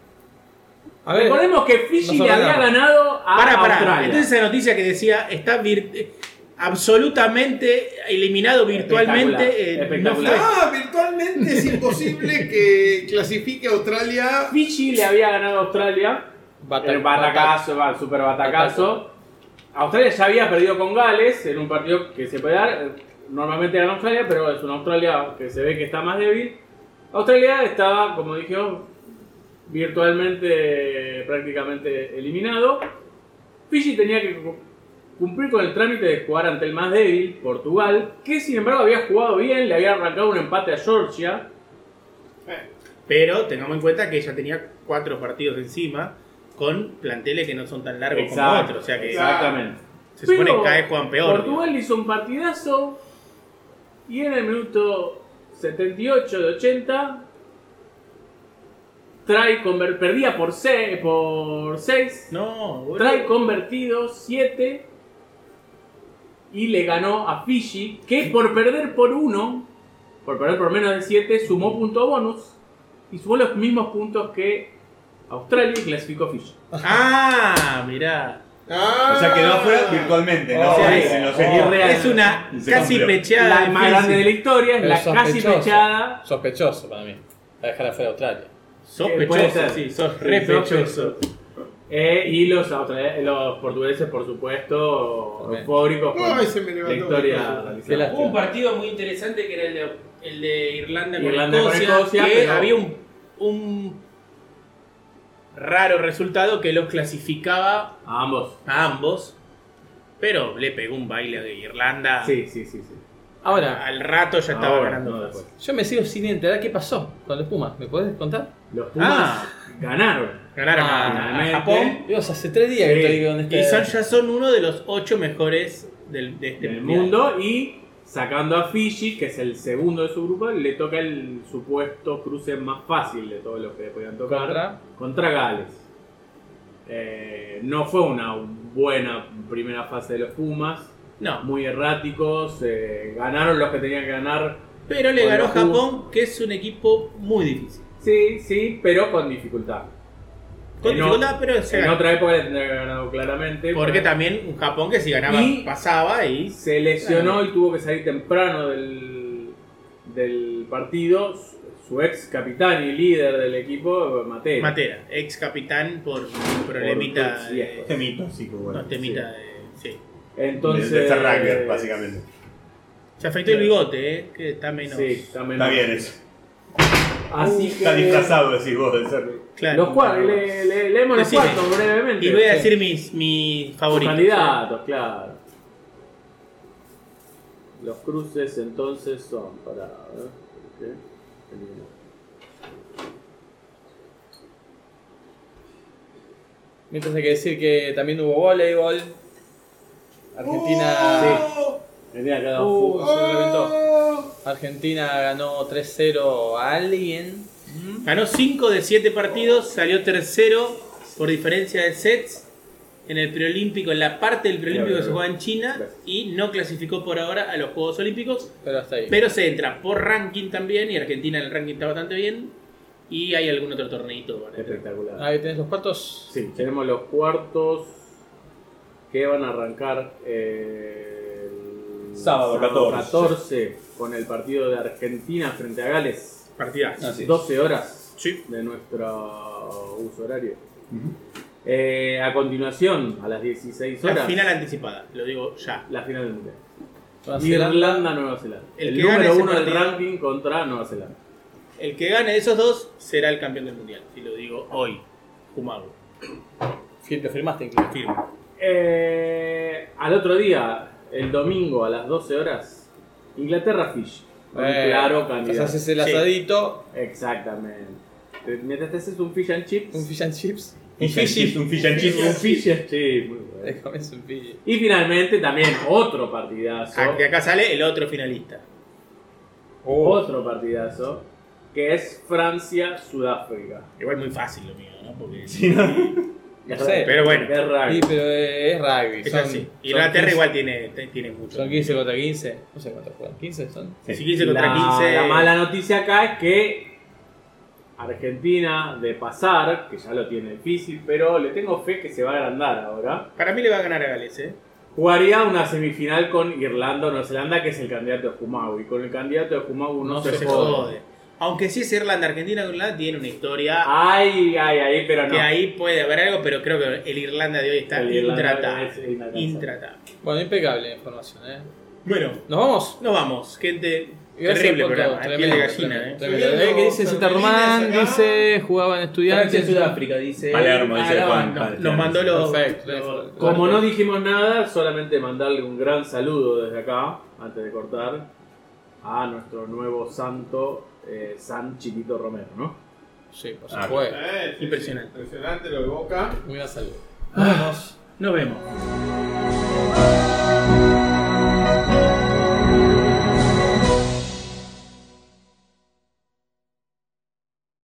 A ver, recordemos que Fiji no le había ganamos. ganado a Para, para. Australia. Entonces esa noticia que decía está vir- eh, absolutamente eliminado virtualmente. eh, no Espectacular. fue. Ah, virtualmente es imposible que clasifique Australia. Fiji le había ganado a Australia. Bata- el batacazo, va, super batacazo. Australia ya había perdido con Gales en un partido que se puede dar. Normalmente gana Australia, pero es una Australia que se ve que está más débil. Australia estaba, como dije, virtualmente prácticamente eliminado. Fiji tenía que cu- cumplir con el trámite de jugar ante el más débil, Portugal, que sin embargo había jugado bien, le había arrancado un empate a Georgia. Pero tengamos en cuenta que ella tenía cuatro partidos encima con planteles que no son tan largos como Exacto, otros. O sea que exactamente. se supone Pero que cada vez juegan peor. Portugal hizo un partidazo y en el minuto setenta y ocho de ochenta try conver- perdía por seis, por seis No, boludo. try convertido siete y le ganó a Fiji, que por perder por uno, por perder por menos de siete, sumó punto bonus y sumó los mismos puntos que Australia y clasificó Fiji. Ah, mirá. Ah, O sea, quedó afuera virtualmente. No Oh, sé, sí. en los Oh, equipos. real. Es una Se casi cumplió. pecheada. La de más Fiji. grande de la historia es Pero la casi sospechoso. fechada. Sospechoso para mí. A dejar afuera a Australia. Eh, puede Sospechoso, ser. sí, sos Sí, repechoso. Eh, y los, australianos- los portugueses, por supuesto, También. eufóricos con Ay, se me la levantó. historia Qué realizada. lástima. Hubo un partido muy interesante que era el de, el de Irlanda con Irlanda con Escocia. Escocia. Que pero- había un, un raro resultado que los clasificaba A ambos. a ambos. Pero le pegó un baile a Irlanda. Sí, sí, sí. sí. Ahora, Al rato ya estaba Ahora, ganando. no fácil. después. yo me sigo sin enterar qué pasó con los Pumas. ¿Me podés contar? Los Pumas Ah. ganaron. Ganaron a- a, Finalmente. Japón. Dios, hace tres días que Sí. estoy con este. Y son, ya son uno de los ocho mejores del, de este del mundial. mundo y sacando a Fiji, que es el segundo de su grupo, le toca el supuesto cruce más fácil de todos los que podían tocar Contra. contra Gales. Eh, no fue una buena primera fase de los Pumas, No, muy erráticos, eh, ganaron los que tenían que ganar. pero le Con ganó los Pumas. Japón, que es un equipo muy difícil. Sí, sí, pero con dificultad. Con En dificultad, o- pero se En ganó. otra época le tendría que haber ganado claramente. Porque también un Japón que si ganaba Y- pasaba y se lesionó y tuvo que salir temprano del, del partido su, su ex capitán y líder del equipo, Mateo. Matera, ex capitán por un problemita Por- de, Temito, sí, que bueno. unos temita de- sí. Entonces. de, de ser Ranger, básicamente. Se afeitó el bigote, eh, que está menos. Sí, está, menos. Está bien eso. Así que. Está disfrazado, decís vos, de ser. Claro. Los cuartos, le, le- leemos los Decime. cuartos brevemente. Y voy a Sí. decir mis, mis Los favoritos. candidatos, claro. Los cruces entonces son para. A ver, ¿qué? Mientras hay que decir que también hubo voleibol. Argentina. Sí. Tenía que dar Uh, fútbol. se reventó. Argentina ganó tres cero a alguien. Ganó cinco de siete partidos, salió tercero por diferencia de sets en el preolímpico, en la parte del preolímpico que se juega en China, y no clasificó por ahora a los Juegos Olímpicos, Pero hasta ahí. pero se entra por ranking también, y Argentina en el ranking está bastante bien, y hay algún otro torneito. Bueno, Espectacular. Ahí tenés los cuartos. Sí, tenemos los cuartos que van a arrancar eh, el Sábado catorce. catorce con el partido de Argentina frente a Gales. Partidas. Así es. doce horas Sí. de nuestro uso horario. Eh, a continuación, a las dieciséis horas, La final anticipada, lo digo ya. la final del mundial. Nueva Zelanda. Irlanda, Nueva Zelanda. El El, que gane número ese uno del partido- ranking contra Nueva Zelanda. El que gane de esos dos será el campeón del mundial. Y lo digo hoy. Kumago. Fir- Lo firmaste incluso. Firmo. Eh, al otro día, el domingo a las doce horas, Inglaterra-Fiji. Un Eh, claro Entonces candidato. haces el Sí. asadito, Exactamente. Mientras te haces un fish and chips. un fish and chips. Un Fish and chips, un fish and chips. Un fish and chips. Muy bueno. Déjame un fish. Y finalmente también otro partidazo. Ah, de acá sale el otro finalista. Otro partidazo. Que es Francia-Sudáfrica. Igual muy fácil lo mío, ¿no? Porque No sé. Pero bueno. Es rugby. Sí, pero es rugby. es son- así. son Inglaterra quince igual tiene, tiene mucho. Son quince contra quince. No sé cuántos juegan. ¿quince son? Si quince contra la, quince. la mala noticia acá es que Argentina de pasar, que ya lo tiene difícil, pero le tengo fe que se va a agrandar ahora. Para mí le va a ganar a Gales, ¿eh? Jugaría una semifinal con Irlanda o Nueva Zelanda, que es el candidato de Jumagu. Y con el candidato de Jumagu no, No se, se jode. Jode. Aunque si es Irlanda, Argentina con Irlanda tiene una historia Ay, ay, ay, pero no. que ahí puede haber algo, pero creo que el Irlanda de hoy está El Irlanda intratable. es inalcanzable. Intratable. Bueno, impecable la información, ¿eh? Bueno, ¿Nos vamos? nos vamos, gente. Gracias Terrible por programa, todo, eh, piel de tremendo, gallina, tremendo, eh. tremendo. Estoy ¿Eh? ¿Qué dice viendo Zeta Román? Fermilines acá. Dice, jugaban estudiantes. Francia, Sudáfrica, dice. Palermo, dice Ah, Juan. no, Padre, nos mandó los. Perfecto. los- Como no dijimos nada, solamente mandarle un gran saludo desde acá, antes de cortar, a nuestro nuevo santo, eh, San Chiquito Romero, ¿no? Sí, por Ah, supuesto. Eh, sí, Impresionante. sí, impresionante lo de Boca. Muy bien, salud. Nos vemos. Nos vemos.